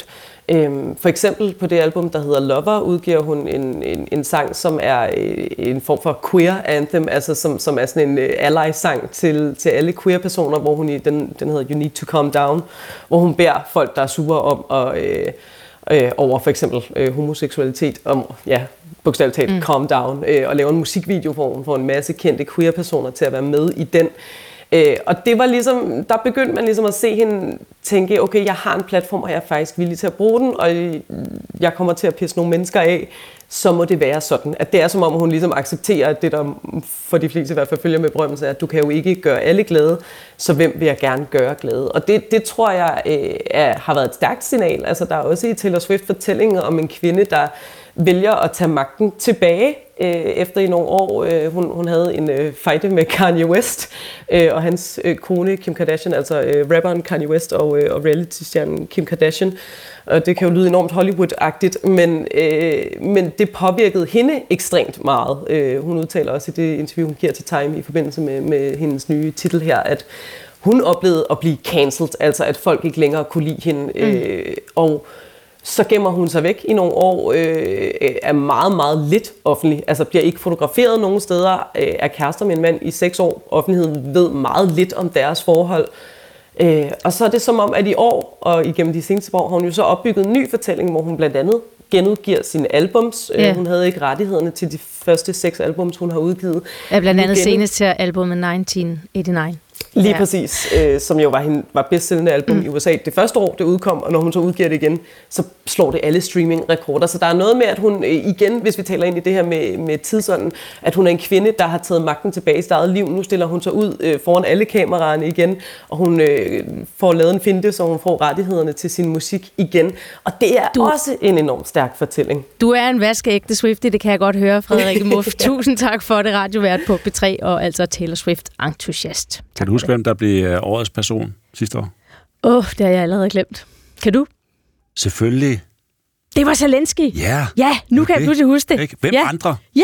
For eksempel på det album, der hedder Lover, udgiver hun en, en, en sang, som er en form for queer anthem, altså som, som er sådan en ally-sang til, til alle queer-personer, hvor hun i den, den hedder You Need to Calm Down, hvor hun beder folk, der er sure om at, øh, øh, over for eksempel øh, homoseksualitet, om, ja, bogstaveligt talt, mm. calm down, øh, og laver en musikvideo, hvor hun får en masse kendte queer-personer til at være med i den. Øh, og det var ligesom, der begyndte man ligesom at se hende tænke, okay, jeg har en platform, og jeg er faktisk villig til at bruge den, og jeg kommer til at pisse nogle mennesker af, så må det være sådan. At det er som om, hun ligesom accepterer, at det der for de fleste i hvert fald følger med berømmelse, er, at du kan jo ikke gøre alle glade, så hvem vil jeg gerne gøre glade? Og det, det tror jeg øh, er, har været et stærkt signal. Altså der er også i Taylor Swift fortællinger om en kvinde, der vælger at tage magten tilbage øh, efter i nogle år. Øh, hun, hun havde en øh, fight med Kanye West øh, og hans øh, kone Kim Kardashian, altså øh, rapperen Kanye West og, øh, og reality-stjernen Kim Kardashian. Og det kan jo lyde enormt Hollywood-agtigt, men, øh, men det påvirkede hende ekstremt meget. Øh, hun udtaler også i det interview, hun giver til Time i forbindelse med, med hendes nye titel her, at hun oplevede at blive cancelled, altså at folk ikke længere kunne lide hende. Mm. Øh, og så gemmer hun sig væk i nogle år, øh, er meget, meget lidt offentlig. Altså bliver ikke fotograferet nogen steder, øh, er kærester med en mand i seks år. Offentligheden ved meget lidt om deres forhold. Øh, og så er det som om, at i år, og igennem de seneste år, har hun jo så opbygget en ny fortælling, hvor hun blandt andet genudgiver sine albums. Ja. Øh, hun havde ikke rettighederne til de første seks albums, hun har udgivet. Ja, blandt andet senest til albumet nitten otteoghalvfems. Lige ja. præcis, øh, som jo var, hende, var bedstsellende album mm. i U S A det første år, det udkom, og når hun så udgiver det igen, så slår det alle streaming-rekorder. Så der er noget med, at hun øh, igen, hvis vi taler ind i det her med, med tidsånden, at hun er en kvinde, der har taget magten tilbage i sit eget liv. Nu stiller hun sig ud øh, foran alle kameraerne igen, og hun øh, får lavet en finte, så hun får rettighederne til sin musik igen. Og det er du, også en enormt stærk fortælling. Du er en vaskeægte Swiftie, det kan jeg godt høre, Frederikke Muff. Tusind tak for det, radiovært på B tre, og altså Taylor Swift-entusiast. Kan du huske, hvem der blev årets person sidste år? Åh, oh, det har jeg allerede glemt. Kan du? Selvfølgelig. Det var Zelensky. Ja. Ja, nu kan jeg pludselig huske det. Ikke? Hvem ja. andre? Ja.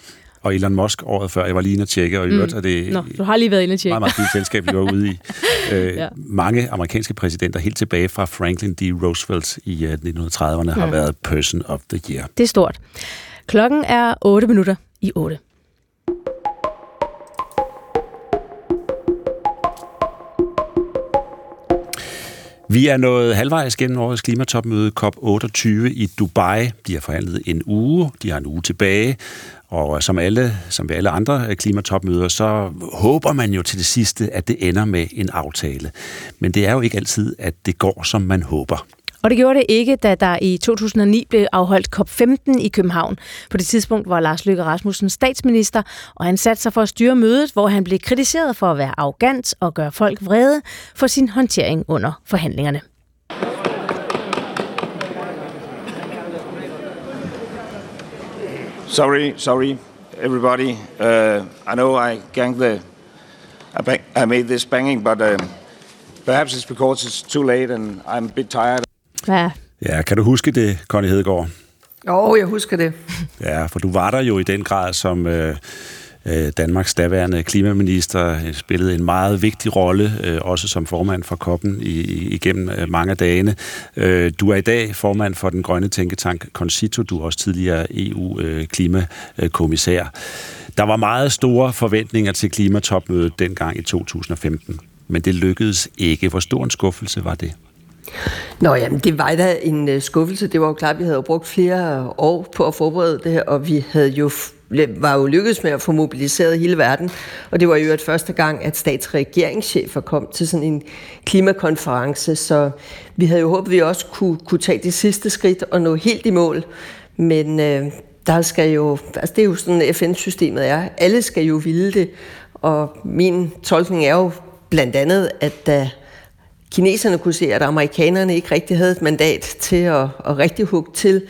Og Elon Musk året før. Jeg var lige inde at tjekke, og i øvrigt mm. er det... Nå, du har lige været inde at tjekke. Meget, meget fint selskab, vi var ude i. Øh, ja. Mange amerikanske præsidenter, helt tilbage fra Franklin D. Roosevelt i uh, nitten trediverne, mm. har været Person of the Year. Det er stort. Klokken er otte minutter i otte. Vi er nået halvvejs gennem årets klimatopmøde C O P otteogtyve i Dubai. De har forhandlet en uge, de har en uge tilbage, og som alle, som ved alle andre klimatopmøder, så håber man jo til det sidste, at det ender med en aftale. Men det er jo ikke altid, at det går, som man håber. Og det gjorde det ikke, da der i to tusind og ni blev afholdt C O P femten i København. På det tidspunkt var Lars Løkke Rasmussen statsminister, og han satte sig for at styre mødet, hvor han blev kritiseret for at være arrogant og gøre folk vrede for sin håndtering under forhandlingerne. Sorry, sorry, everybody. Uh, I know I ganged the, I, bang, I made this banging, but uh, perhaps it's because it's too late and I'm a bit tired. Ja. Ja, kan du huske det, Connie Hedegaard? Jo, oh, jeg husker det. Ja, for du var der jo i den grad som øh, Danmarks daværende klimaminister, spillede en meget vigtig rolle, øh, også som formand for C O P'en igennem øh, mange af dagene. Øh, du er i dag formand for den grønne tænketank Concito, du er også tidligere E U-klimakommissær. Der var meget store forventninger til klimatopmødet dengang i to tusind og femten, men det lykkedes ikke. Hvor stor en skuffelse var det? Nå jamen, det var da en uh, skuffelse. Det var jo klart, at vi havde brugt flere år på at forberede det her, og vi havde jo var jo lykkedes med at få mobiliseret hele verden, og det var jo et første gang, at statsregeringschefer kom til sådan en klimakonference, så vi havde jo håbet, at vi også kunne, kunne tage det sidste skridt og nå helt i mål, men øh, der skal jo, altså det er jo sådan F N-systemet er, alle skal jo ville det, og min tolkning er jo blandt andet, at da kineserne kunne se, at amerikanerne ikke rigtig havde et mandat til at, at rigtig hugge til,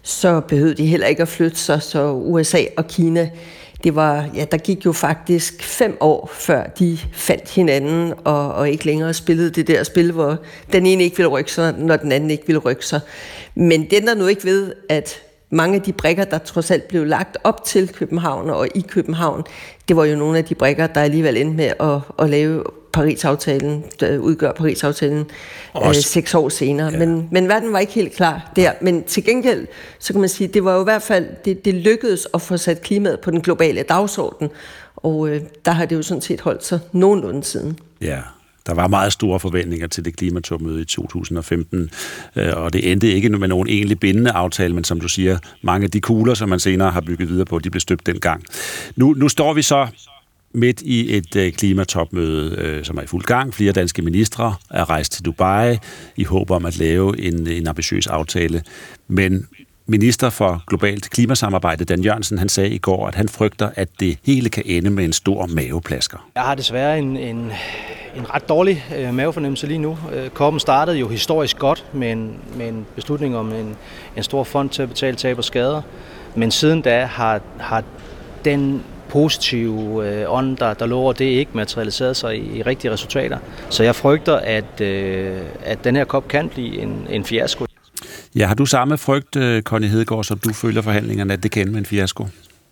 så behøvede de heller ikke at flytte sig, så U S A og Kina, det var, ja, der gik jo faktisk fem år, før de fandt hinanden, og, og ikke længere spillede det der spil, hvor den ene ikke ville rykke sig, når den anden ikke ville rykke sig. Men den der nu ikke ved, at mange af de brikker, der trods alt blev lagt op til København og i København, det var jo nogle af de brikker, der alligevel endte med at, at lave Paris-aftalen, der udgør Paris-aftalen øh, seks år senere. Ja. Men, men verden var ikke helt klar der. Men til gengæld, så kan man sige, det var jo i hvert fald, det, det lykkedes at få sat klimaet på den globale dagsorden. Og øh, der har det jo sådan set holdt sig nogenlunde siden. Ja. Der var meget store forventninger til det klimatopmøde i to tusind og femten, og det endte ikke med nogen egentlig bindende aftale, men som du siger, mange af de kugler, som man senere har bygget videre på, de blev støbt dengang. Nu, nu står vi så midt i et øh, klimatopmøde, øh, som er i fuld gang. Flere danske ministre er rejst til Dubai i håb om at lave en, en ambitiøs aftale, men minister for globalt klimasamarbejde, Dan Jørgensen, han sagde i går, at han frygter, at det hele kan ende med en stor maveplasker. Jeg har desværre en, en, en ret dårlig øh, mavefornemmelse lige nu. Øh, COP'en startede jo historisk godt med en, med en beslutning om en, en stor fond til at betale tab og skader, men siden da har, har den positive øh, ånd, der, der lover det, ikke materialiseret sig i, i rigtige resultater. Så jeg frygter, at, øh, at den her COP kan blive en, en fiasko. Ja, har du samme frygt, Connie Hedegaard, som du følger forhandlingerne, at det kan ende med en fiasko?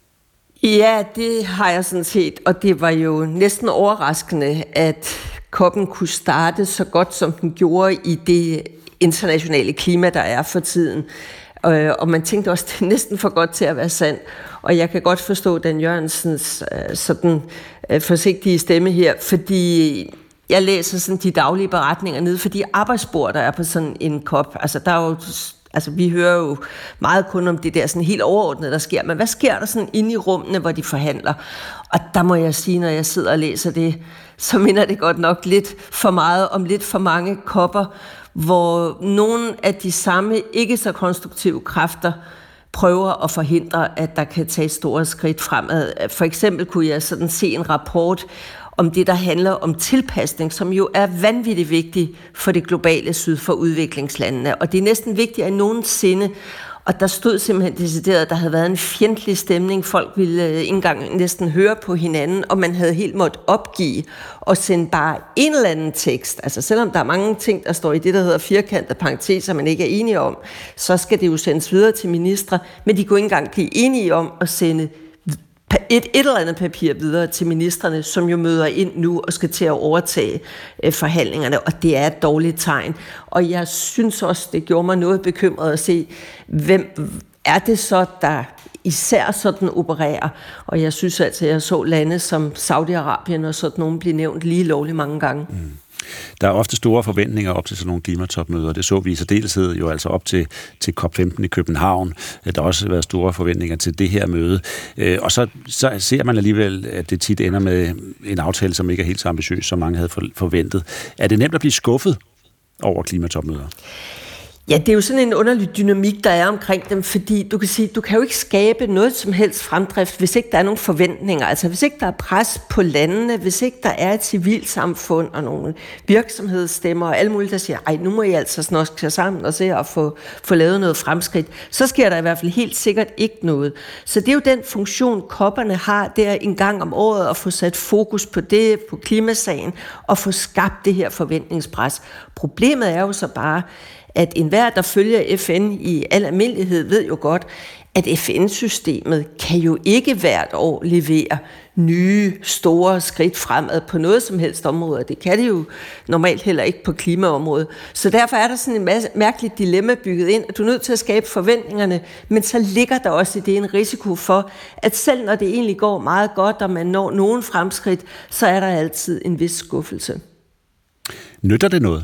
Ja, det har jeg sådan set, og det var jo næsten overraskende, at COP'en kunne starte så godt, som den gjorde i det internationale klima, der er for tiden. Og man tænkte også, at det er næsten for godt til at være sandt. Og jeg kan godt forstå Dan Jørgensens sådan forsigtige stemme her, fordi jeg læser sådan de daglige beretninger ned for de arbejdsbord, der er på sådan en COP. Altså, der er jo, altså, vi hører jo meget kun om det der sådan helt overordnede, der sker. Men hvad sker der sådan inde i rummene, hvor de forhandler? Og der må jeg sige, når jeg sidder og læser det, så minder det godt nok lidt for meget om lidt for mange kopper, hvor nogle af de samme ikke så konstruktive kræfter prøver at forhindre, at der kan tage store skridt fremad. For eksempel kunne jeg sådan se en rapport om det, der handler om tilpasning, som jo er vanvittigt vigtigt for det globale syd for udviklingslandene. Og det er næsten vigtigere end nogensinde. Og der stod simpelthen decideret, at der havde været en fjendtlig stemning. Folk ville ikke engang næsten høre på hinanden, og man havde helt måttet opgive og sende bare en eller anden tekst. Altså selvom der er mange ting, der står i det, der hedder firkantede parenteser, man ikke er enige om, så skal det jo sendes videre til ministre, men de kunne ikke engang blive enige om at sende et, et eller andet papir videre til ministerne, som jo møder ind nu og skal til at overtage øh, forhandlingerne, og det er et dårligt tegn. Og jeg synes også, det gjorde mig noget bekymret at se, hvem er det så, der især sådan opererer. Og jeg synes altså, jeg så lande som Saudi-Arabien og sådan nogen blive nævnt lige lovligt mange gange. Mm. Der er ofte store forventninger op til sådan nogle klimatopmøder. Det så vi i særdeleshed jo altså op til, til COP femten i København. Der har også været store forventninger til det her møde. Og så, så ser man alligevel, at det tit ender med en aftale, som ikke er helt så ambitiøs, som mange havde forventet. Er det nemt at blive skuffet over klimatopmøder? Ja, det er jo sådan en underlig dynamik, der er omkring dem, fordi du kan sige, du kan jo ikke skabe noget som helst fremdrift, hvis ikke der er nogle forventninger. Altså hvis ikke der er pres på landene, hvis ikke der er et civilsamfund og nogle virksomhedsstemmer og alle mulige, der siger, ej, nu må I altså snart tage sammen og se og få, få lavet noget fremskridt, så sker der i hvert fald helt sikkert ikke noget. Så det er jo den funktion, kopperne har der en gang om året, at få sat fokus på det, på klimasagen, og få skabt det her forventningspres. Problemet er jo så bare, at enhver, der følger F N i al almindelighed, ved jo godt, at F N-systemet kan jo ikke hvert år levere nye, store skridt fremad på noget som helst område. Det kan det jo normalt heller ikke på klimaområdet. Så derfor er der sådan en masse mærkeligt dilemma bygget ind, at du er nødt til at skabe forventningerne, men så ligger der også i det en risiko for, at selv når det egentlig går meget godt, og man når nogen fremskridt, så er der altid en vis skuffelse. Nytter det noget?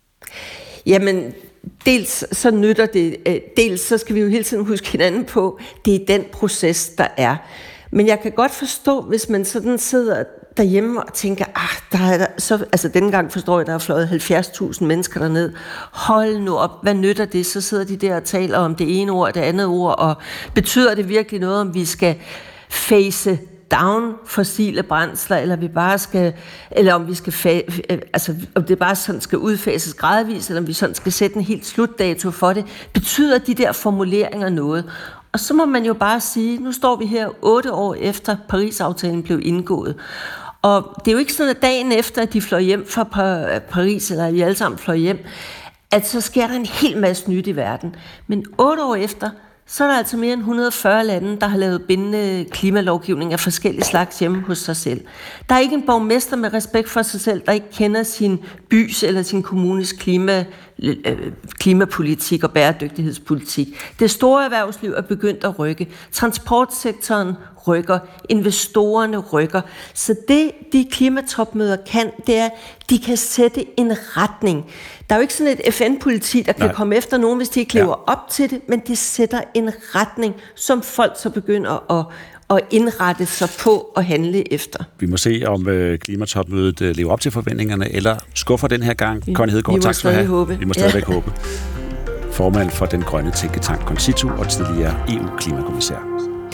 Jamen, dels så nytter det, dels så skal vi jo hele tiden huske hinanden på, det er den proces, der er. Men jeg kan godt forstå, hvis man sådan sidder derhjemme og tænker, ah, der er der, så, altså denne gang forstår jeg, der er fløjet halvfjerds tusind mennesker derned. Hold nu op, hvad nytter det? Så sidder de der og taler om det ene ord, det andet ord, og betyder det virkelig noget, om vi skal face down fossile brændsler, eller vi bare skal, eller om vi skal, fa- altså om det bare sådan skal udfases gradvist, eller om vi sådan skal sætte en helt slutdato for det, betyder de der formuleringer noget? Og så må man jo bare sige, nu står vi her otte år efter Paris-aftalen blev indgået. Og det er jo ikke sådan, at dagen efter, at de fløj hjem fra Paris, eller vi alle sammen fløj hjem, at så sker der en hel masse nyt i verden. Men otte år efter, så er der altså mere end et hundrede og fyrre lande, der har lavet bindende klimalovgivning af forskellige slags hjemme hos sig selv. Der er ikke en borgmester med respekt for sig selv, der ikke kender sin bys eller sin kommunes klima, øh, klimapolitik og bæredygtighedspolitik. Det store erhvervsliv er begyndt at rykke. Transportsektoren rykker. Investorerne rykker. Så det, de klimatopmøder kan, det er, de kan sætte en retning. Der er jo ikke sådan et F N-politi, der kan Nej. komme efter nogen, hvis de ikke lever ja. op til det, men det sætter en retning, som folk så begynder at, at indrette sig på og handle efter. Vi må se, om øh, klimatopmødet øh, lever op til forventningerne, eller skuffer den her gang. Connie Hedegaard, tak skal du have. Håbe. Vi må stadigvæk ja. håbe. Formand for den grønne tænketank Concito og tidligere E U-klimakommissær.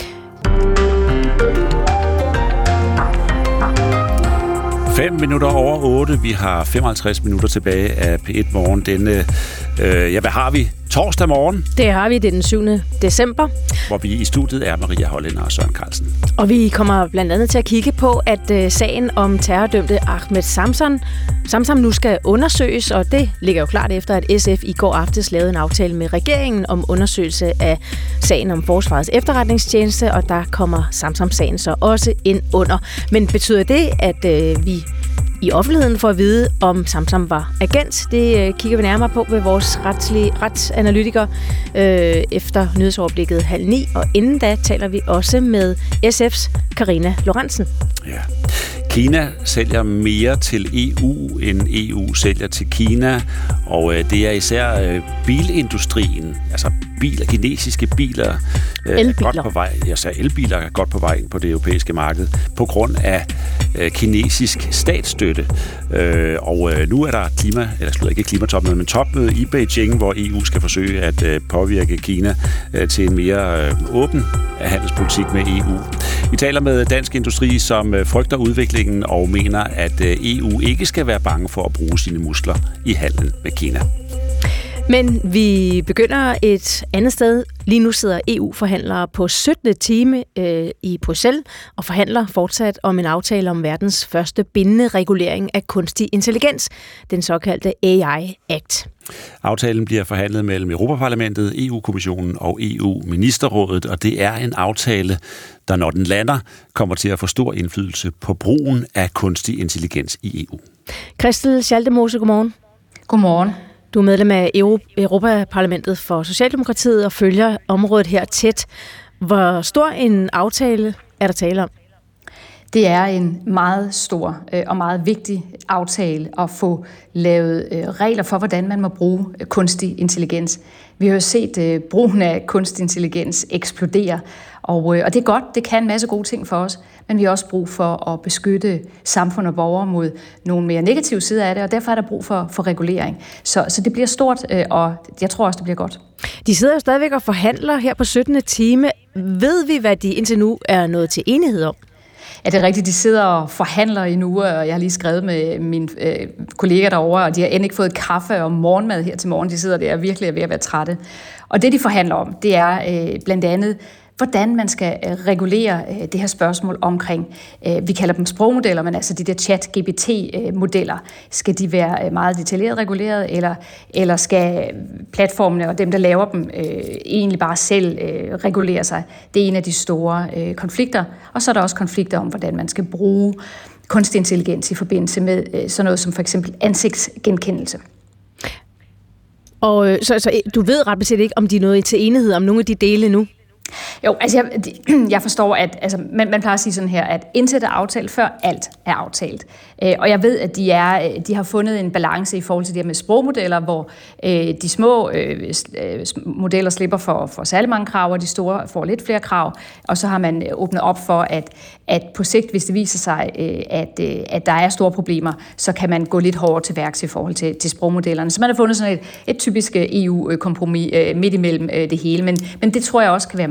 Fem minutter over otte. Vi har femoghalvtreds minutter tilbage af P et Morgen. Denne, øh, ja, hvad har vi? Torsdag morgen. Det har vi, det er den syvende december. Hvor vi i studiet er Maria Hollænder og Søren Carlsen. Og vi kommer blandt andet til at kigge på, at øh, sagen om terrordømte Ahmed Samsam, Samsam nu skal undersøges, og det ligger jo klart efter, at S F i går aftes lavede en aftale med regeringen om undersøgelse af sagen om Forsvarets efterretningstjeneste, og der kommer Samsam-sagen så også ind under. Men betyder det, at øh, vi i offentligheden får at vide, om Samsam var agent? Det øh, kigger vi nærmere på ved vores retslige, retsanalytiker øh, efter nyhedsoverblikket halv ni. Og inden da taler vi også med S F's Karina Lorentzen. Ja. Kina sælger mere til E U, end E U sælger til Kina, og øh, det er især øh, bilindustrien, altså biler, kinesiske biler, øh, er godt på vej, ja, så elbiler er godt på vej ind på det europæiske marked, på grund af øh, kinesisk statsstøtte. Øh, og øh, nu er der klima, eller slet ikke klimatopmøde, men topmøde i Beijing, hvor E U skal forsøge at øh, påvirke Kina øh, til en mere øh, åben handelspolitik med E U. Vi taler med Dansk Industri, som øh, frygter udviklingen og mener, at øh, E U ikke skal være bange for at bruge sine muskler i handlen med Kina. Men vi begynder et andet sted. Lige nu sidder E U-forhandlere på syttende time øh, i Bruxelles og forhandler fortsat om en aftale om verdens første bindende regulering af kunstig intelligens, den såkaldte A I Act. Aftalen bliver forhandlet mellem Europaparlamentet, E U-kommissionen og E U-ministerrådet, og det er en aftale, der når den lander, kommer til at få stor indflydelse på brugen af kunstig intelligens i E U. Christel Schaldemose, godmorgen. Godmorgen. Du er medlem af Europaparlamentet for Socialdemokratiet og følger området her tæt. Hvor stor en aftale er der tale om? Det er en meget stor øh, og meget vigtig aftale at få lavet øh, regler for, hvordan man må bruge øh, kunstig intelligens. Vi har jo set øh, brugen af kunstig intelligens eksplodere, og, øh, og det er godt, det kan en masse gode ting for os, men vi har også brug for at beskytte samfund og borgere mod nogle mere negative sider af det, og derfor er der brug for, for regulering. Så, så det bliver stort, øh, og jeg tror også, det bliver godt. De sidder jo stadigvæk og forhandler her på syttende time. Ved vi, hvad de indtil nu er nået til enighed om? Ja, det er rigtigt. De sidder og forhandler endnu, og jeg har lige skrevet med mine øh, kolleger derovre, og de har endnu ikke fået kaffe og morgenmad her til morgen. De sidder der og virkelig er ved at være trætte. Og det, de forhandler om, det er øh, blandt andet, hvordan man skal øh, regulere øh, det her spørgsmål omkring, øh, vi kalder dem sprogmodeller, men altså de der chat G P T-modeller. Skal de være øh, meget detaljeret reguleret, eller, eller skal platformene og dem, der laver dem, øh, egentlig bare selv øh, regulere sig? Det er en af de store øh, konflikter. Og så er der også konflikter om, hvordan man skal bruge kunstig intelligens i forbindelse med øh, sådan noget som for eksempel ansigtsgenkendelse. Og så, så du ved ret beset ikke, om de er nået til enighed om nogle af de dele nu? Jo, altså jeg, jeg forstår, at altså, man, man plejer at sige sådan her, at intet er aftalt, før alt er aftalt. Øh, og jeg ved, at de, er, de har fundet en balance i forhold til det her med sprogmodeller, hvor øh, de små øh, modeller slipper for, for særlig mange krav, og de store får lidt flere krav. Og så har man åbnet op for, at, at på sigt, hvis det viser sig, øh, at, øh, at der er store problemer, så kan man gå lidt hårdere til værks i forhold til, til sprogmodellerne. Så man har fundet sådan et, et typisk E U-kompromis øh, midt imellem øh, det hele. Men, men det tror jeg også kan være meget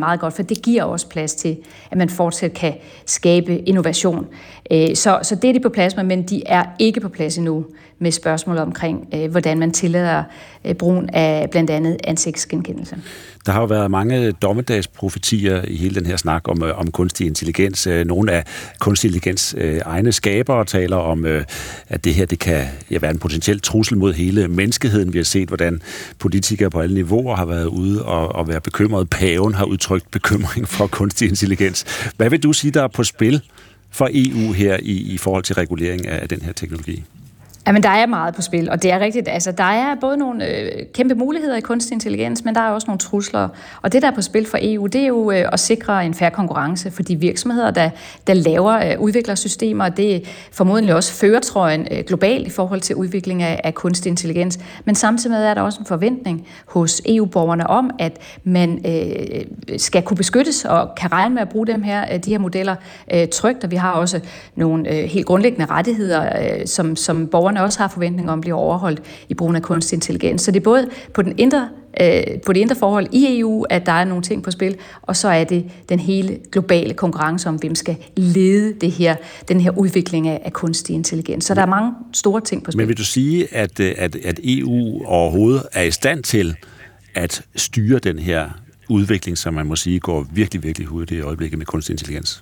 meget godt, for det giver også plads til, at man fortsat kan skabe innovation. Så, så det er de på plads med, men de er ikke på plads endnu med spørgsmålet omkring, hvordan man tillader brugen af blandt andet ansigtsgenkendelse. Der har jo været mange dommedagsprofetier i hele den her snak om, om kunstig intelligens. Nogle af kunstig intelligens egne skabere taler om, at det her det kan ja, være en potentiel trussel mod hele menneskeheden. Vi har set, hvordan politikere på alle niveauer har været ude og, og være bekymrede. Paven har udtrykt bekymring for kunstig intelligens. Hvad vil du sige, der er på spil for E U her i, i forhold til regulering af den her teknologi? Jamen, der er meget på spil, og det er rigtigt. Altså, der er både nogle øh, kæmpe muligheder i kunstig intelligens, men der er også nogle trusler. Og det, der er på spil for E U, det er jo øh, at sikre en fair konkurrence for de virksomheder, der, der laver øh, udviklersystemer. Det er formodentlig også førertrøjen øh, globalt i forhold til udvikling af, af kunstig intelligens. Men samtidig er der også en forventning hos E U-borgerne om, at man øh, skal kunne beskyttes og kan regne med at bruge dem her, de her modeller øh, trygt. Og vi har også nogle øh, helt grundlæggende rettigheder, øh, som, som borgerne også har forventninger om bliver overholdt i brugen af kunstig intelligens. Så det er både på, den indre, øh, på det indre forhold i E U, at der er nogle ting på spil, og så er det den hele globale konkurrence om, hvem skal lede det her, den her udvikling af, af kunstig intelligens. Så der er mange store ting på spil. Men vil du sige, at, at, at E U overhovedet er i stand til at styre den her udvikling, som man må sige går virkelig, virkelig hurtigt i øjeblikket med kunstig intelligens?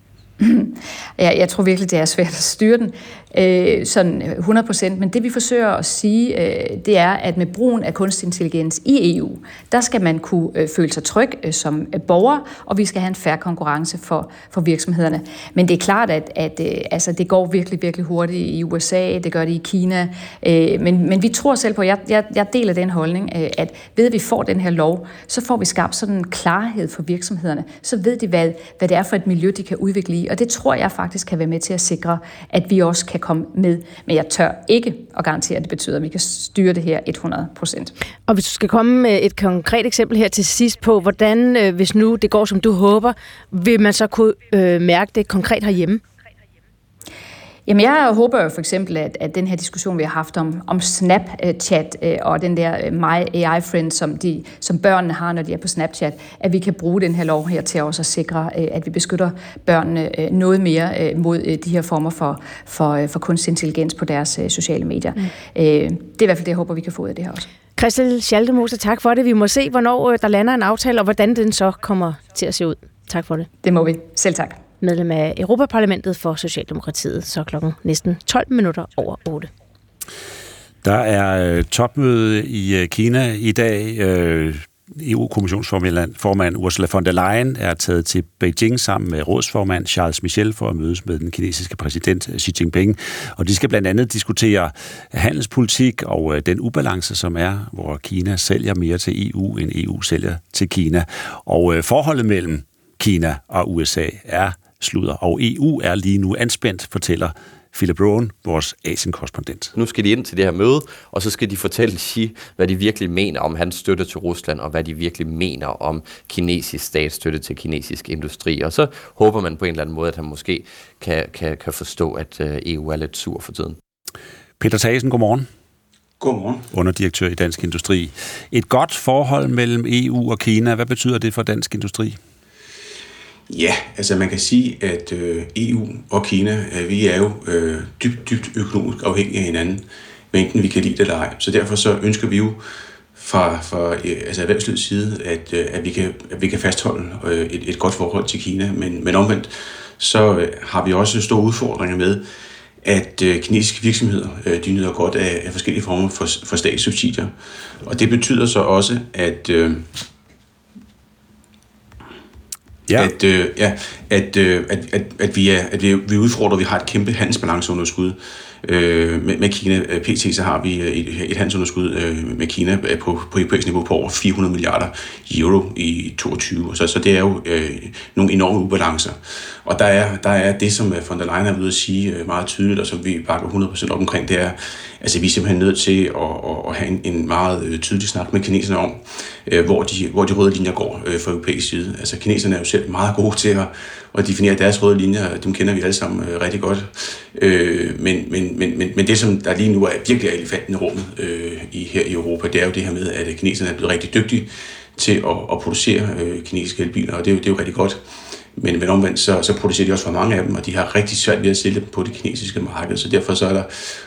Ja, jeg tror virkelig, det er svært at styre den øh, sådan hundrede procent, men det vi forsøger at sige, øh, det er, at med brugen af kunstig intelligens i E U, der skal man kunne øh, føle sig tryg øh, som øh, borger, og vi skal have en fair konkurrence for, for virksomhederne. Men det er klart, at, at øh, altså, det går virkelig, virkelig hurtigt i U S A, det gør det i Kina, øh, men, men vi tror selv på, jeg, jeg, jeg deler den holdning, øh, at ved at vi får den her lov, så får vi skabt sådan en klarhed for virksomhederne, så ved de, hvad, hvad det er for et miljø, de kan udvikle i, og det tror jeg faktisk kan være med til at sikre, at vi også kan komme med. Men jeg tør ikke at garantere, at det betyder, at vi kan styre det her hundrede procent. Og hvis du skal komme med et konkret eksempel her til sidst på, hvordan, hvis nu det går, som du håber, vil man så kunne øh, mærke det konkret herhjemme? Jamen, jeg håber jo for eksempel, at, at den her diskussion, vi har haft om, om Snapchat øh, og den der My A I Friend, som, de, som børnene har, når de er på Snapchat, at vi kan bruge den her lov her til også at sikre, øh, at vi beskytter børnene øh, noget mere øh, mod øh, de her former for, for, øh, for kunstig intelligens på deres øh, sociale medier. Mm. Øh, det er i hvert fald det, jeg håber, vi kan få ud af det her også. Christel Schaldemose, tak for det. Vi må se, hvornår øh, der lander en aftale, og hvordan den så kommer til at se ud. Tak for det. Det må vi. Selv tak. Medlem af Europaparlamentet for Socialdemokratiet, så klokken næsten tolv minutter over otte. Der er topmøde i Kina i dag. E U-kommissionsformand Ursula von der Leyen er taget til Beijing sammen med rådsformand Charles Michel for at mødes med den kinesiske præsident Xi Jinping. Og de skal blandt andet diskutere handelspolitik og den ubalance, som er, hvor Kina sælger mere til E U, end E U sælger til Kina. Og forholdet mellem Kina og U S A er sludder, og E U er lige nu anspændt, fortæller Philip Rowan, vores Asien-korrespondent. Nu skal de ind til det her møde, og så skal de fortælle Xi, hvad de virkelig mener om hans støtte til Rusland, og hvad de virkelig mener om kinesisk statsstøtte til kinesisk industri. Og så håber man på en eller anden måde, at han måske kan, kan, kan forstå, at E U er lidt sur for tiden. Peter Thagesen, godmorgen. Godmorgen. Underdirektør i Dansk Industri. Et godt forhold mellem E U og Kina, hvad betyder det for dansk industri? Ja, altså man kan sige, at øh, E U og Kina, øh, vi er jo øh, dybt, dybt økonomisk afhængige af hinanden, hvad enten vi kan lide det eller ej. Så derfor så ønsker vi jo fra, fra øh, altså erhvervslivets side, at, øh, at, vi kan, at vi kan fastholde øh, et, et godt forhold til Kina. Men, men omvendt, så øh, har vi også store udfordringer med, at øh, kinesiske virksomheder øh, de nyder godt af, af forskellige former for, for statssubsidier. Og det betyder så også, at... Øh, Ja. At, øh, ja, at, øh, at, at, at, vi er, at vi, vi udfordrer, vi har et kæmpe handelsbalanceunderskud øh, med, med Kina. P T så har vi et, et handelsunderskud øh, med Kina på, på europæisk niveau på over fire hundrede milliarder euro i toogtyve. Så, så det er jo øh, nogle enorme ubalancer. Og der er, der er det, som von der Leyen er ude at sige meget tydeligt, og som vi bakker hundrede procent op omkring, det er, altså vi er simpelthen nødt til at, at, at have en, en meget tydelig snak med kineserne om, øh, hvor, de, hvor de røde linjer går øh, fra europæisk side. Altså kineserne er jo selv meget gode til at, at definere deres røde linjer, dem kender vi alle sammen øh, rigtig godt. Øh, men, men, men, men, men det, som der lige nu er virkelig elefanten i rummet øh, i, her i Europa, det er jo det her med, at kineserne er blevet rigtig dygtige til at, at producere øh, kinesiske elbiler, og det er, jo, det er jo rigtig godt. Men, men omvendt, så, så producerer de også for mange af dem, og de har rigtig svært ved at sælge dem på det kinesiske marked, så derfor så er der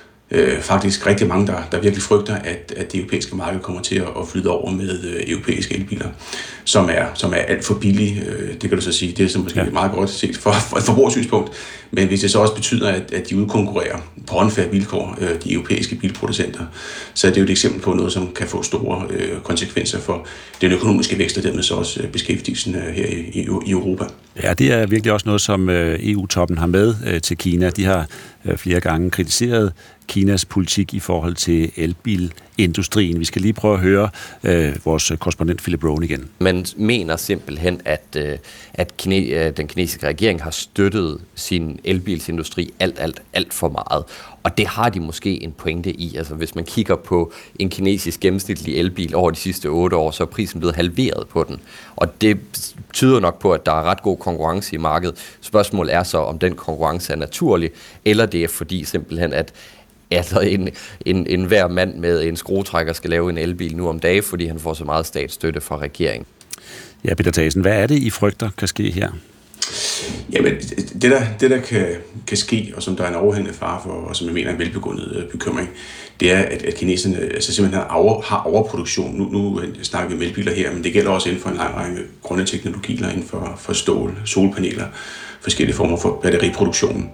øh, faktisk rigtig mange, der, der virkelig frygter, at, at det europæiske marked kommer til at, at flyde over med øh, europæiske elbiler, som er, som er alt for billige. Øh, det kan du så sige, det er så måske ja. meget godt set fra for et forbrugersynspunkt, men hvis det så også betyder, at, at de udkonkurrerer på unfair vilkår øh, de europæiske bilproducenter, så er det jo et eksempel på noget, som kan få store øh, konsekvenser for den økonomiske vækst, og dermed så også øh, beskæftigelsen øh, her i, i, i Europa. Ja, det er virkelig også noget, som øh, E U-toppen har med øh, til Kina. De har øh, flere gange kritiseret Kinas politik i forhold til elbilindustrien. Vi skal lige prøve at høre øh, vores korrespondent Philip Rohn igen. Man mener simpelthen, at, øh, at kine, den kinesiske regering har støttet sin elbilsindustri alt, alt, alt for meget. Og det har de måske en pointe i. Altså hvis man kigger på en kinesisk gennemsnitlig elbil over de sidste otte år, så er prisen blevet halveret på den. Og det tyder nok på, at der er ret god konkurrence i markedet. Spørgsmålet er så, om den konkurrence er naturlig, eller det er fordi simpelthen, at altså en, en, en hver mand med en skruetrækker skal lave en elbil nu om dagen, fordi han får så meget statsstøtte fra regeringen. Ja, Peter Thasen, hvad er det, I frygter kan ske her? Jamen, det der, det der kan, kan ske, og som der er en overhængende fare for, og som jeg mener er en velbegrundet bekymring, det er, at, at kineserne altså simpelthen har, over, har overproduktion. Nu, nu snakker vi om elbiler her, men det gælder også inden for en lang række grønne teknologier, inden for, for stål, solpaneler, forskellige former for batteriproduktion.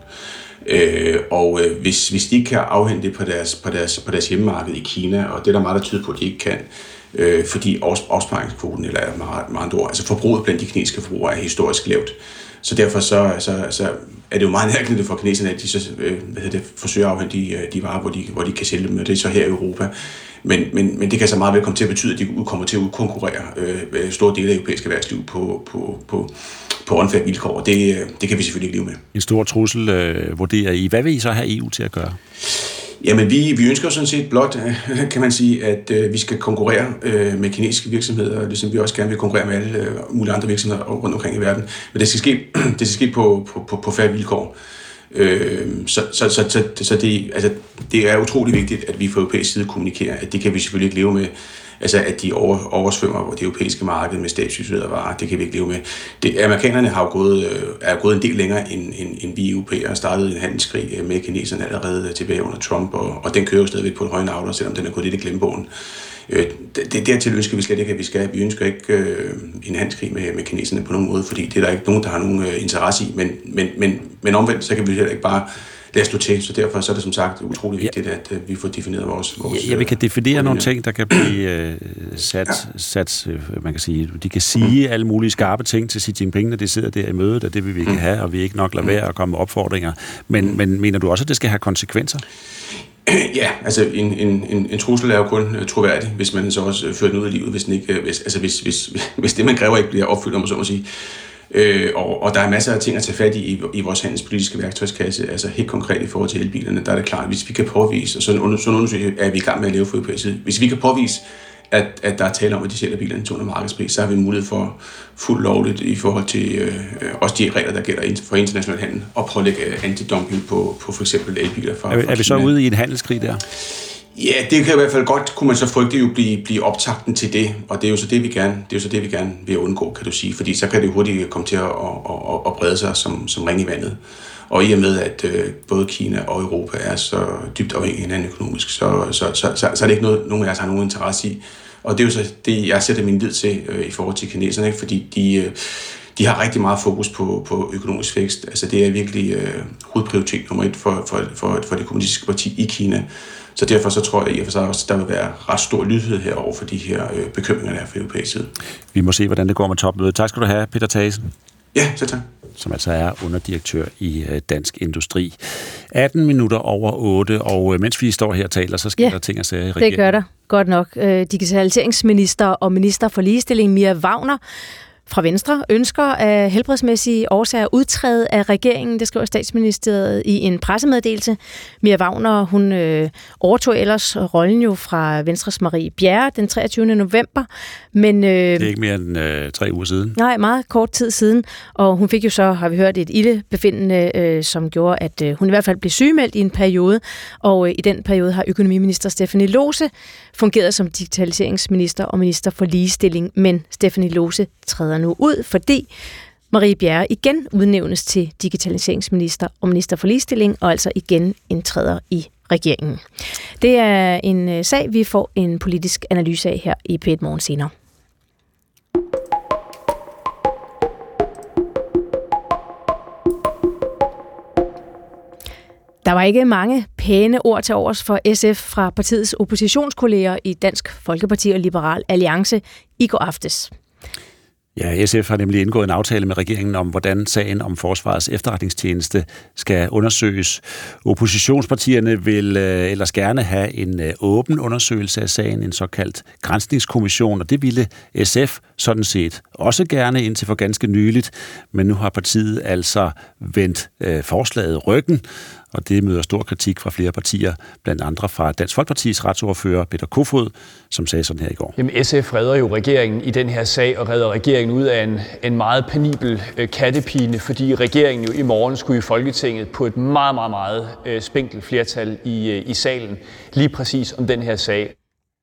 Øh, og øh, hvis, hvis de ikke kan afhente det på deres, på, deres, på deres hjemmemarked i Kina, og det er der meget, der tyder på, at de ikke kan, øh, fordi afsparingskvoten, eller meget, meget andre ord, altså forbruget blandt de kinesiske forbrugere er historisk lavt. Så derfor så, så, så er det jo meget nærkendt for kineserne, at de så, øh, hvad hedder det, forsøger at afhente de, de varer, hvor de, hvor de kan sælge dem, og det er så her i Europa. Men, men, men det kan så meget vel komme til at betyde, at de kommer til at udkonkurrere øh, store dele af europæisk erhvervsliv på, på, på, på unfair vilkår, og det, det kan vi selvfølgelig ikke leve med. En stor trussel øh, vurderer I. Hvad vil I så have E U til at gøre? Jamen, vi, vi ønsker sådan set blot, kan man sige, at øh, vi skal konkurrere øh, med kinesiske virksomheder, ligesom vi også gerne vil konkurrere med alle øh, mulige andre virksomheder rundt omkring i verden. Men det skal ske, det skal ske på, på, på, på fair vilkår. Øh, så så, så, så, så det, altså, det er utrolig vigtigt, at vi fra europæisk side kommunikerer, at det kan vi selvfølgelig ikke leve med. Altså, at de over, oversvømmer det europæiske marked med statsstøttede varer, det kan vi ikke leve med. Det, amerikanerne har jo gået, er gået en del længere, end, end, end vi europæere startede en handelskrig med kineserne allerede tilbage under Trump, og, og den kører jo stadigvæk på en høj navler, selvom den er gået lidt i glemmebogen. Det, det dertil ønsker vi slet ikke, at vi skal. Vi ønsker ikke øh, en handelskrig med, med kineserne på nogen måde, fordi det er der ikke nogen, der har nogen øh, interesse i, men, men, men, men omvendt, så kan vi heller ikke bare lad os slå til, så derfor så er det som sagt utrolig vigtigt, at uh, vi får defineret vores... vores ja, vi kan definere uh, nogle ting, der kan blive uh, sat, ja. sat uh, man kan sige, de kan sige mm. alle mulige skarpe ting til Xi Jinping, når de sidder der i mødet, og det vil vi ikke mm. have, og vi ikke nok lade være at komme med opfordringer. Men, mm. men mener du også, at det skal have konsekvenser? Ja, altså en, en, en, en trussel er jo kun troværdig, hvis man så også fører den ud i livet, hvis, den ikke, hvis, altså hvis, hvis, hvis det, man kræver, ikke bliver opfyldt, om man så må sige. Øh, og, og der er masser af ting at tage fat i, i i vores handelspolitiske værktøjskasse, altså helt konkret i forhold til elbilerne, der er det klart, hvis vi kan påvise, og sådan en undersøgelse er vi i gang med at lave for europæisk side, hvis vi kan påvise, at, at der er tale om, at de sælger bilerne til under markedspris, så har vi mulighed for fuldt lovligt i forhold til øh, også de regler, der gælder for international handel, og pålægge antidumping på, på for eksempel elbiler. Fra, er, er vi så ude i en handelskrig der? Ja, det kan i hvert fald godt, kunne man så frygte jo blive, blive optakten til det, og det er jo så det, vi gerne, det er jo så det, vi gerne vil undgå, kan du sige, fordi så kan det hurtigt komme til at, at, at, at brede sig som, som ring i vandet. Og i og med, at øh, både Kina og Europa er så dybt afhængige af hinanden økonomisk, så, så, så, så, så er det ikke noget, nogen af os har nogen interesse i. Og det er jo så det, jeg sætter min lid til øh, i forhold til kineserne, ikke? Fordi de, øh, de har rigtig meget fokus på, på økonomisk vækst. Altså det er virkelig øh, hovedprioritet nummer et for, for, for, for det kommunistiske parti i Kina. Så derfor så tror jeg i og for sig også, at der vil være ret stor lydhed herover for de her øh, bekymringer, der er fra europæisk side. Vi må se, hvordan det går med topmødet. Tak skal du have, Peter Thasen. Ja, så tak. Som altså er underdirektør i øh, Dansk Industri. atten minutter over otte, og øh, mens vi står her og taler, så sker ja, der ting og sager i regeringen. Det gør der godt nok. Øh, digitaliseringsminister og minister for ligestilling, Mia Wagner, fra Venstre ønsker af helbredsmæssige årsager udtræde af regeringen. Det skriver Statsministeriet i en pressemeddelelse. Mia Wagner, hun øh, overtog ellers rollen jo fra Venstres Marie Bjerre den treogtyvende november. Men, øh, det er ikke mere end øh, tre uger siden. Nej, meget kort tid siden. Og hun fik jo så, har vi hørt, et ildebefindende, øh, som gjorde, at øh, hun i hvert fald blev sygemeldt i en periode. Og øh, i den periode har økonomiminister Stephanie Lose fungeret som digitaliseringsminister og minister for ligestilling. Men Stephanie Lose træder nu ud, fordi Marie Bjerre igen udnævnes til digitaliseringsminister og minister for ligestilling, og altså igen indtræder i regeringen. Det er en sag, vi får en politisk analyse af her i P et Morgen senere. Der var ikke mange pæne ord til overs for S F fra partiets oppositionskolleger i Dansk Folkeparti og Liberal Alliance i går aftes. Ja, S F har nemlig indgået en aftale med regeringen om, hvordan sagen om Forsvarets efterretningstjeneste skal undersøges. Oppositionspartierne vil øh, ellers gerne have en øh, åben undersøgelse af sagen, en såkaldt granskningskommission, og det ville S F sådan set også gerne indtil for ganske nyligt, men nu har partiet altså vendt øh, forslaget ryggen, og det møder stor kritik fra flere partier, blandt andre fra Dansk Folkepartis retsordfører Peter Kofod, som sagde sådan her i går. Jamen S F redder jo regeringen i den her sag, og redder regeringen ud af en, en meget penibel øh, kattepine, fordi regeringen jo i morgen skulle i Folketinget på et meget, meget, meget øh, spinkelt flertal i, øh, i salen, lige præcis om den her sag.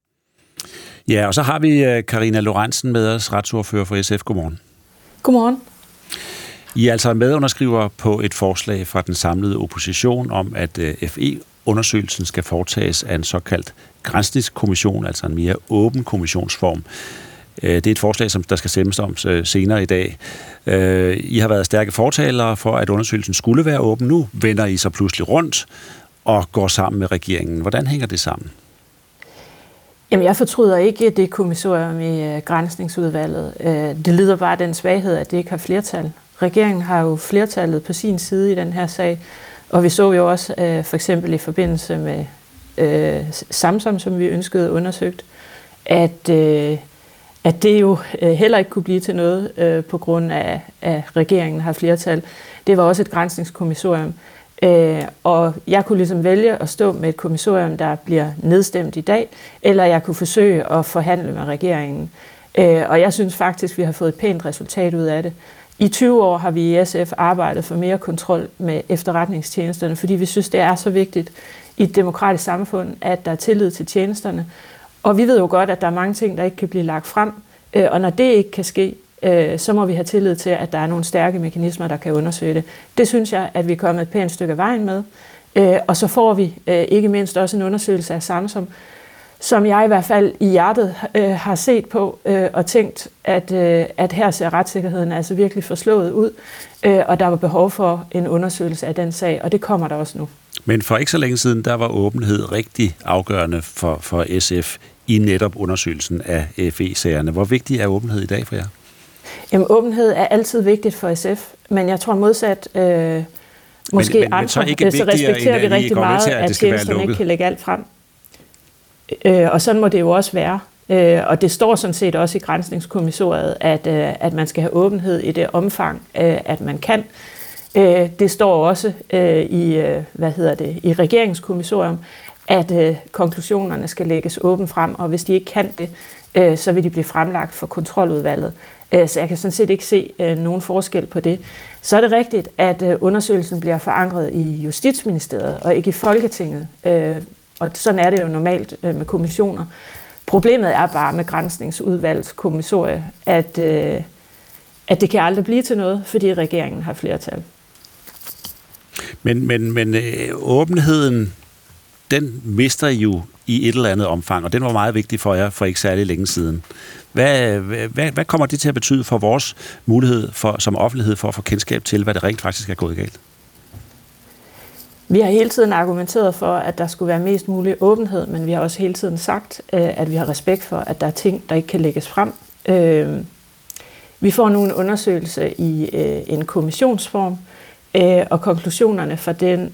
Ja, og så har vi Karina Lorentzen med os, retsordfører for S F. Godmorgen. Godmorgen. I er altså medunderskriver på et forslag fra den samlede opposition om, at F E-undersøgelsen skal foretages af en såkaldt granskningskommission, altså en mere åben kommissionsform. Det er et forslag, som der skal stemmes om senere i dag. I har været stærke fortalere for, at undersøgelsen skulle være åben. Nu vender I så pludselig rundt og går sammen med regeringen. Hvordan hænger det sammen? Jamen, jeg fortryder ikke det kommissorium i granskningsudvalget. Det lider bare den svaghed, at det ikke har flertal. Regeringen har jo flertallet på sin side i den her sag, og vi så jo også øh, for eksempel i forbindelse med øh, Samsung, som vi ønskede undersøgt, at, øh, at det jo øh, heller ikke kunne blive til noget øh, på grund af, at regeringen har flertal. Det var også et granskningskommissorium, øh, og jeg kunne ligesom vælge at stå med et kommissorium, der bliver nedstemt i dag, eller jeg kunne forsøge at forhandle med regeringen. Øh, og jeg synes faktisk, vi har fået et pænt resultat ud af det. I tyve år har vi i S F arbejdet for mere kontrol med efterretningstjenesterne, fordi vi synes, det er så vigtigt i et demokratisk samfund, at der er tillid til tjenesterne. Og vi ved jo godt, at der er mange ting, der ikke kan blive lagt frem, og når det ikke kan ske, så må vi have tillid til, at der er nogle stærke mekanismer, der kan undersøge det. Det synes jeg, at vi er kommet et pænt stykke af vejen med. Og så får vi ikke mindst også en undersøgelse af Samsung, som jeg i hvert fald i hjertet øh, har set på øh, og tænkt, at, øh, at her ser retssikkerheden altså virkelig forslået ud, øh, og der var behov for en undersøgelse af den sag, og det kommer der også nu. Men for ikke så længe siden, der var åbenhed rigtig afgørende for, for S F i netop undersøgelsen af F E-sagerne. Hvor vigtig er åbenhed i dag for jer? Jamen, åbenhed er altid vigtigt for S F, men jeg tror modsat øh, måske men, men, andre, men så, ikke så respekterer vi rigtig meget, at, at tjenesterne ikke kan lægge alt frem. Øh, og sådan må det jo også være. Øh, og det står sådan set også i granskningskommissoriet, at, øh, at man skal have åbenhed i det omfang, øh, at man kan. Øh, det står også øh, i, øh, hvad hedder det, i regeringskommissorium, at øh, konklusionerne skal lægges åbent frem, og hvis de ikke kan det, øh, så vil de blive fremlagt for kontroludvalget. Øh, så jeg kan sådan set ikke se øh, nogen forskel på det. Så er det rigtigt, at øh, undersøgelsen bliver forankret i Justitsministeriet og ikke i Folketinget. Øh, Og sådan er det jo normalt med kommissioner. Problemet er bare med granskningsudvalgets kommissorie, at, øh, at det kan aldrig blive til noget, fordi regeringen har flertal. Men, men, men øh, åbenheden, den mister jo i et eller andet omfang, og den var meget vigtig for jer for ikke særlig længe siden. Hvad, hvad, hvad kommer det til at betyde for vores mulighed for, som offentlighed for at få kendskab til, hvad det rent faktisk er gået galt? Vi har hele tiden argumenteret for, at der skulle være mest mulig åbenhed, men vi har også hele tiden sagt, at vi har respekt for, at der er ting, der ikke kan lægges frem. Vi får nu en undersøgelse i en kommissionsform, og konklusionerne fra den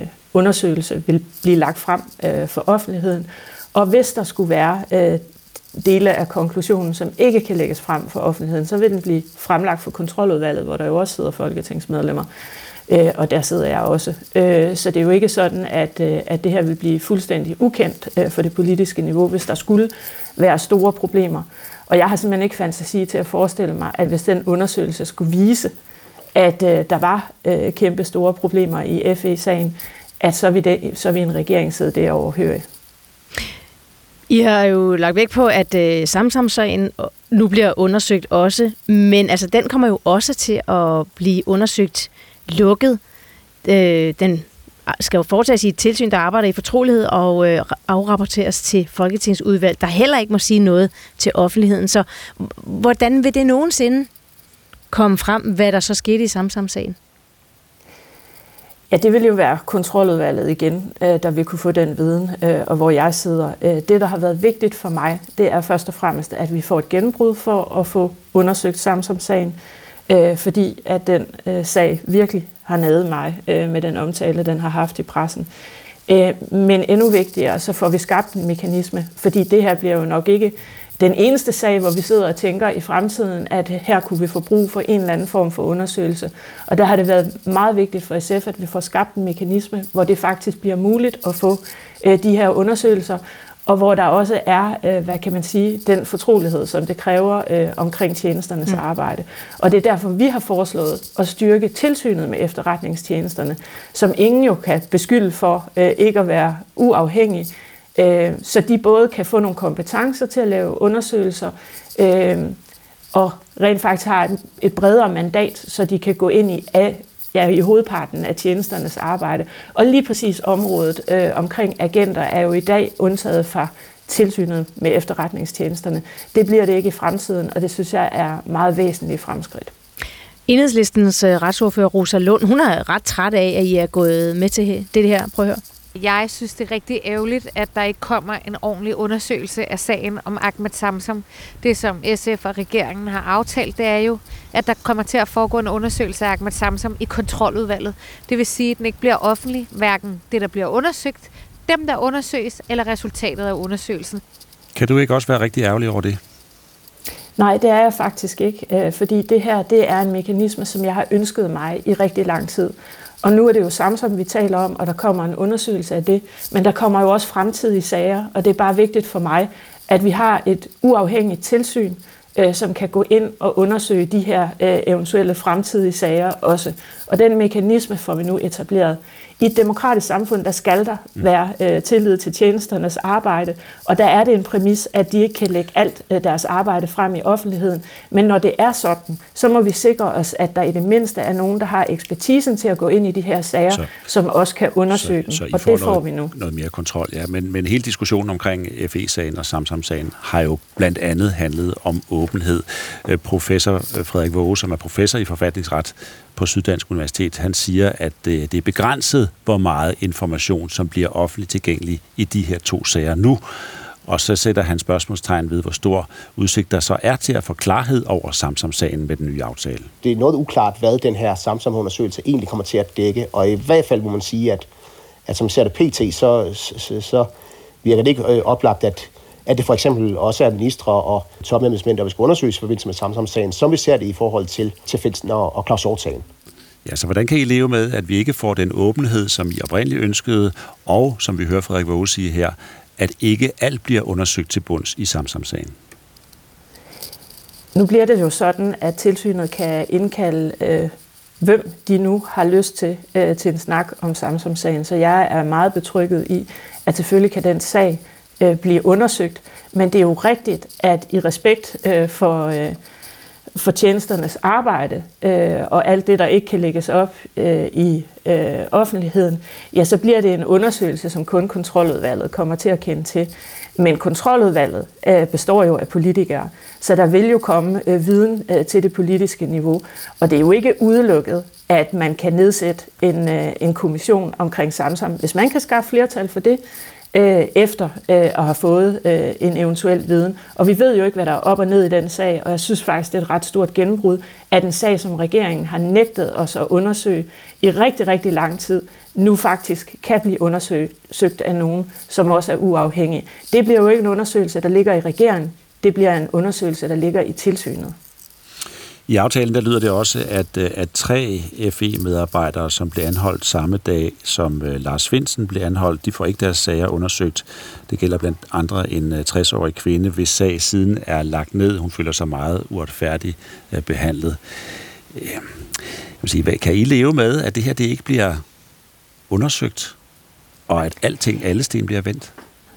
undersøgelse vil blive lagt frem for offentligheden. Og hvis der skulle være dele af konklusionen, som ikke kan lægges frem for offentligheden, så vil den blive fremlagt for kontroludvalget, hvor der jo også sidder folketingsmedlemmer. Øh, og der sidder jeg også. Øh, så det er jo ikke sådan, at, øh, at det her vil blive fuldstændig ukendt øh, for det politiske niveau, hvis der skulle være store problemer. Og jeg har simpelthen ikke fantasi til at forestille mig, at hvis den undersøgelse skulle vise, at øh, der var øh, kæmpe store problemer i F E-sagen, at så vil, det, så vil en regering sidde det overhøre. I har jo lagt vægt på, at øh, Samsam-sagen nu bliver undersøgt også, men altså, den kommer jo også til at blive undersøgt lukket. Øh, den skal jo foretages i et tilsyn, der arbejder i fortrolighed og øh, afrapporteres til Folketingsudvalg, der heller ikke må sige noget til offentligheden. Så hvordan vil det nogensinde komme frem, hvad der så skete i Samsam-sagen? Ja, det vil jo være kontroludvalget igen, der vil kunne få den viden, og hvor jeg sidder. Det, der har været vigtigt for mig, det er først og fremmest, at vi får et gennembrud for at få undersøgt Samsam-sagen, fordi at den sag virkelig har naget mig med den omtale, den har haft i pressen. Men endnu vigtigere, så får vi skabt en mekanisme, fordi det her bliver jo nok ikke den eneste sag, hvor vi sidder og tænker i fremtiden, at her kunne vi få brug for en eller anden form for undersøgelse. Og der har det været meget vigtigt for S F, at vi får skabt en mekanisme, hvor det faktisk bliver muligt at få øh, de her undersøgelser, og hvor der også er, øh, hvad kan man sige, den fortrolighed, som det kræver øh, omkring tjenesternes mm. arbejde. Og det er derfor, vi har foreslået at styrke tilsynet med efterretningstjenesterne, som ingen jo kan beskylde for øh, ikke at være uafhængige, så de både kan få nogle kompetencer til at lave undersøgelser, øh, og rent faktisk har et, et bredere mandat, så de kan gå ind i, ja, i hovedparten af tjenesternes arbejde. Og lige præcis området øh, omkring agenter er jo i dag undtaget fra tilsynet med efterretningstjenesterne. Det bliver det ikke i fremtiden, og det synes jeg er meget væsentligt fremskridt. Enhedslistens retsordfører Rosa Lund, hun er ret træt af, at I er gået med til det her. Prøv at høre. Jeg synes, det er rigtig ærgerligt, at der ikke kommer en ordentlig undersøgelse af sagen om Ahmed Samsam. Det, som S F og regeringen har aftalt, det er jo, at der kommer til at foregå en undersøgelse af Ahmed Samsam i kontroludvalget. Det vil sige, at den ikke bliver offentlig, hverken det, der bliver undersøgt, dem, der undersøges, eller resultatet af undersøgelsen. Kan du ikke også være rigtig ærgerlig over det? Nej, det er jeg faktisk ikke, fordi det her, det er en mekanisme, som jeg har ønsket mig i rigtig lang tid. Og nu er det jo Samsam, vi taler om, og der kommer en undersøgelse af det. Men der kommer jo også fremtidige sager, og det er bare vigtigt for mig, at vi har et uafhængigt tilsyn, øh, som kan gå ind og undersøge de her øh, eventuelle fremtidige sager også. Og den mekanisme får vi nu etableret. I et demokratisk samfund, der skal der være øh, tillid til tjenesternes arbejde, og der er det en præmis, at de ikke kan lægge alt øh, deres arbejde frem i offentligheden. Men når det er sådan, så må vi sikre os, at der i det mindste er nogen, der har ekspertisen til at gå ind i de her sager, så, som også kan undersøge så, dem, så og det får noget, vi nu. Noget mere kontrol, ja. Men, men hele diskussionen omkring F E-sagen og Samsam-sagen har jo blandt andet handlet om åbenhed. Professor Frederik Waage, som er professor i forfatningsret på Syddansk Universitet, han siger, at det er begrænset, hvor meget information, som bliver offentligt tilgængelig i de her to sager nu. Og så sætter han spørgsmålstegn ved, hvor stor udsigt der så er til at få klarhed over Samsam-sagen med den nye aftale. Det er noget uklart, hvad den her Samsam-undersøgelse egentlig kommer til at dække, og i hvert fald må man sige, at, at som ser det P T, så, så, så virker det ikke oplagt, at at det for eksempel også er ministre og topembedsmænd, der vil skulle undersøges i forbindelse med Samsam-sagen, som vi ser det i forhold til, til Findsen og, og Claus Hjort-sagen. Ja, så hvordan kan I leve med, at vi ikke får den åbenhed, som I oprindeligt ønskede, og som vi hører Frederik Waage sige her, at ikke alt bliver undersøgt til bunds i Samsam-sagen? Nu bliver det jo sådan, at tilsynet kan indkalde, øh, hvem de nu har lyst til, øh, til en snak om Samsam-sagen. Så jeg er meget betrygget i, at selvfølgelig kan den sag øh, blive undersøgt. Men det er jo rigtigt, at i respekt øh, for, øh, for tjenesternes arbejde øh, og alt det, der ikke kan lægges op øh, i øh, offentligheden, ja, så bliver det en undersøgelse, som kun kontroludvalget kommer til at kende til. Men kontroludvalget øh, består jo af politikere, så der vil jo komme øh, viden øh, til det politiske niveau. Og det er jo ikke udelukket, at man kan nedsætte en, øh, en kommission omkring Samsam. Hvis man kan skaffe flertal for det, øh, efter øh, at have fået øh, en eventuel viden. Og vi ved jo ikke, hvad der er op og ned i den sag, og jeg synes faktisk, det er et ret stort gennembrud, at en sag, som regeringen har nægtet os at undersøge i rigtig, rigtig lang tid, nu faktisk kan blive undersøgt af nogen, som også er uafhængige. Det bliver jo ikke en undersøgelse, der ligger i regeringen. det bliver en undersøgelse, der ligger i tilsynet. I aftalen der lyder det også, at, at tre F E-medarbejdere, som blev anholdt samme dag, som uh, Lars Findsen blev anholdt, de får ikke deres sager undersøgt. Det gælder blandt andre en uh, tres-årig kvinde, hvis sag siden er lagt ned. Hun føler sig meget uretfærdigt uh, behandlet. Uh, jeg vil sige, hvad, kan I leve med, at det her det ikke bliver undersøgt, og at alting, alle sten bliver vendt?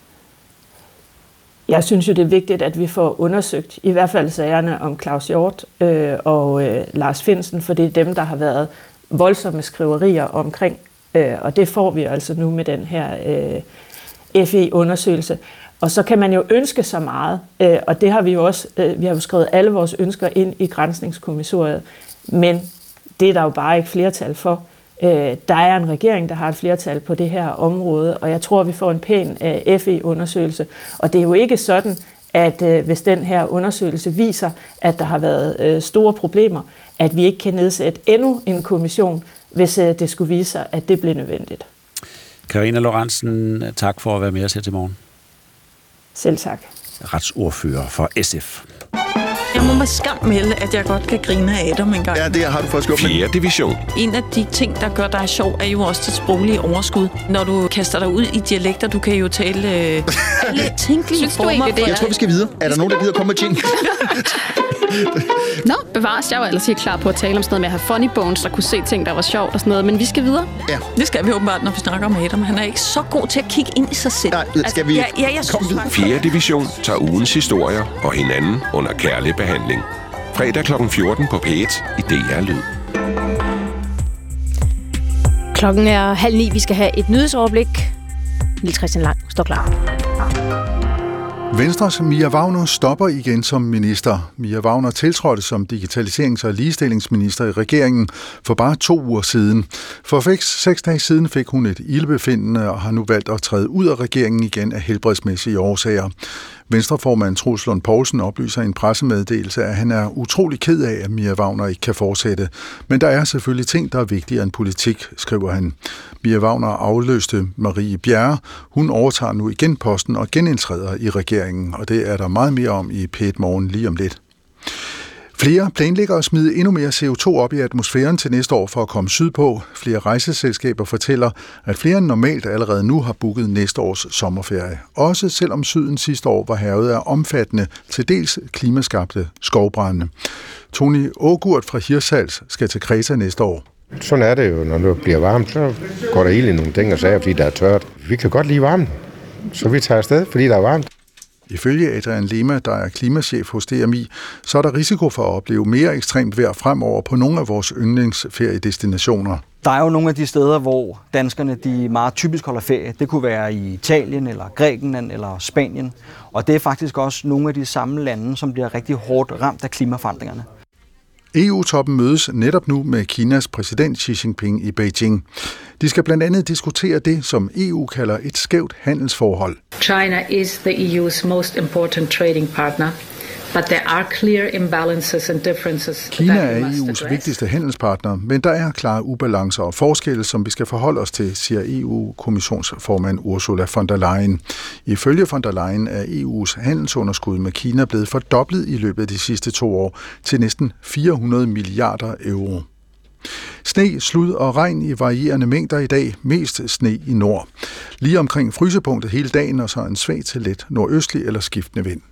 Jeg synes jo, det er vigtigt, at vi får undersøgt i hvert fald sagerne om Claus Hjort øh, og øh, Lars Findsen, for det er dem, der har været voldsomme skriverier omkring, øh, og det får vi altså nu med den her øh, F E-undersøgelse. Og så kan man jo ønske så meget, øh, og det har vi jo også, øh, vi har jo skrevet alle vores ønsker ind i granskningskommissoriet, men det er der jo bare ikke flertal for. Der er en regering, der har et flertal på det her område, og jeg tror, vi får en pæn F E-undersøgelse. Og det er jo ikke sådan, at hvis den her undersøgelse viser, at der har været store problemer, at vi ikke kan nedsætte endnu en kommission, hvis det skulle vise sig, at det bliver nødvendigt. Karina Lorentzen, tak for at være med os her til morgen. Selv tak. Retsordfører for S F. Jeg må med skam melde, at jeg godt kan grine af Adam en gang. Ja, det har du fået skubben. fjerde division. En af de ting, der gør dig sjov, er jo også dit sproglige overskud. Når du kaster dig ud i dialekter, du kan jo tale øh, alle tænkelige former. Det? Jeg tror, vi skal videre. Er der nogen, der gider komme med ting? Nå, bevares. Jeg var ellers helt klar på at tale om sådan noget med at have funny bones, der kunne se ting, der var sjovt og sådan noget. Men vi skal videre. Ja. Det skal vi åbenbart, når vi snakker om Adam. Han er ikke så god til at kigge ind i sig selv. Nej, skal altså, vi ja, ja, jeg synes, fjerde division tager ugens historier og hinanden under kærlig behandling. Fredag klokken fjorten på P et i D R Lyd. Klokken er halv ni. Vi skal have et nyhedsoverblik. Niels Christian Lang står klar. Venstres Mia Wagner stopper igen som minister. Mia Wagner tiltrådte som digitaliserings- og ligestillingsminister i regeringen for bare to uger siden. For seks dage siden fik hun et ildbefindende og har nu valgt at træde ud af regeringen igen af helbredsmæssige årsager. Venstreformand Troels Lund Poulsen oplyser i en pressemeddelelse, at han er utrolig ked af, at Mia Wagner ikke kan fortsætte. Men der er selvfølgelig ting, der er vigtigere end politik, skriver han. Mia Wagner afløste Marie Bjerre. Hun overtager nu igen posten og genindtræder i regeringen, og det er der meget mere om i P et Morgen lige om lidt. Flere planlægger at smide endnu mere C O to op i atmosfæren til næste år for at komme sydpå. Flere rejseselskaber fortæller, at flere end normalt allerede nu har booket næste års sommerferie. Også selvom syden sidste år var hærget af omfattende, til dels klimaskabte skovbrande. Tony Ågurt fra Hirtshals skal til Kreta næste år. Sådan er det jo, når det bliver varmt, så går der ild i nogle ting og sager, fordi der er tørt. Vi kan godt lide varmen, så vi tager afsted, fordi der er varmt. Ifølge Adrian Lema, der er klimachef hos D M I, så er der risiko for at opleve mere ekstremt vejr fremover på nogle af vores yndlingsferiedestinationer. Der er jo nogle af de steder, hvor danskerne de meget typisk holder ferie. Det kunne være i Italien, eller Grækenland, eller Spanien. Og det er faktisk også nogle af de samme lande, som bliver rigtig hårdt ramt af klimaforandringerne. E U-toppen mødes netop nu med Kinas præsident Xi Jinping i Beijing. De skal blandt andet diskutere det, som E U kalder et skævt handelsforhold. China is the E U's most important trading partner, but there are clear imbalances and differences. Kina er E U's vigtigste handelspartner, men der er klare ubalancer og forskelle, som vi skal forholde os til, siger E U-kommissionsformand Ursula von der Leyen. Ifølge von der Leyen er E U's handelsunderskud med Kina blevet fordoblet i løbet af de sidste to år til næsten fire hundrede milliarder euro. Sne, slud og regn i varierende mængder i dag, mest sne i nord. Lige omkring frysepunktet hele dagen, og så en svag til let nordøstlig eller skiftende vind.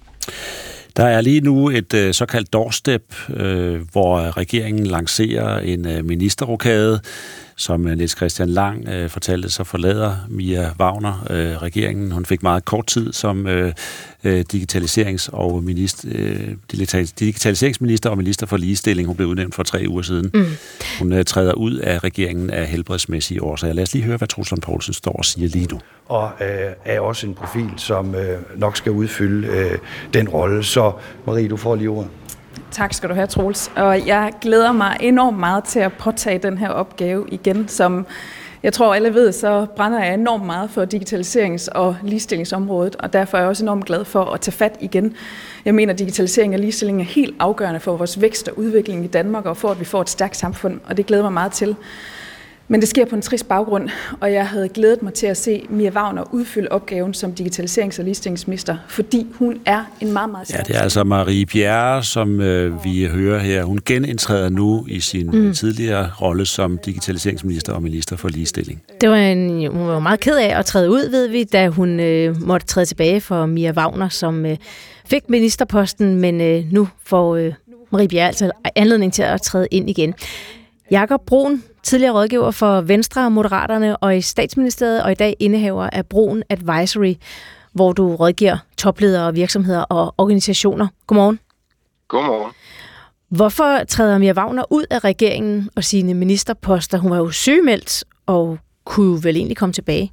Der er lige nu et øh, såkaldt doorstep, øh, hvor regeringen lancerer en øh, ministerrokade, som Niels Christian Lang øh, fortalte, så forlader Mia Wagner øh, regeringen. Hun fik meget kort tid som øh, digitaliserings- og minister, øh, digitaliseringsminister og minister for ligestilling. Hun blev udnævnt for tre uger siden. Mm. Hun øh, træder ud af regeringen af helbredsmæssige årsager. Lad os lige høre, hvad Troels Lund Poulsen står og siger lige nu. Og øh, er også en profil, som øh, nok skal udfylde øh, den rolle. Så Marie, du får lige ordet. Tak skal du have, Troels. Og jeg glæder mig enormt meget til at påtage den her opgave igen. Som jeg tror, alle ved, så brænder jeg enormt meget for digitaliserings- og ligestillingsområdet, og derfor er jeg også enormt glad for at tage fat igen. Jeg mener, at digitalisering og ligestilling er helt afgørende for vores vækst og udvikling i Danmark, og for at vi får et stærkt samfund, og det glæder mig meget til. Men det sker på en trist baggrund, og jeg havde glædet mig til at se Mia Wagner udfylde opgaven som digitaliserings- og ligestillingsminister, fordi hun er en meget, meget stærk. Ja, det er altså Marie Bjerre, som øh, vi hører her. Hun genindtræder nu i sin mm. tidligere rolle som digitaliseringsminister og minister for ligestilling. Det var en, hun var meget ked af at træde ud, ved vi, da hun øh, måtte træde tilbage for Mia Wagner, som øh, fik ministerposten, men øh, nu får øh, Marie Bjerre altså anledning til at træde ind igen. Jakob Bruun, tidligere rådgiver for Venstre og Moderaterne og i Statsministeriet, og i dag indehaver af Bruun Advisory, hvor du rådgiver topledere, virksomheder og organisationer. Godmorgen. Godmorgen. Hvorfor træder Mia Wagner ud af regeringen og sine ministerposter? Hun var jo sygemeldt og kunne vel egentlig komme tilbage?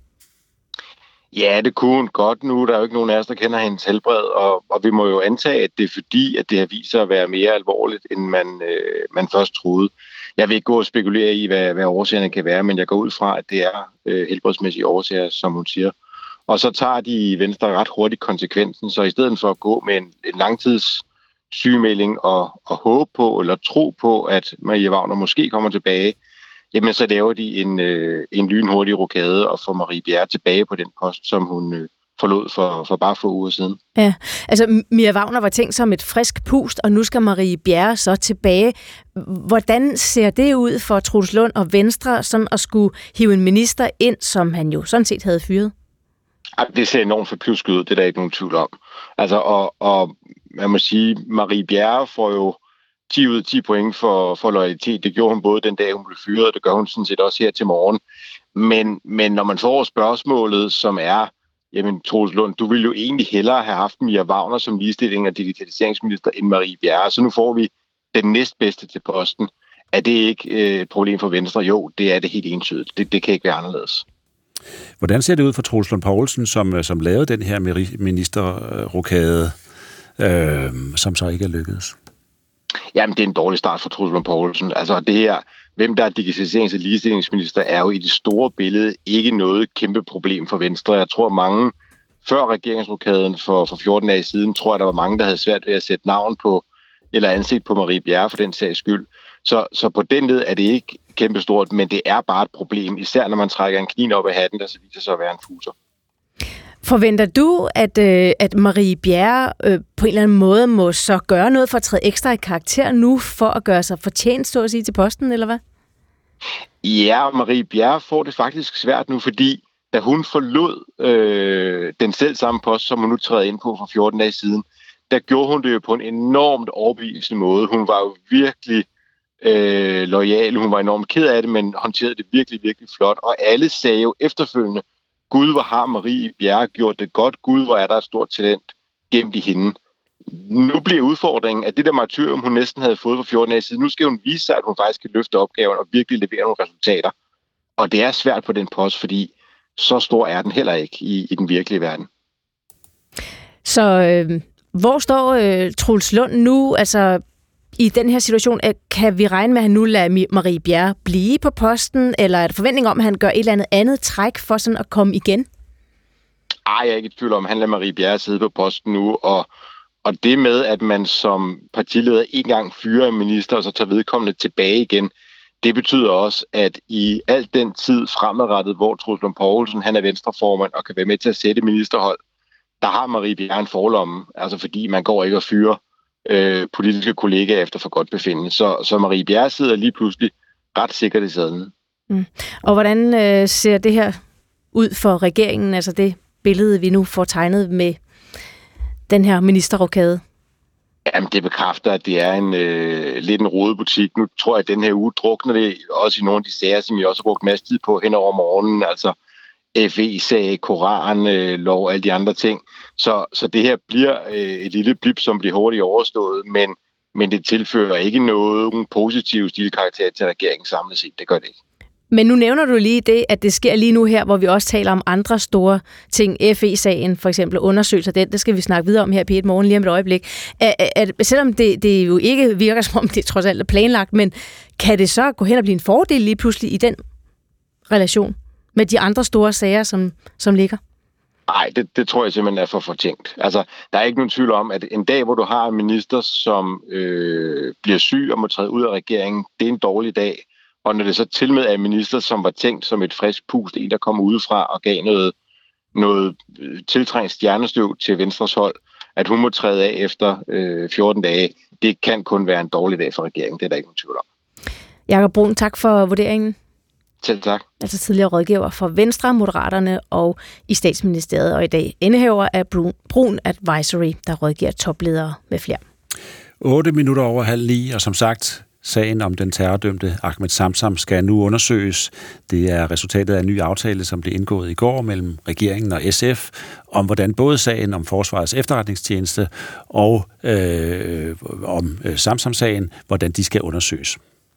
Ja, det kunne hun godt nu. Der er jo ikke nogen af os, der kender hendes helbred, og, og vi må jo antage, at det er fordi, at det har vist sig at være mere alvorligt, end man, øh, man først troede. Jeg vil ikke gå og spekulere i, hvad, hvad årsagerne kan være, men jeg går ud fra, at det er øh, helbredsmæssige årsager, som hun siger. Og så tager de i Venstre ret hurtigt konsekvensen, så i stedet for at gå med en, en langtids sygemelding og, og håbe på, eller tro på, at Marie Wagner måske kommer tilbage, jamen så laver de en, øh, en lynhurtig rokade og får Marie Bjerre tilbage på den post, som hun øh, forlod for, for bare få uger siden. Ja, altså Mia Wagner var tænkt som et frisk pust, og nu skal Marie Bjerre så tilbage. Hvordan ser det ud for Troels Lund og Venstre, sådan at skulle hive en minister ind, som han jo sådan set havde fyret? Det ser enormt forplusket ud, det er der ikke nogen tvivl om. Altså, og, og man må sige, Marie Bjerre får jo ti ud af ti point for, for loyalitet. Det gjorde hun både den dag, hun blev fyret, og det gør hun sådan set også her til morgen. Men, men når man får spørgsmålet, som er, jamen Troels Lund, du ville jo egentlig hellere have haft Mia Wagner som ligestilling og digitaliseringsminister end Marie Bjerre, så nu får vi den næstbedste til posten. Er det ikke øh, et problem for Venstre? Jo, det er det helt entydigt. Det, det kan ikke være anderledes. Hvordan ser det ud for Troels Lund Poulsen, som, som lavede den her ministerrokade, øh, som så ikke er lykkedes? Jamen, det er en dårlig start for Troels Lund Poulsen. Altså, det her, hvem der er digitaliserings- og ligestillingsminister, er jo i det store billede ikke noget kæmpe problem for Venstre. Jeg tror, mange før regeringsrokaden for, for fjorten dage siden, tror jeg, der var mange, der havde svært ved at sætte navn på, eller ansigt på Marie Bjerre for den sags skyld. Så, så på den led er det ikke kæmpestort, men det er bare et problem, især når man trækker en kniv op af hatten, der så viser sig at være en fuser. Forventer du, at, øh, at Marie Bjerre øh, på en eller anden måde må så gøre noget for at træde ekstra i karakter nu, for at gøre sig fortjent, så at sige, til posten, eller hvad? Ja, Marie Bjerre får det faktisk svært nu, fordi da hun forlod øh, den selv samme post, som hun nu træder ind på for fjorten dage siden, der gjorde hun det jo på en enormt overbevisende måde. Hun var jo virkelig øh, loyal, hun var enormt ked af det, men håndterede det virkelig, virkelig flot. Og alle sagde jo efterfølgende, Gud, hvor har Marie Bjerre gjort det godt. Gud, hvor er der et stort talent gemt i hende. Nu bliver udfordringen, at det der martyrium, hun næsten havde fået for fjorten dage siden, nu skal hun vise sig, at hun faktisk kan løfte opgaven og virkelig levere nogle resultater. Og det er svært på den post, fordi så stor er den heller ikke i, i den virkelige verden. Så øh, hvor står øh, Troels Lund nu? Altså, i den her situation, kan vi regne med, at han nu lader Marie Bjerre blive på posten, eller er der forventning om, at han gør et eller andet andet træk for sådan at komme igen? Ej, jeg er ikke i tvivl om, at han lader Marie Bjerre sidde på posten nu, og, og det med, at man som partileder ikke engang fyrer en minister, og så tager vedkommende tilbage igen, det betyder også, at i al den tid fremadrettet, hvor Troels Lund Poulsen, han er venstreformand og kan være med til at sætte ministerhold, der har Marie Bjerre en forlomme, altså fordi man går ikke og fyrer Øh, politiske kollegaer efter for godt befindende. Så, så Marie Bjerre sidder lige pludselig ret sikkert i sadlen. Mm. Og hvordan øh, ser det her ud for regeringen, altså det billede, vi nu får tegnet med den her ministerrokade? Jamen, det bekræfter, at det er en øh, lidt en rodebutik. Nu tror jeg, at den her uge drukner det også i nogle af de sager, som jeg også har brugt masser tid på hen over morgenen, altså F E-sag, Koran-lov og alle de andre ting. Så, så det her bliver øh, et lille blip, som bliver hurtigt overstået, men, men det tilfører ikke noget positiv stilkarakter til regeringen samlet set. Det gør det ikke. Men nu nævner du lige det, at det sker lige nu her, hvor vi også taler om andre store ting. F E-sagen for eksempel, undersøgelser den, det skal vi snakke videre om her på et morgen lige om et øjeblik. At, at, selvom det, det jo ikke virker som om det trods alt er planlagt, men kan det så gå hen og blive en fordel lige pludselig i den relation med de andre store sager, som, som ligger? Nej, det, det tror jeg simpelthen er for fortænkt. Altså, der er ikke nogen tvivl om, at en dag, hvor du har en minister, som øh, bliver syg og må træde ud af regeringen, det er en dårlig dag. Og når det så til med er en minister, som var tænkt som et frisk pust, en der kommer udefra og gav noget, noget tiltrængt stjernestøv til Venstres hold, at hun må træde af efter øh, fjorten dage, det kan kun være en dårlig dag for regeringen. Det er der ikke nogen tvivl om. Jakob Brun, tak for vurderingen. Selv tak. Altså tidligere rådgiver for Venstre, Moderaterne og i Statsministeriet, og i dag indehaver af Brun Advisory, der rådgiver topledere med flere. otte minutter over halv ni, og som sagt, sagen om den terrordømte Ahmed Samsam skal nu undersøges. Det er resultatet af en ny aftale, som blev indgået i går mellem regeringen og S F, om hvordan både sagen om Forsvarets efterretningstjeneste og øh, om øh, Samsam-sagen, hvordan de skal undersøges.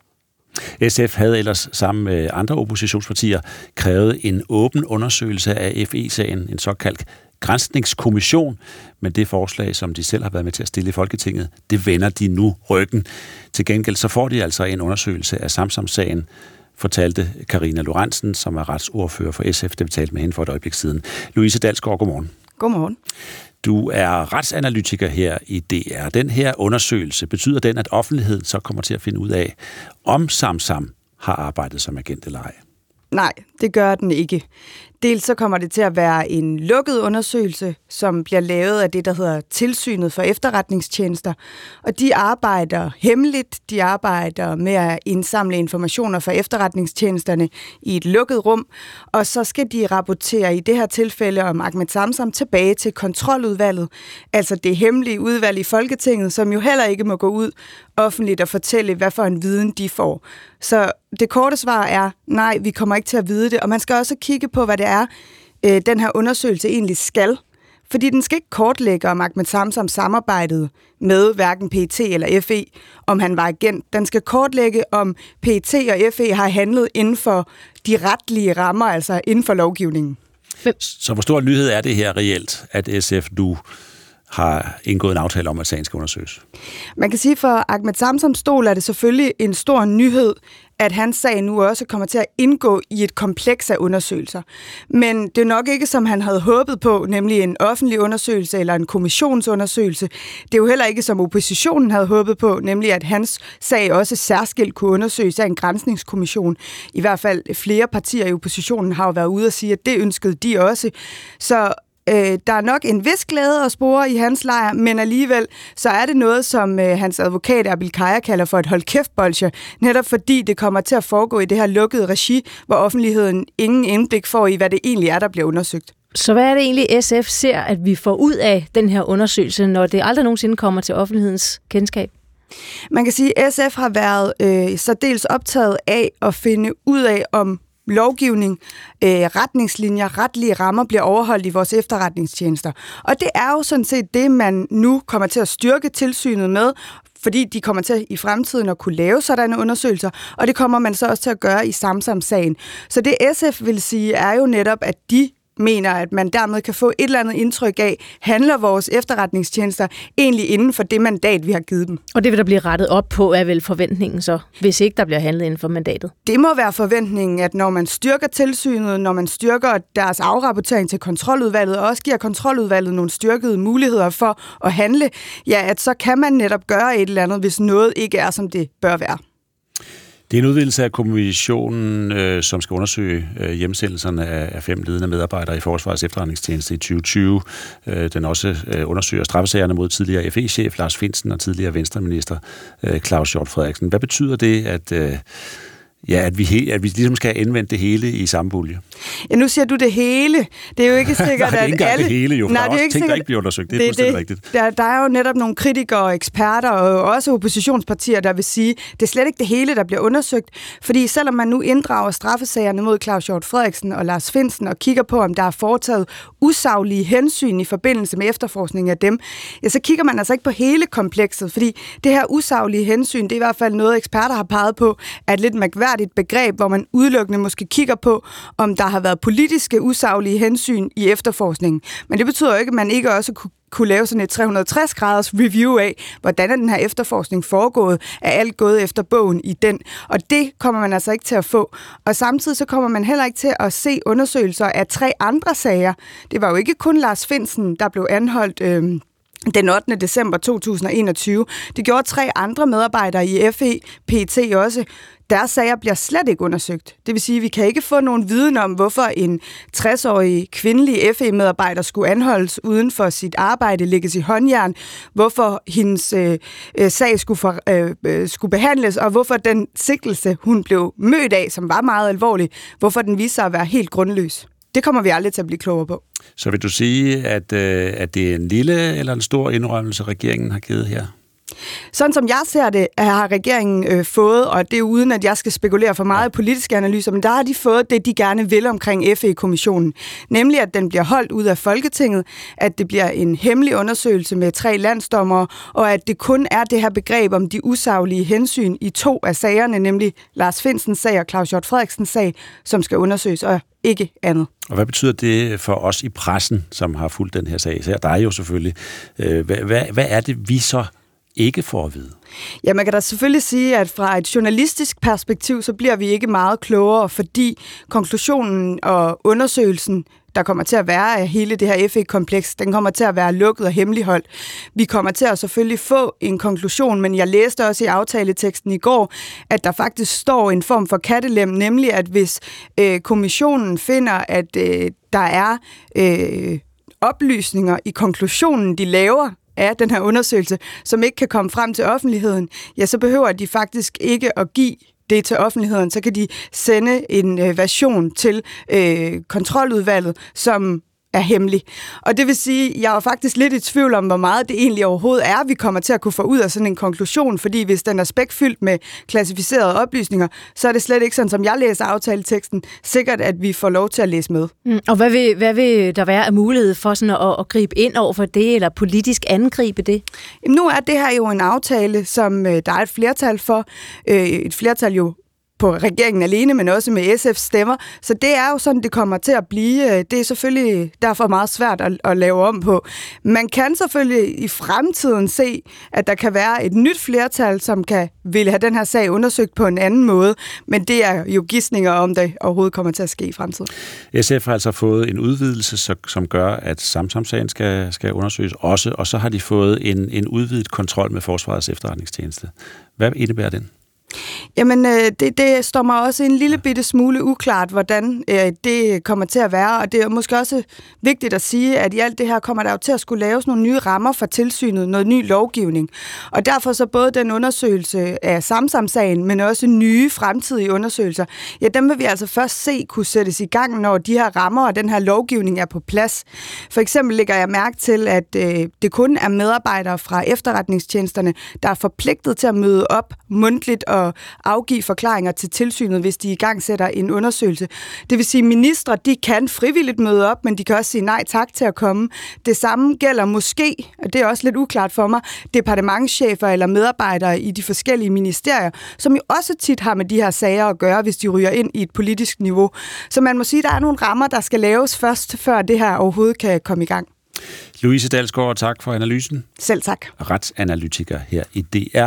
S F havde ellers sammen med andre oppositionspartier krævet en åben undersøgelse af F E-sagen, en såkaldt granskningskommission, men det forslag, som de selv har været med til at stille i Folketinget, det vender de nu ryggen. Til gengæld så får de altså en undersøgelse af Samsam-sagen, fortalte Karina Lorentzen, som er retsordfører for S F, det vi talte med hende for et øjeblik siden. Louise Dalsgaard, godmorgen. Godmorgen. Du er retsanalytiker her i D R. Den her undersøgelse, betyder den, at offentligheden så kommer til at finde ud af, om Samsam har arbejdet som agent eller ej? Nej, det gør den ikke. Dels så kommer det til at være en lukket undersøgelse, som bliver lavet af det, der hedder Tilsynet for Efterretningstjenester. Og de arbejder hemmeligt, de arbejder med at indsamle informationer fra efterretningstjenesterne i et lukket rum, og så skal de rapportere i det her tilfælde om Ahmed Samsam tilbage til kontroludvalget, altså det hemmelige udvalg i Folketinget, som jo heller ikke må gå ud offentligt og fortælle, hvad for en viden de får. Så det korte svar er, nej, vi kommer ikke til at vide det, og man skal også kigge på, hvad det er, øh, den her undersøgelse egentlig skal. Fordi den skal ikke kortlægge, om Ahmed Samsam samarbejdede med hverken P E T eller F E, om han var agent. Den skal kortlægge, om P E T og F E har handlet inden for de retlige rammer, altså inden for lovgivningen. Så hvor stor nyhed er det her reelt, at S F nu har indgået en aftale om, at sagen skal undersøges? Man kan sige, for Ahmed Samsams stol er det selvfølgelig en stor nyhed, at hans sag nu også kommer til at indgå i et kompleks af undersøgelser. Men det er nok ikke, som han havde håbet på, nemlig en offentlig undersøgelse eller en kommissionsundersøgelse. Det er jo heller ikke, som oppositionen havde håbet på, nemlig at hans sag også særskilt kunne undersøges af en granskningskommission. I hvert fald flere partier i oppositionen har jo været ude og sige, at det ønskede de også. Så Øh, der er nok en vis glæde at spore i hans lejr, men alligevel så er det noget, som øh, hans advokat Erbil Kaya kalder for et hold kæft-bolsje, netop fordi det kommer til at foregå i det her lukkede regi, hvor offentligheden ingen indblik får i, hvad det egentlig er, der bliver undersøgt. Så hvad er det egentlig, S F ser, at vi får ud af den her undersøgelse, når det aldrig nogensinde kommer til offentlighedens kendskab? Man kan sige, at S F har været øh, så dels optaget af at finde ud af, om lovgivning, øh, retningslinjer, retlige rammer bliver overholdt i vores efterretningstjenester. Og det er jo sådan set det, man nu kommer til at styrke tilsynet med, fordi de kommer til i fremtiden at kunne lave sådanne undersøgelser, og det kommer man så også til at gøre i Samsam-sagen. Så det S F vil sige, er jo netop, at de mener, at man dermed kan få et eller andet indtryk af, handler vores efterretningstjenester egentlig inden for det mandat, vi har givet dem. Og det vil der blive rettet op på, er vel forventningen så, hvis ikke der bliver handlet inden for mandatet? Det må være forventningen, at når man styrker tilsynet, når man styrker deres afrapportering til kontroludvalget, og også giver kontroludvalget nogle styrkede muligheder for at handle, ja, at så kan man netop gøre et eller andet, hvis noget ikke er, som det bør være. Det er en udvidelse af kommissionen, øh, som skal undersøge øh, hjemsendelserne af, af fem ledende medarbejdere i Forsvarets efterretningstjeneste i tyve tyve. Øh, den også øh, undersøger straffesagerne mod tidligere F E-chef Lars Findsen og tidligere Venstreminister øh, Claus Hjort Frederiksen. Hvad betyder det, at, øh, ja, at, vi he, at vi ligesom skal anvende det hele i samme bulje? Ja, nu siger du det hele. Det er jo ikke sikkert, Nej, det er ikke at alle... det hele jo, for Nej, der er det er også ting, sikkert... der ikke bliver undersøgt. Det er det, fuldstændig det, rigtigt. Der, der er jo netop nogle kritikere og eksperter, og også oppositionspartier, der vil sige, det er slet ikke det hele, der bliver undersøgt. Fordi selvom man nu inddrager straffesagerne mod Claus Hjort Frederiksen og Lars Findsen og kigger på, om der er foretaget usaglige hensyn i forbindelse med efterforskning af dem, ja, så kigger man altså ikke på hele komplekset, fordi det her usaglige hensyn, det er i hvert fald noget, eksperter har peget på, er et lidt mærkværdigt begreb, hvor man udelukkende måske kigger på, om der har været politiske usaglige hensyn i efterforskningen. Men det betyder jo ikke, at man ikke også kunne kunne lave sådan et tre hundrede og tres graders review af, hvordan er den her efterforskning foregået, er alt gået efter bogen i den. Og det kommer man altså ikke til at få. Og samtidig så kommer man heller ikke til at se undersøgelser af tre andre sager. Det var jo ikke kun Lars Findsen, der blev anholdt øh, den ottende december to tusind og enogtyve. Det gjorde tre andre medarbejdere i F E P T også. Deres sager bliver slet ikke undersøgt. Det vil sige, at vi kan ikke få nogen viden om, hvorfor en tres-årig kvindelig F E-medarbejder skulle anholdes uden for sit arbejde, lægges i håndjern, hvorfor hendes øh, sag skulle, for, øh, skulle behandles, og hvorfor den sigtelse, hun blev mødt af, som var meget alvorlig, hvorfor den viste sig at være helt grundløs. Det kommer vi aldrig til at blive klogere på. Så vil du sige, at, øh, at det er en lille eller en stor indrømmelse, regeringen har givet her? Sådan som jeg ser det, har regeringen øh, fået, og det er uden, at jeg skal spekulere for meget i politiske analyser, men der har de fået det, de gerne vil omkring F E-kommissionen. Nemlig, at den bliver holdt ud af Folketinget, at det bliver en hemmelig undersøgelse med tre landsdommere, og at det kun er det her begreb om de usaglige hensyn i to af sagerne, nemlig Lars Findsens sag og Claus Hjort Frederiksens sag, som skal undersøges, og ikke andet. Og hvad betyder det for os i pressen, som har fulgt den her sag? Så der er jo selvfølgelig. Hvad, hvad, hvad er det, vi så ikke får at vide? Ja, man kan da selvfølgelig sige, at fra et journalistisk perspektiv, så bliver vi ikke meget klogere, fordi konklusionen og undersøgelsen, der kommer til at være af hele det her F E-kompleks, den kommer til at være lukket og hemmeligholdt. Vi kommer til at selvfølgelig få en konklusion, men jeg læste også i aftaleteksten i går, at der faktisk står en form for kattelem, nemlig at hvis øh, kommissionen finder, at øh, der er øh, oplysninger i konklusionen, de laver af den her undersøgelse, som ikke kan komme frem til offentligheden, ja, så behøver de faktisk ikke at give det til offentligheden. Så kan de sende en øh, version til øh, kontroludvalget, som er hemmelig. Og det vil sige, jeg var faktisk lidt i tvivl om, hvor meget det egentlig overhovedet er, vi kommer til at kunne få ud af sådan en konklusion, fordi hvis den er spækfyldt med klassificerede oplysninger, så er det slet ikke sådan, som jeg læser aftaleteksten, sikkert, at vi får lov til at læse med. Mm, og hvad vil, hvad vil der være af mulighed for sådan at, at gribe ind over for det, eller politisk angribe det? Jamen, nu er det her jo en aftale, som øh, der er et flertal for. Øh, et flertal jo på regeringen alene, men også med S F's stemmer. Så det er jo sådan, det kommer til at blive. Det er selvfølgelig derfor meget svært at, at lave om på. Man kan selvfølgelig i fremtiden se, at der kan være et nyt flertal, som kan ville have den her sag undersøgt på en anden måde, men det er jo gidsninger om, det overhovedet kommer til at ske i fremtiden. S F har altså fået en udvidelse, som gør, at Samsam-sagen skal, skal undersøges også, og så har de fået en, en udvidet kontrol med Forsvarets efterretningstjeneste. Hvad indebærer den? Jamen, det, det står mig også en lille bitte smule uklart, hvordan øh, det kommer til at være, og det er måske også vigtigt at sige, at i alt det her kommer der jo til at skulle laves nogle nye rammer for tilsynet, noget ny lovgivning. Og derfor så både den undersøgelse af Samsam-sagen, men også nye fremtidige undersøgelser, ja, dem vil vi altså først se kunne sættes i gang, når de her rammer og den her lovgivning er på plads. For eksempel lægger jeg mærke til, at øh, det kun er medarbejdere fra efterretningstjenesterne, der er forpligtet til at møde op mundtligt og afgive forklaringer til tilsynet, hvis de i gang sætter en undersøgelse. Det vil sige, at ministre, de kan frivilligt møde op, men de kan også sige nej tak til at komme. Det samme gælder måske, og det er også lidt uklart for mig, departementschefer eller medarbejdere i de forskellige ministerier, som jo også tit har med de her sager at gøre, hvis de ryger ind i et politisk niveau. Så man må sige, at der er nogle rammer, der skal laves først, før det her overhovedet kan komme i gang. Louise Dalsgaard, tak for analysen. Selv tak. Retsanalytiker her i D R.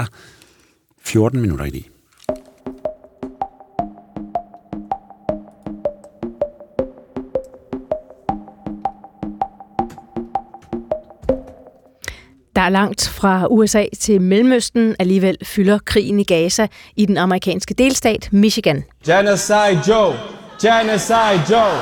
fjorten minutter i ni. Der er langt fra U S A til Mellemøsten. Alligevel fylder krigen i Gaza i den amerikanske delstat Michigan. Genocide Joe! Genocide Joe!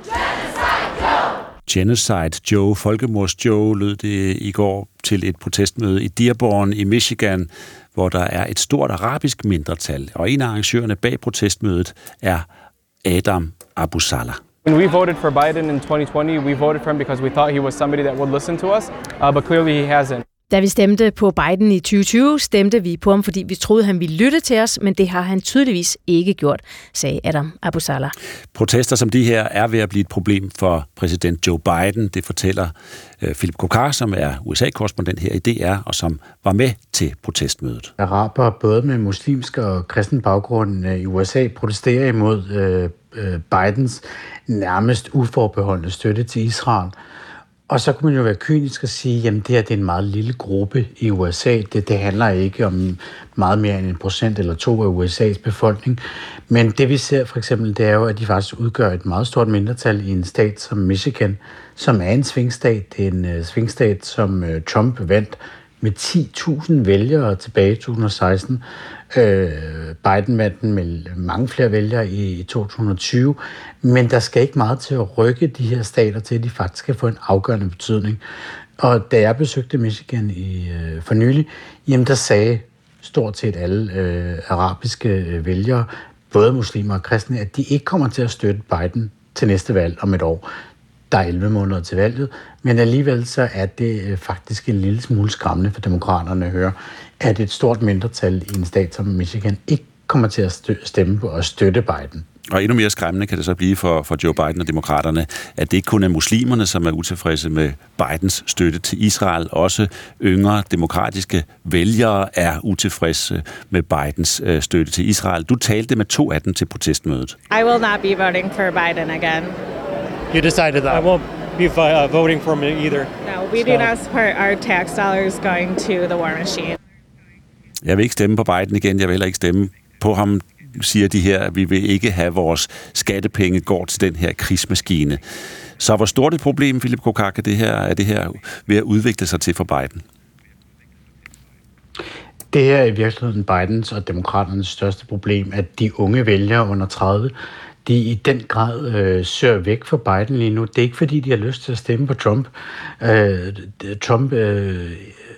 Genocide Joe, folkemords Joe, lød det i går til et protestmøde i Dearborn i Michigan, hvor der er et stort arabisk mindretal. Og en af arrangørerne bag protestmødet er Adam Abu Salah. When we voted for Biden in twenty twenty, we voted for him because we thought he was somebody that would listen to us, uh, but clearly he hasn't. Da vi stemte på Biden i tyve tyve, stemte vi på ham, fordi vi troede, han ville lytte til os, men det har han tydeligvis ikke gjort, sagde Adam Abu Salah. Protester som de her er ved at blive et problem for præsident Joe Biden. Det fortæller uh, Philip Kokar, som er U S A-korrespondent her i D R, og som var med til protestmødet. Araber, både med muslimsk og kristen baggrund i U S A, protesterer imod uh, Bidens nærmest uforbeholdne støtte til Israel. Og så kunne man jo være kynisk og sige, jamen det her det er en meget lille gruppe i U S A. Det, det handler ikke om meget mere end en procent eller to af U S A's befolkning. Men det vi ser for eksempel, det er jo, at de faktisk udgør et meget stort mindretal i en stat som Michigan, som er en svingstat. Det er en uh, svingstat, som uh, Trump vandt med ti tusind vælgere tilbage i to tusind og seksten. Øh, Biden vandt den med mange flere vælgere i, i to tusind og tyve, men der skal ikke meget til at rykke de her stater til, at de faktisk skal få en afgørende betydning. Og da jeg besøgte Michigan i, øh, for nylig, jamen der sagde stort set alle øh, arabiske øh, vælgere, både muslimer og kristne, at de ikke kommer til at støtte Biden til næste valg om et år. Der er elleve måneder til valget, men alligevel så er det øh, faktisk en lille smule skræmmende for demokraterne at høre, at et stort mindretal i en stat som Michigan ikke kommer til at stemme på og støtte Biden. Og endnu mere skræmmende kan det så blive for, for Joe Biden og demokraterne, at det ikke kun er muslimerne, som er utilfredse med Bidens støtte til Israel. Også yngre demokratiske vælgere er utilfredse med Bidens øh, støtte til Israel. Du talte med to af dem til protestmødet. I will not be voting for Biden again. You decided that. I won't be uh, voting for him either. No, we so. do not support our tax dollars going to the war machine. Jeg vil ikke stemme på Biden igen, jeg vil heller ikke stemme på ham, siger de her. Vi vil ikke have vores skattepenge går til den her krigsmaskine. Så hvor stort et problem, Philip Kokak, er det her, er det her ved at udvikle sig til for Biden? Det her er i virkeligheden Bidens og demokraternes største problem, at de unge vælgere under tredive, de i den grad øh, søger væk fra Biden lige nu. Det er ikke fordi, de har lyst til at stemme på Trump. Øh, Trump øh,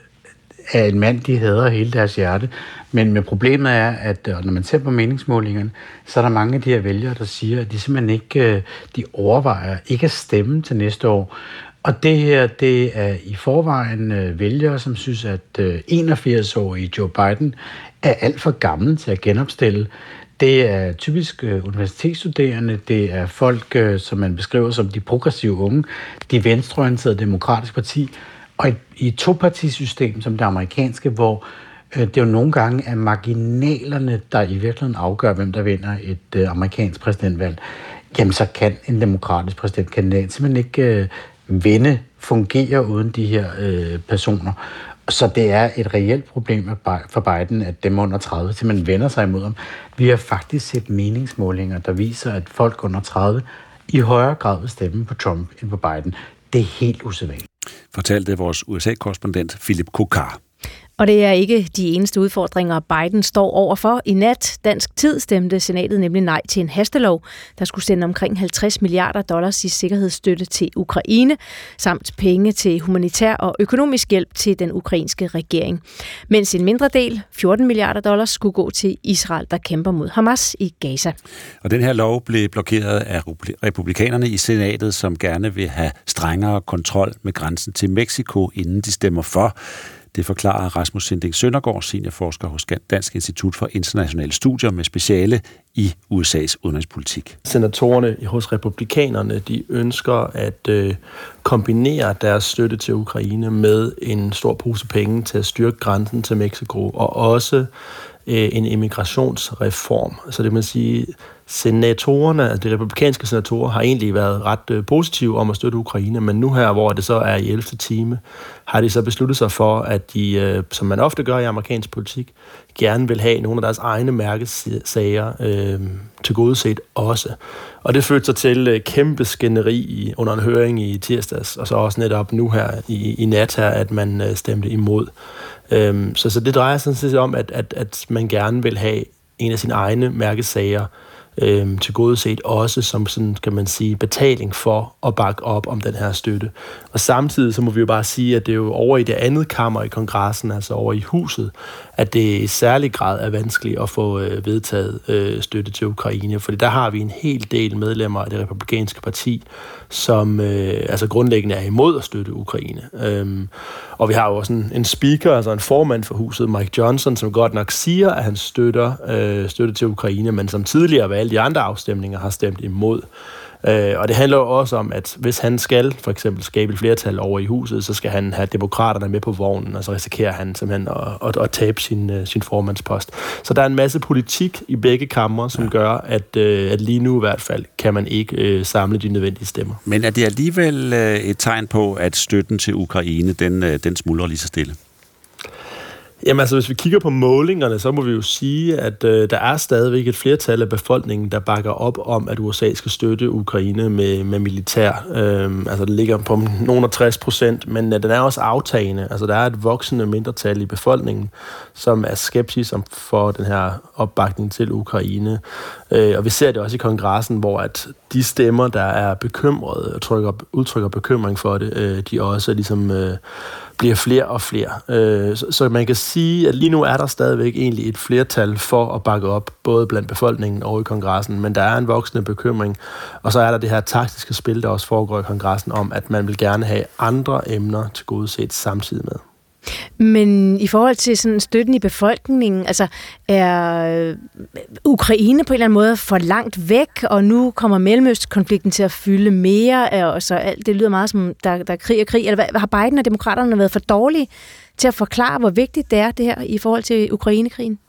er en mand, de hader hele deres hjerte. Men, men problemet er, at når man ser på meningsmålingerne, så er der mange af de her vælgere, der siger, at de simpelthen ikke de overvejer ikke at stemme til næste år. Og det her, det er i forvejen vælgere, som synes, at enogfirs-årige Joe Biden er alt for gammel til at genopstille. Det er typisk universitetsstuderende, det er folk, som man beskriver som de progressive unge, de venstreorienterede demokratiske parti, og i et topartisystem som det amerikanske, hvor det jo nogle gange er marginalerne, der i virkeligheden afgør, hvem der vinder et uh, amerikansk præsidentvalg, jamen så kan en demokratisk præsidentkandidat simpelthen ikke uh, vinde, fungere uden de her uh, personer. Så det er et reelt problem for Biden, at dem under tredive simpelthen vender sig imod ham. Vi har faktisk set meningsmålinger, der viser, at folk under tredive i højere grad vil stemme på Trump end på Biden. Det er helt usædvanligt. Fortalte vores U S A-korrespondent Philip Kokar. Og det er ikke de eneste udfordringer, Biden står overfor. I nat dansk tid stemte senatet nemlig nej til en hastelov, der skulle sende omkring halvtreds milliarder dollars i sikkerhedsstøtte til Ukraine, samt penge til humanitær og økonomisk hjælp til den ukrainske regering. Mens en mindre del, fjorten milliarder dollars, skulle gå til Israel, der kæmper mod Hamas i Gaza. Og den her lov blev blokeret af republikanerne i senatet, som gerne vil have strengere kontrol med grænsen til Mexico, inden de stemmer for. Det forklarer Rasmus Sinding Søndergaard, seniorforsker hos Dansk Institut for Internationale Studier med speciale i U S A's udenrigspolitik. Senatorerne hos republikanerne, de ønsker at øh, kombinere deres støtte til Ukraine med en stor pose penge til at styrke grænsen til Mexico, og også øh, en immigrationsreform. Så det vil sige, senatorerne, de republikanske senatorer, har egentlig været ret øh, positive om at støtte Ukraine, men nu her, hvor det så er i ellevte time, har de så besluttet sig for, at de, øh, som man ofte gør i amerikansk politik, gerne vil have nogle af deres egne mærkesager øh, tilgodeset også. Og det førte sig til øh, kæmpe skænderi under en høring i tirsdags, og så også netop nu her i, i nat her, at man øh, stemte imod. Øh, så, så det drejer sig sådan set om, at, at, at man gerne vil have en af sine egne mærkesager øh, tilgodeset også som sådan, kan man sige, betaling for at bakke op om den her støtte. Og samtidig så må vi jo bare sige, at det er jo over i det andet kammer i kongressen, altså over i huset, at det i særlig grad er vanskeligt at få øh, vedtaget øh, støtte til Ukraine, fordi der har vi en hel del medlemmer af det republikanske parti, som øh, altså grundlæggende er imod at støtte Ukraine. Øhm, og vi har jo også en, en speaker, altså en formand for huset, Mike Johnson, som godt nok siger, at han støtter øh, støtte til Ukraine, men som tidligere valg alle de andre afstemninger har stemt imod. Øh, og det handler jo også om, at hvis han skal for eksempel skabe et flertal over i huset, så skal han have demokraterne med på vognen, og så risikerer han simpelthen at, at, at tabe sin, sin formandspost. Så der er en masse politik i begge kamre, som ja. gør, at, at lige nu i hvert fald kan man ikke øh, samle de nødvendige stemmer. Men er det alligevel øh, et tegn på, at støtten til Ukraine, den, øh, den smuldrer lige så stille? Jamen altså, hvis vi kigger på målingerne, så må vi jo sige, at øh, der er stadigvæk et flertal af befolkningen, der bakker op om, at U S A skal støtte Ukraine med, med militær. Øh, altså, det ligger på nogle af tres procent, men øh, den er også aftagende. Altså, der er et voksende mindretal i befolkningen, som er skeptisk for den her opbakning til Ukraine. Øh, og vi ser det også i kongressen, hvor at de stemmer, der er bekymrede og trykker, udtrykker bekymring for det, øh, de også ligesom øh, bliver flere og flere. Øh, så, så man kan sige, at lige nu er der stadigvæk egentlig et flertal for at bakke op, både blandt befolkningen og i kongressen, men der er en voksende bekymring, og så er der det her taktiske spil, der også foregår i kongressen, om at man vil gerne have andre emner tilgodeset samtidig med. Men i forhold til sådan støtten i befolkningen, altså er Ukraine på en eller anden måde for langt væk, og nu kommer Mellemøstkonflikten til at fylde mere, og så alt det lyder meget som, der, der er krig og krig. Eller hvad, har Biden og demokraterne været for dårlige til at forklare, hvor vigtigt det er det her i forhold til Ukrainekrigen?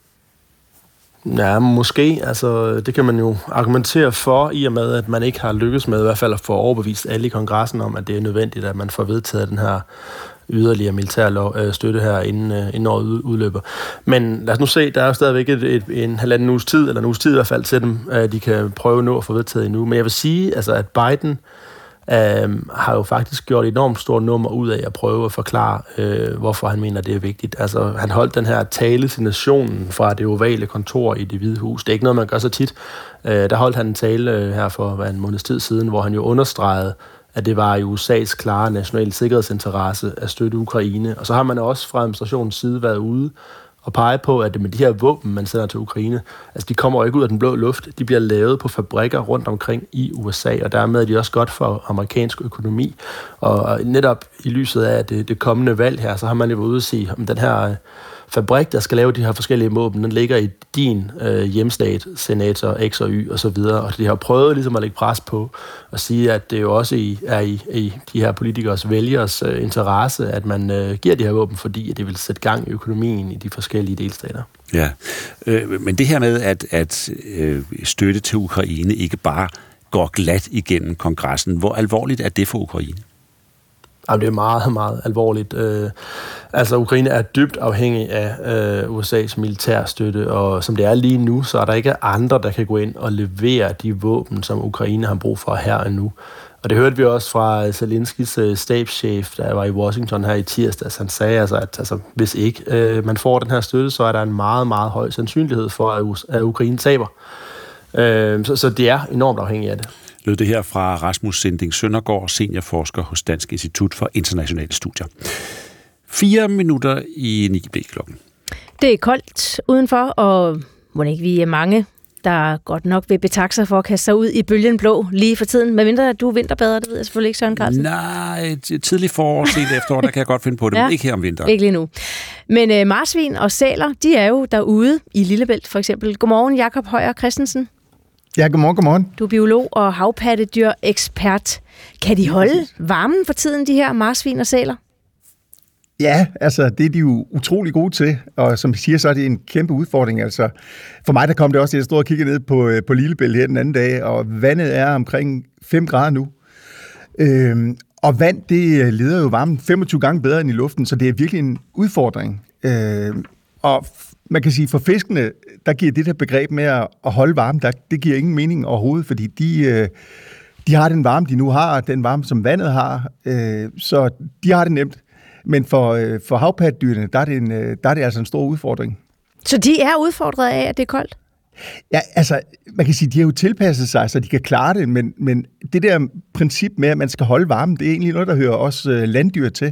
Ja, måske. Altså, det kan man jo argumentere for, i og med, at man ikke har lykkes med i hvert fald at få overbevist alle i kongressen om, at det er nødvendigt, at man får vedtaget den her yderligere militær øh, støtte her, inden, øh, inden året udløber. Men lad os nu se, der er jo stadigvæk et, et, en halvanden uges tid, eller en uges tid i hvert fald til dem, at de kan prøve nu at få vedtaget endnu. Men jeg vil sige, altså, at Biden øh, har jo faktisk gjort et enormt stort nummer ud af at prøve at forklare, øh, hvorfor han mener, det er vigtigt. Altså, han holdt den her tale til nationen fra det ovale kontor i Det Hvide Hus. Det er ikke noget, man gør så tit. Øh, der holdt han en tale øh, her for hvad, en måneds tid siden, hvor han jo understregede, at det var i U S A's klare nationale sikkerhedsinteresse at støtte Ukraine. Og så har man også fra administrationens side været ude og pege på, at det med de her våben, man sender til Ukraine, altså de kommer jo ikke ud af den blå luft. De bliver lavet på fabrikker rundt omkring i U S A, og dermed er de også godt for amerikansk økonomi. Og netop i lyset af det, det kommende valg her, så har man jo ude at sige, om den her fabrik, der skal lave de her forskellige våben, den ligger i din øh, hjemstat, senator X og Y og så videre, og de har prøvet ligesom at lægge pres på og sige, at det jo også i, er i, i de her politikers vælgers øh, interesse, at man øh, giver de her våben, fordi at det vil sætte gang i økonomien i de forskellige delstater. Ja, øh, men det her med, at, at øh, støtte til Ukraine ikke bare går glat igennem kongressen, hvor alvorligt er det for Ukraine? Jamen, det er meget, meget alvorligt. Øh, altså, Ukraine er dybt afhængig af øh, U S A's militærstøtte, og som det er lige nu, så er der ikke andre, der kan gå ind og levere de våben, som Ukraine har brug for her og nu. Og det hørte vi også fra Zelenskis øh, stabschef, der var i Washington her i tirsdags. Han sagde altså, at altså, hvis ikke øh, man får den her støtte, så er der en meget, meget høj sandsynlighed for, at, at Ukraine taber. Øh, så, så det er enormt afhængigt af det. Lød det her fra Rasmus Sinding Søndergaard, seniorforsker hos Dansk Institut for Internationale Studier. Fire minutter i ni blev klokken. Det er koldt udenfor, og må ikke vi er mange, der godt nok vil betakke sig for at kaste sig ud i bølgen blå lige for tiden. Med mindre du vinterbader, det ved jeg selvfølgelig ikke, Søren Carlsen. Nej, tidlig forår, sent efterår, der kan jeg godt finde på det, ja, men ikke her om vinteren. Ikke lige nu. Men øh, marsvin og sæler, de er jo derude i Lillebælt for eksempel. Godmorgen, Jakob Højer Christensen. Ja, godmorgen, godmorgen. Du er biolog og havpattedyr-ekspert. Kan de holde varmen for tiden, de her marsvin og sæler? Ja, altså det er de jo utrolig gode til, og som jeg siger, så er det en kæmpe udfordring. Altså, for mig der kom det også, at jeg stod og kiggede ned på, på Lillebælt her den anden dag, og vandet er omkring fem grader nu. Øhm, og vand, det leder jo varmen femogtyve gange bedre end i luften, så det er virkelig en udfordring. Øhm, og man kan sige, for fiskene, der giver det der begreb med at holde varme, der, det giver ingen mening overhovedet, fordi de, de har den varme, de nu har, den varme, som vandet har, så de har det nemt. Men for, for havpattedyrene, der er, det en, der er det altså en stor udfordring. Så de er udfordret af, at det er koldt? Ja, altså, man kan sige, de har jo tilpasset sig, så de kan klare det, men, men det der princip med, at man skal holde varmen, det er egentlig noget, der hører også landdyr til.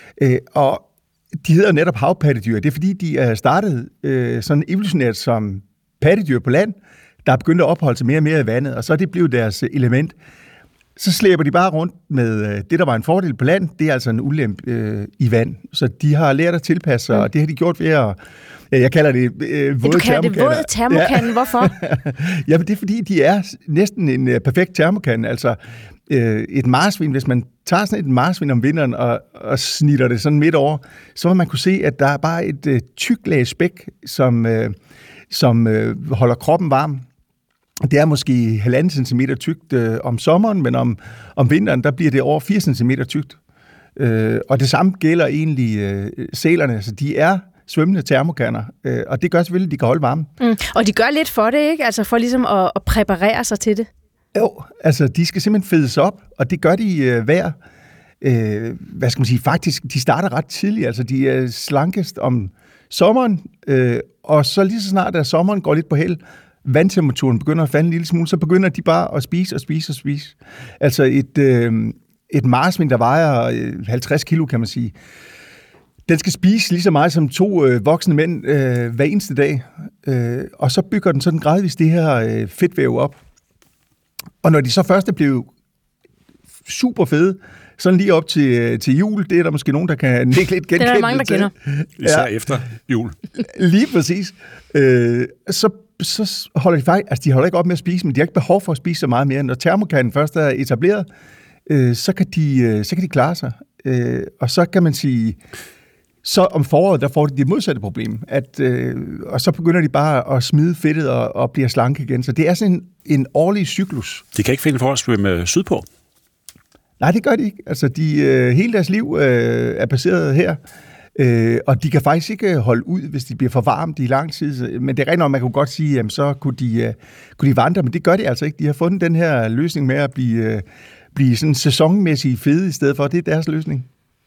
Og de hedder netop havpattedyr. Det er fordi, de er startet øh, sådan evolutionært som pattedyr på land, der er begyndt at opholde sig mere og mere i vandet, og så er det blevet deres element. så slæber de bare rundt med øh, det, der var en fordel på land, det er altså en ulempe øh, i vand. Så de har lært at tilpasse sig, mm. og det har de gjort ved at, ja, jeg kalder det øh, våde Du kalder det våde termokande, ja. Hvorfor? Jamen det er fordi, de er næsten en øh, perfekt termokande. Altså øh, et marsvin, hvis man tager sådan et marsvin om vinteren og, og snitter det sådan midt over, så vil man kunne se, at der er bare et øh, tykt lag spæk, som, øh, som øh, holder kroppen varm. Det er måske halvanden centimeter tykt øh, om sommeren, men om, om vinteren, der bliver det over fire centimeter tykt. Øh, og det samme gælder egentlig øh, sælerne, så de er svømmende termokanner, øh, og det gør selvfølgelig, at de kan holde varme. Mm. Og de gør lidt for det, ikke? Altså for ligesom at, at præparere sig til det. Jo, altså de skal simpelthen fedes op, og det gør de øh, hver, øh, hvad skal man sige, faktisk, de starter ret tidligt, altså de er slankest om sommeren, øh, og så lige så snart, at sommeren går lidt på held, vandtemperaturen begynder at falde en lille smule, så begynder de bare at spise og spise og spise. Altså et, øh, et marsvin, der vejer halvtreds kilo, kan man sige, den skal spise lige så meget som to øh, voksne mænd øh, hver eneste dag, øh, og så bygger den sådan gradvist det her øh, fedtvæv op. Og når de så først er blevet super fede, sådan lige op til, til jul, det er der måske nogen, der kan nikke lidt genkende. Det er der mange, der kender. Især ja. Efter jul. Lige præcis. Øh, så, så holder de faktisk, altså de holder ikke op med at spise, men de har ikke behov for at spise så meget mere. Når termokannen først er etableret, øh, så, kan de, så kan de klare sig. Øh, og så kan man sige, så om foråret, der får de det modsatte problem, at, øh, og så begynder de bare at smide fedtet og, og bliver slanke igen. Så det er sådan en, en årlig cyklus. De kan ikke finde for at svømme sydpå? Nej, det gør de ikke. Altså, de, øh, hele deres liv øh, er baseret her, øh, og de kan faktisk ikke holde ud, hvis de bliver for varmt i lang tid. Men det er rent nok, man kunne godt sige, jamen, så kunne de, øh, kunne de vandre, men det gør de altså ikke. De har fundet den her løsning med at blive, øh, blive sådan sæsonmæssigt fede i stedet for. Det er deres løsning.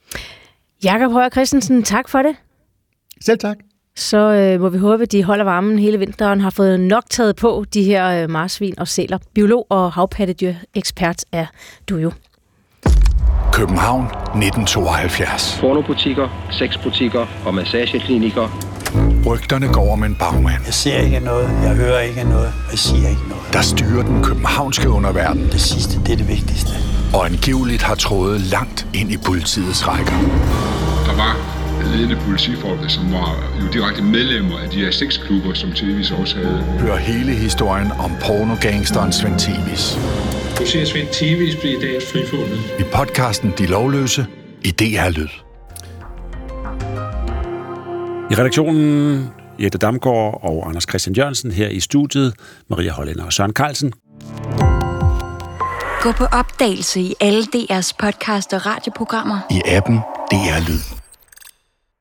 Jakob Højer Christensen, tak for det. Selv tak. Så øh, må vi håbe, at de holder varmen hele vinteren, har fået nok taget på de her øh, marsvin og sæler. Biolog og havpattedyr-ekspert er du jo. København nitten tooghalvfjerds. Pornobutikker, sexbutikker og massageklinikker. Rygterne går om en bagmand. Jeg ser ikke noget, jeg hører ikke noget, og jeg siger ikke noget. Der styrer den københavnske underverden. Det sidste, det er det vigtigste. Og angiveligt har trådet langt ind i politiets rækker. Der var ledende politifolk, som var jo direkte medlemmer af de her sexklubber, som T V's også havde. Hør hele historien om pornogangsteren Svend Tevis. Du ser Svend Tevis blive i dag frifundet. I podcasten De Lovløse i D R Lyd. I redaktionen Jette Damgaard og Anders Christian Jørgensen, her i studiet Maria Hollænder og Søren Carlsen. Gå på opdagelse i alle D R's podcast og radioprogrammer. I appen D R Lyd.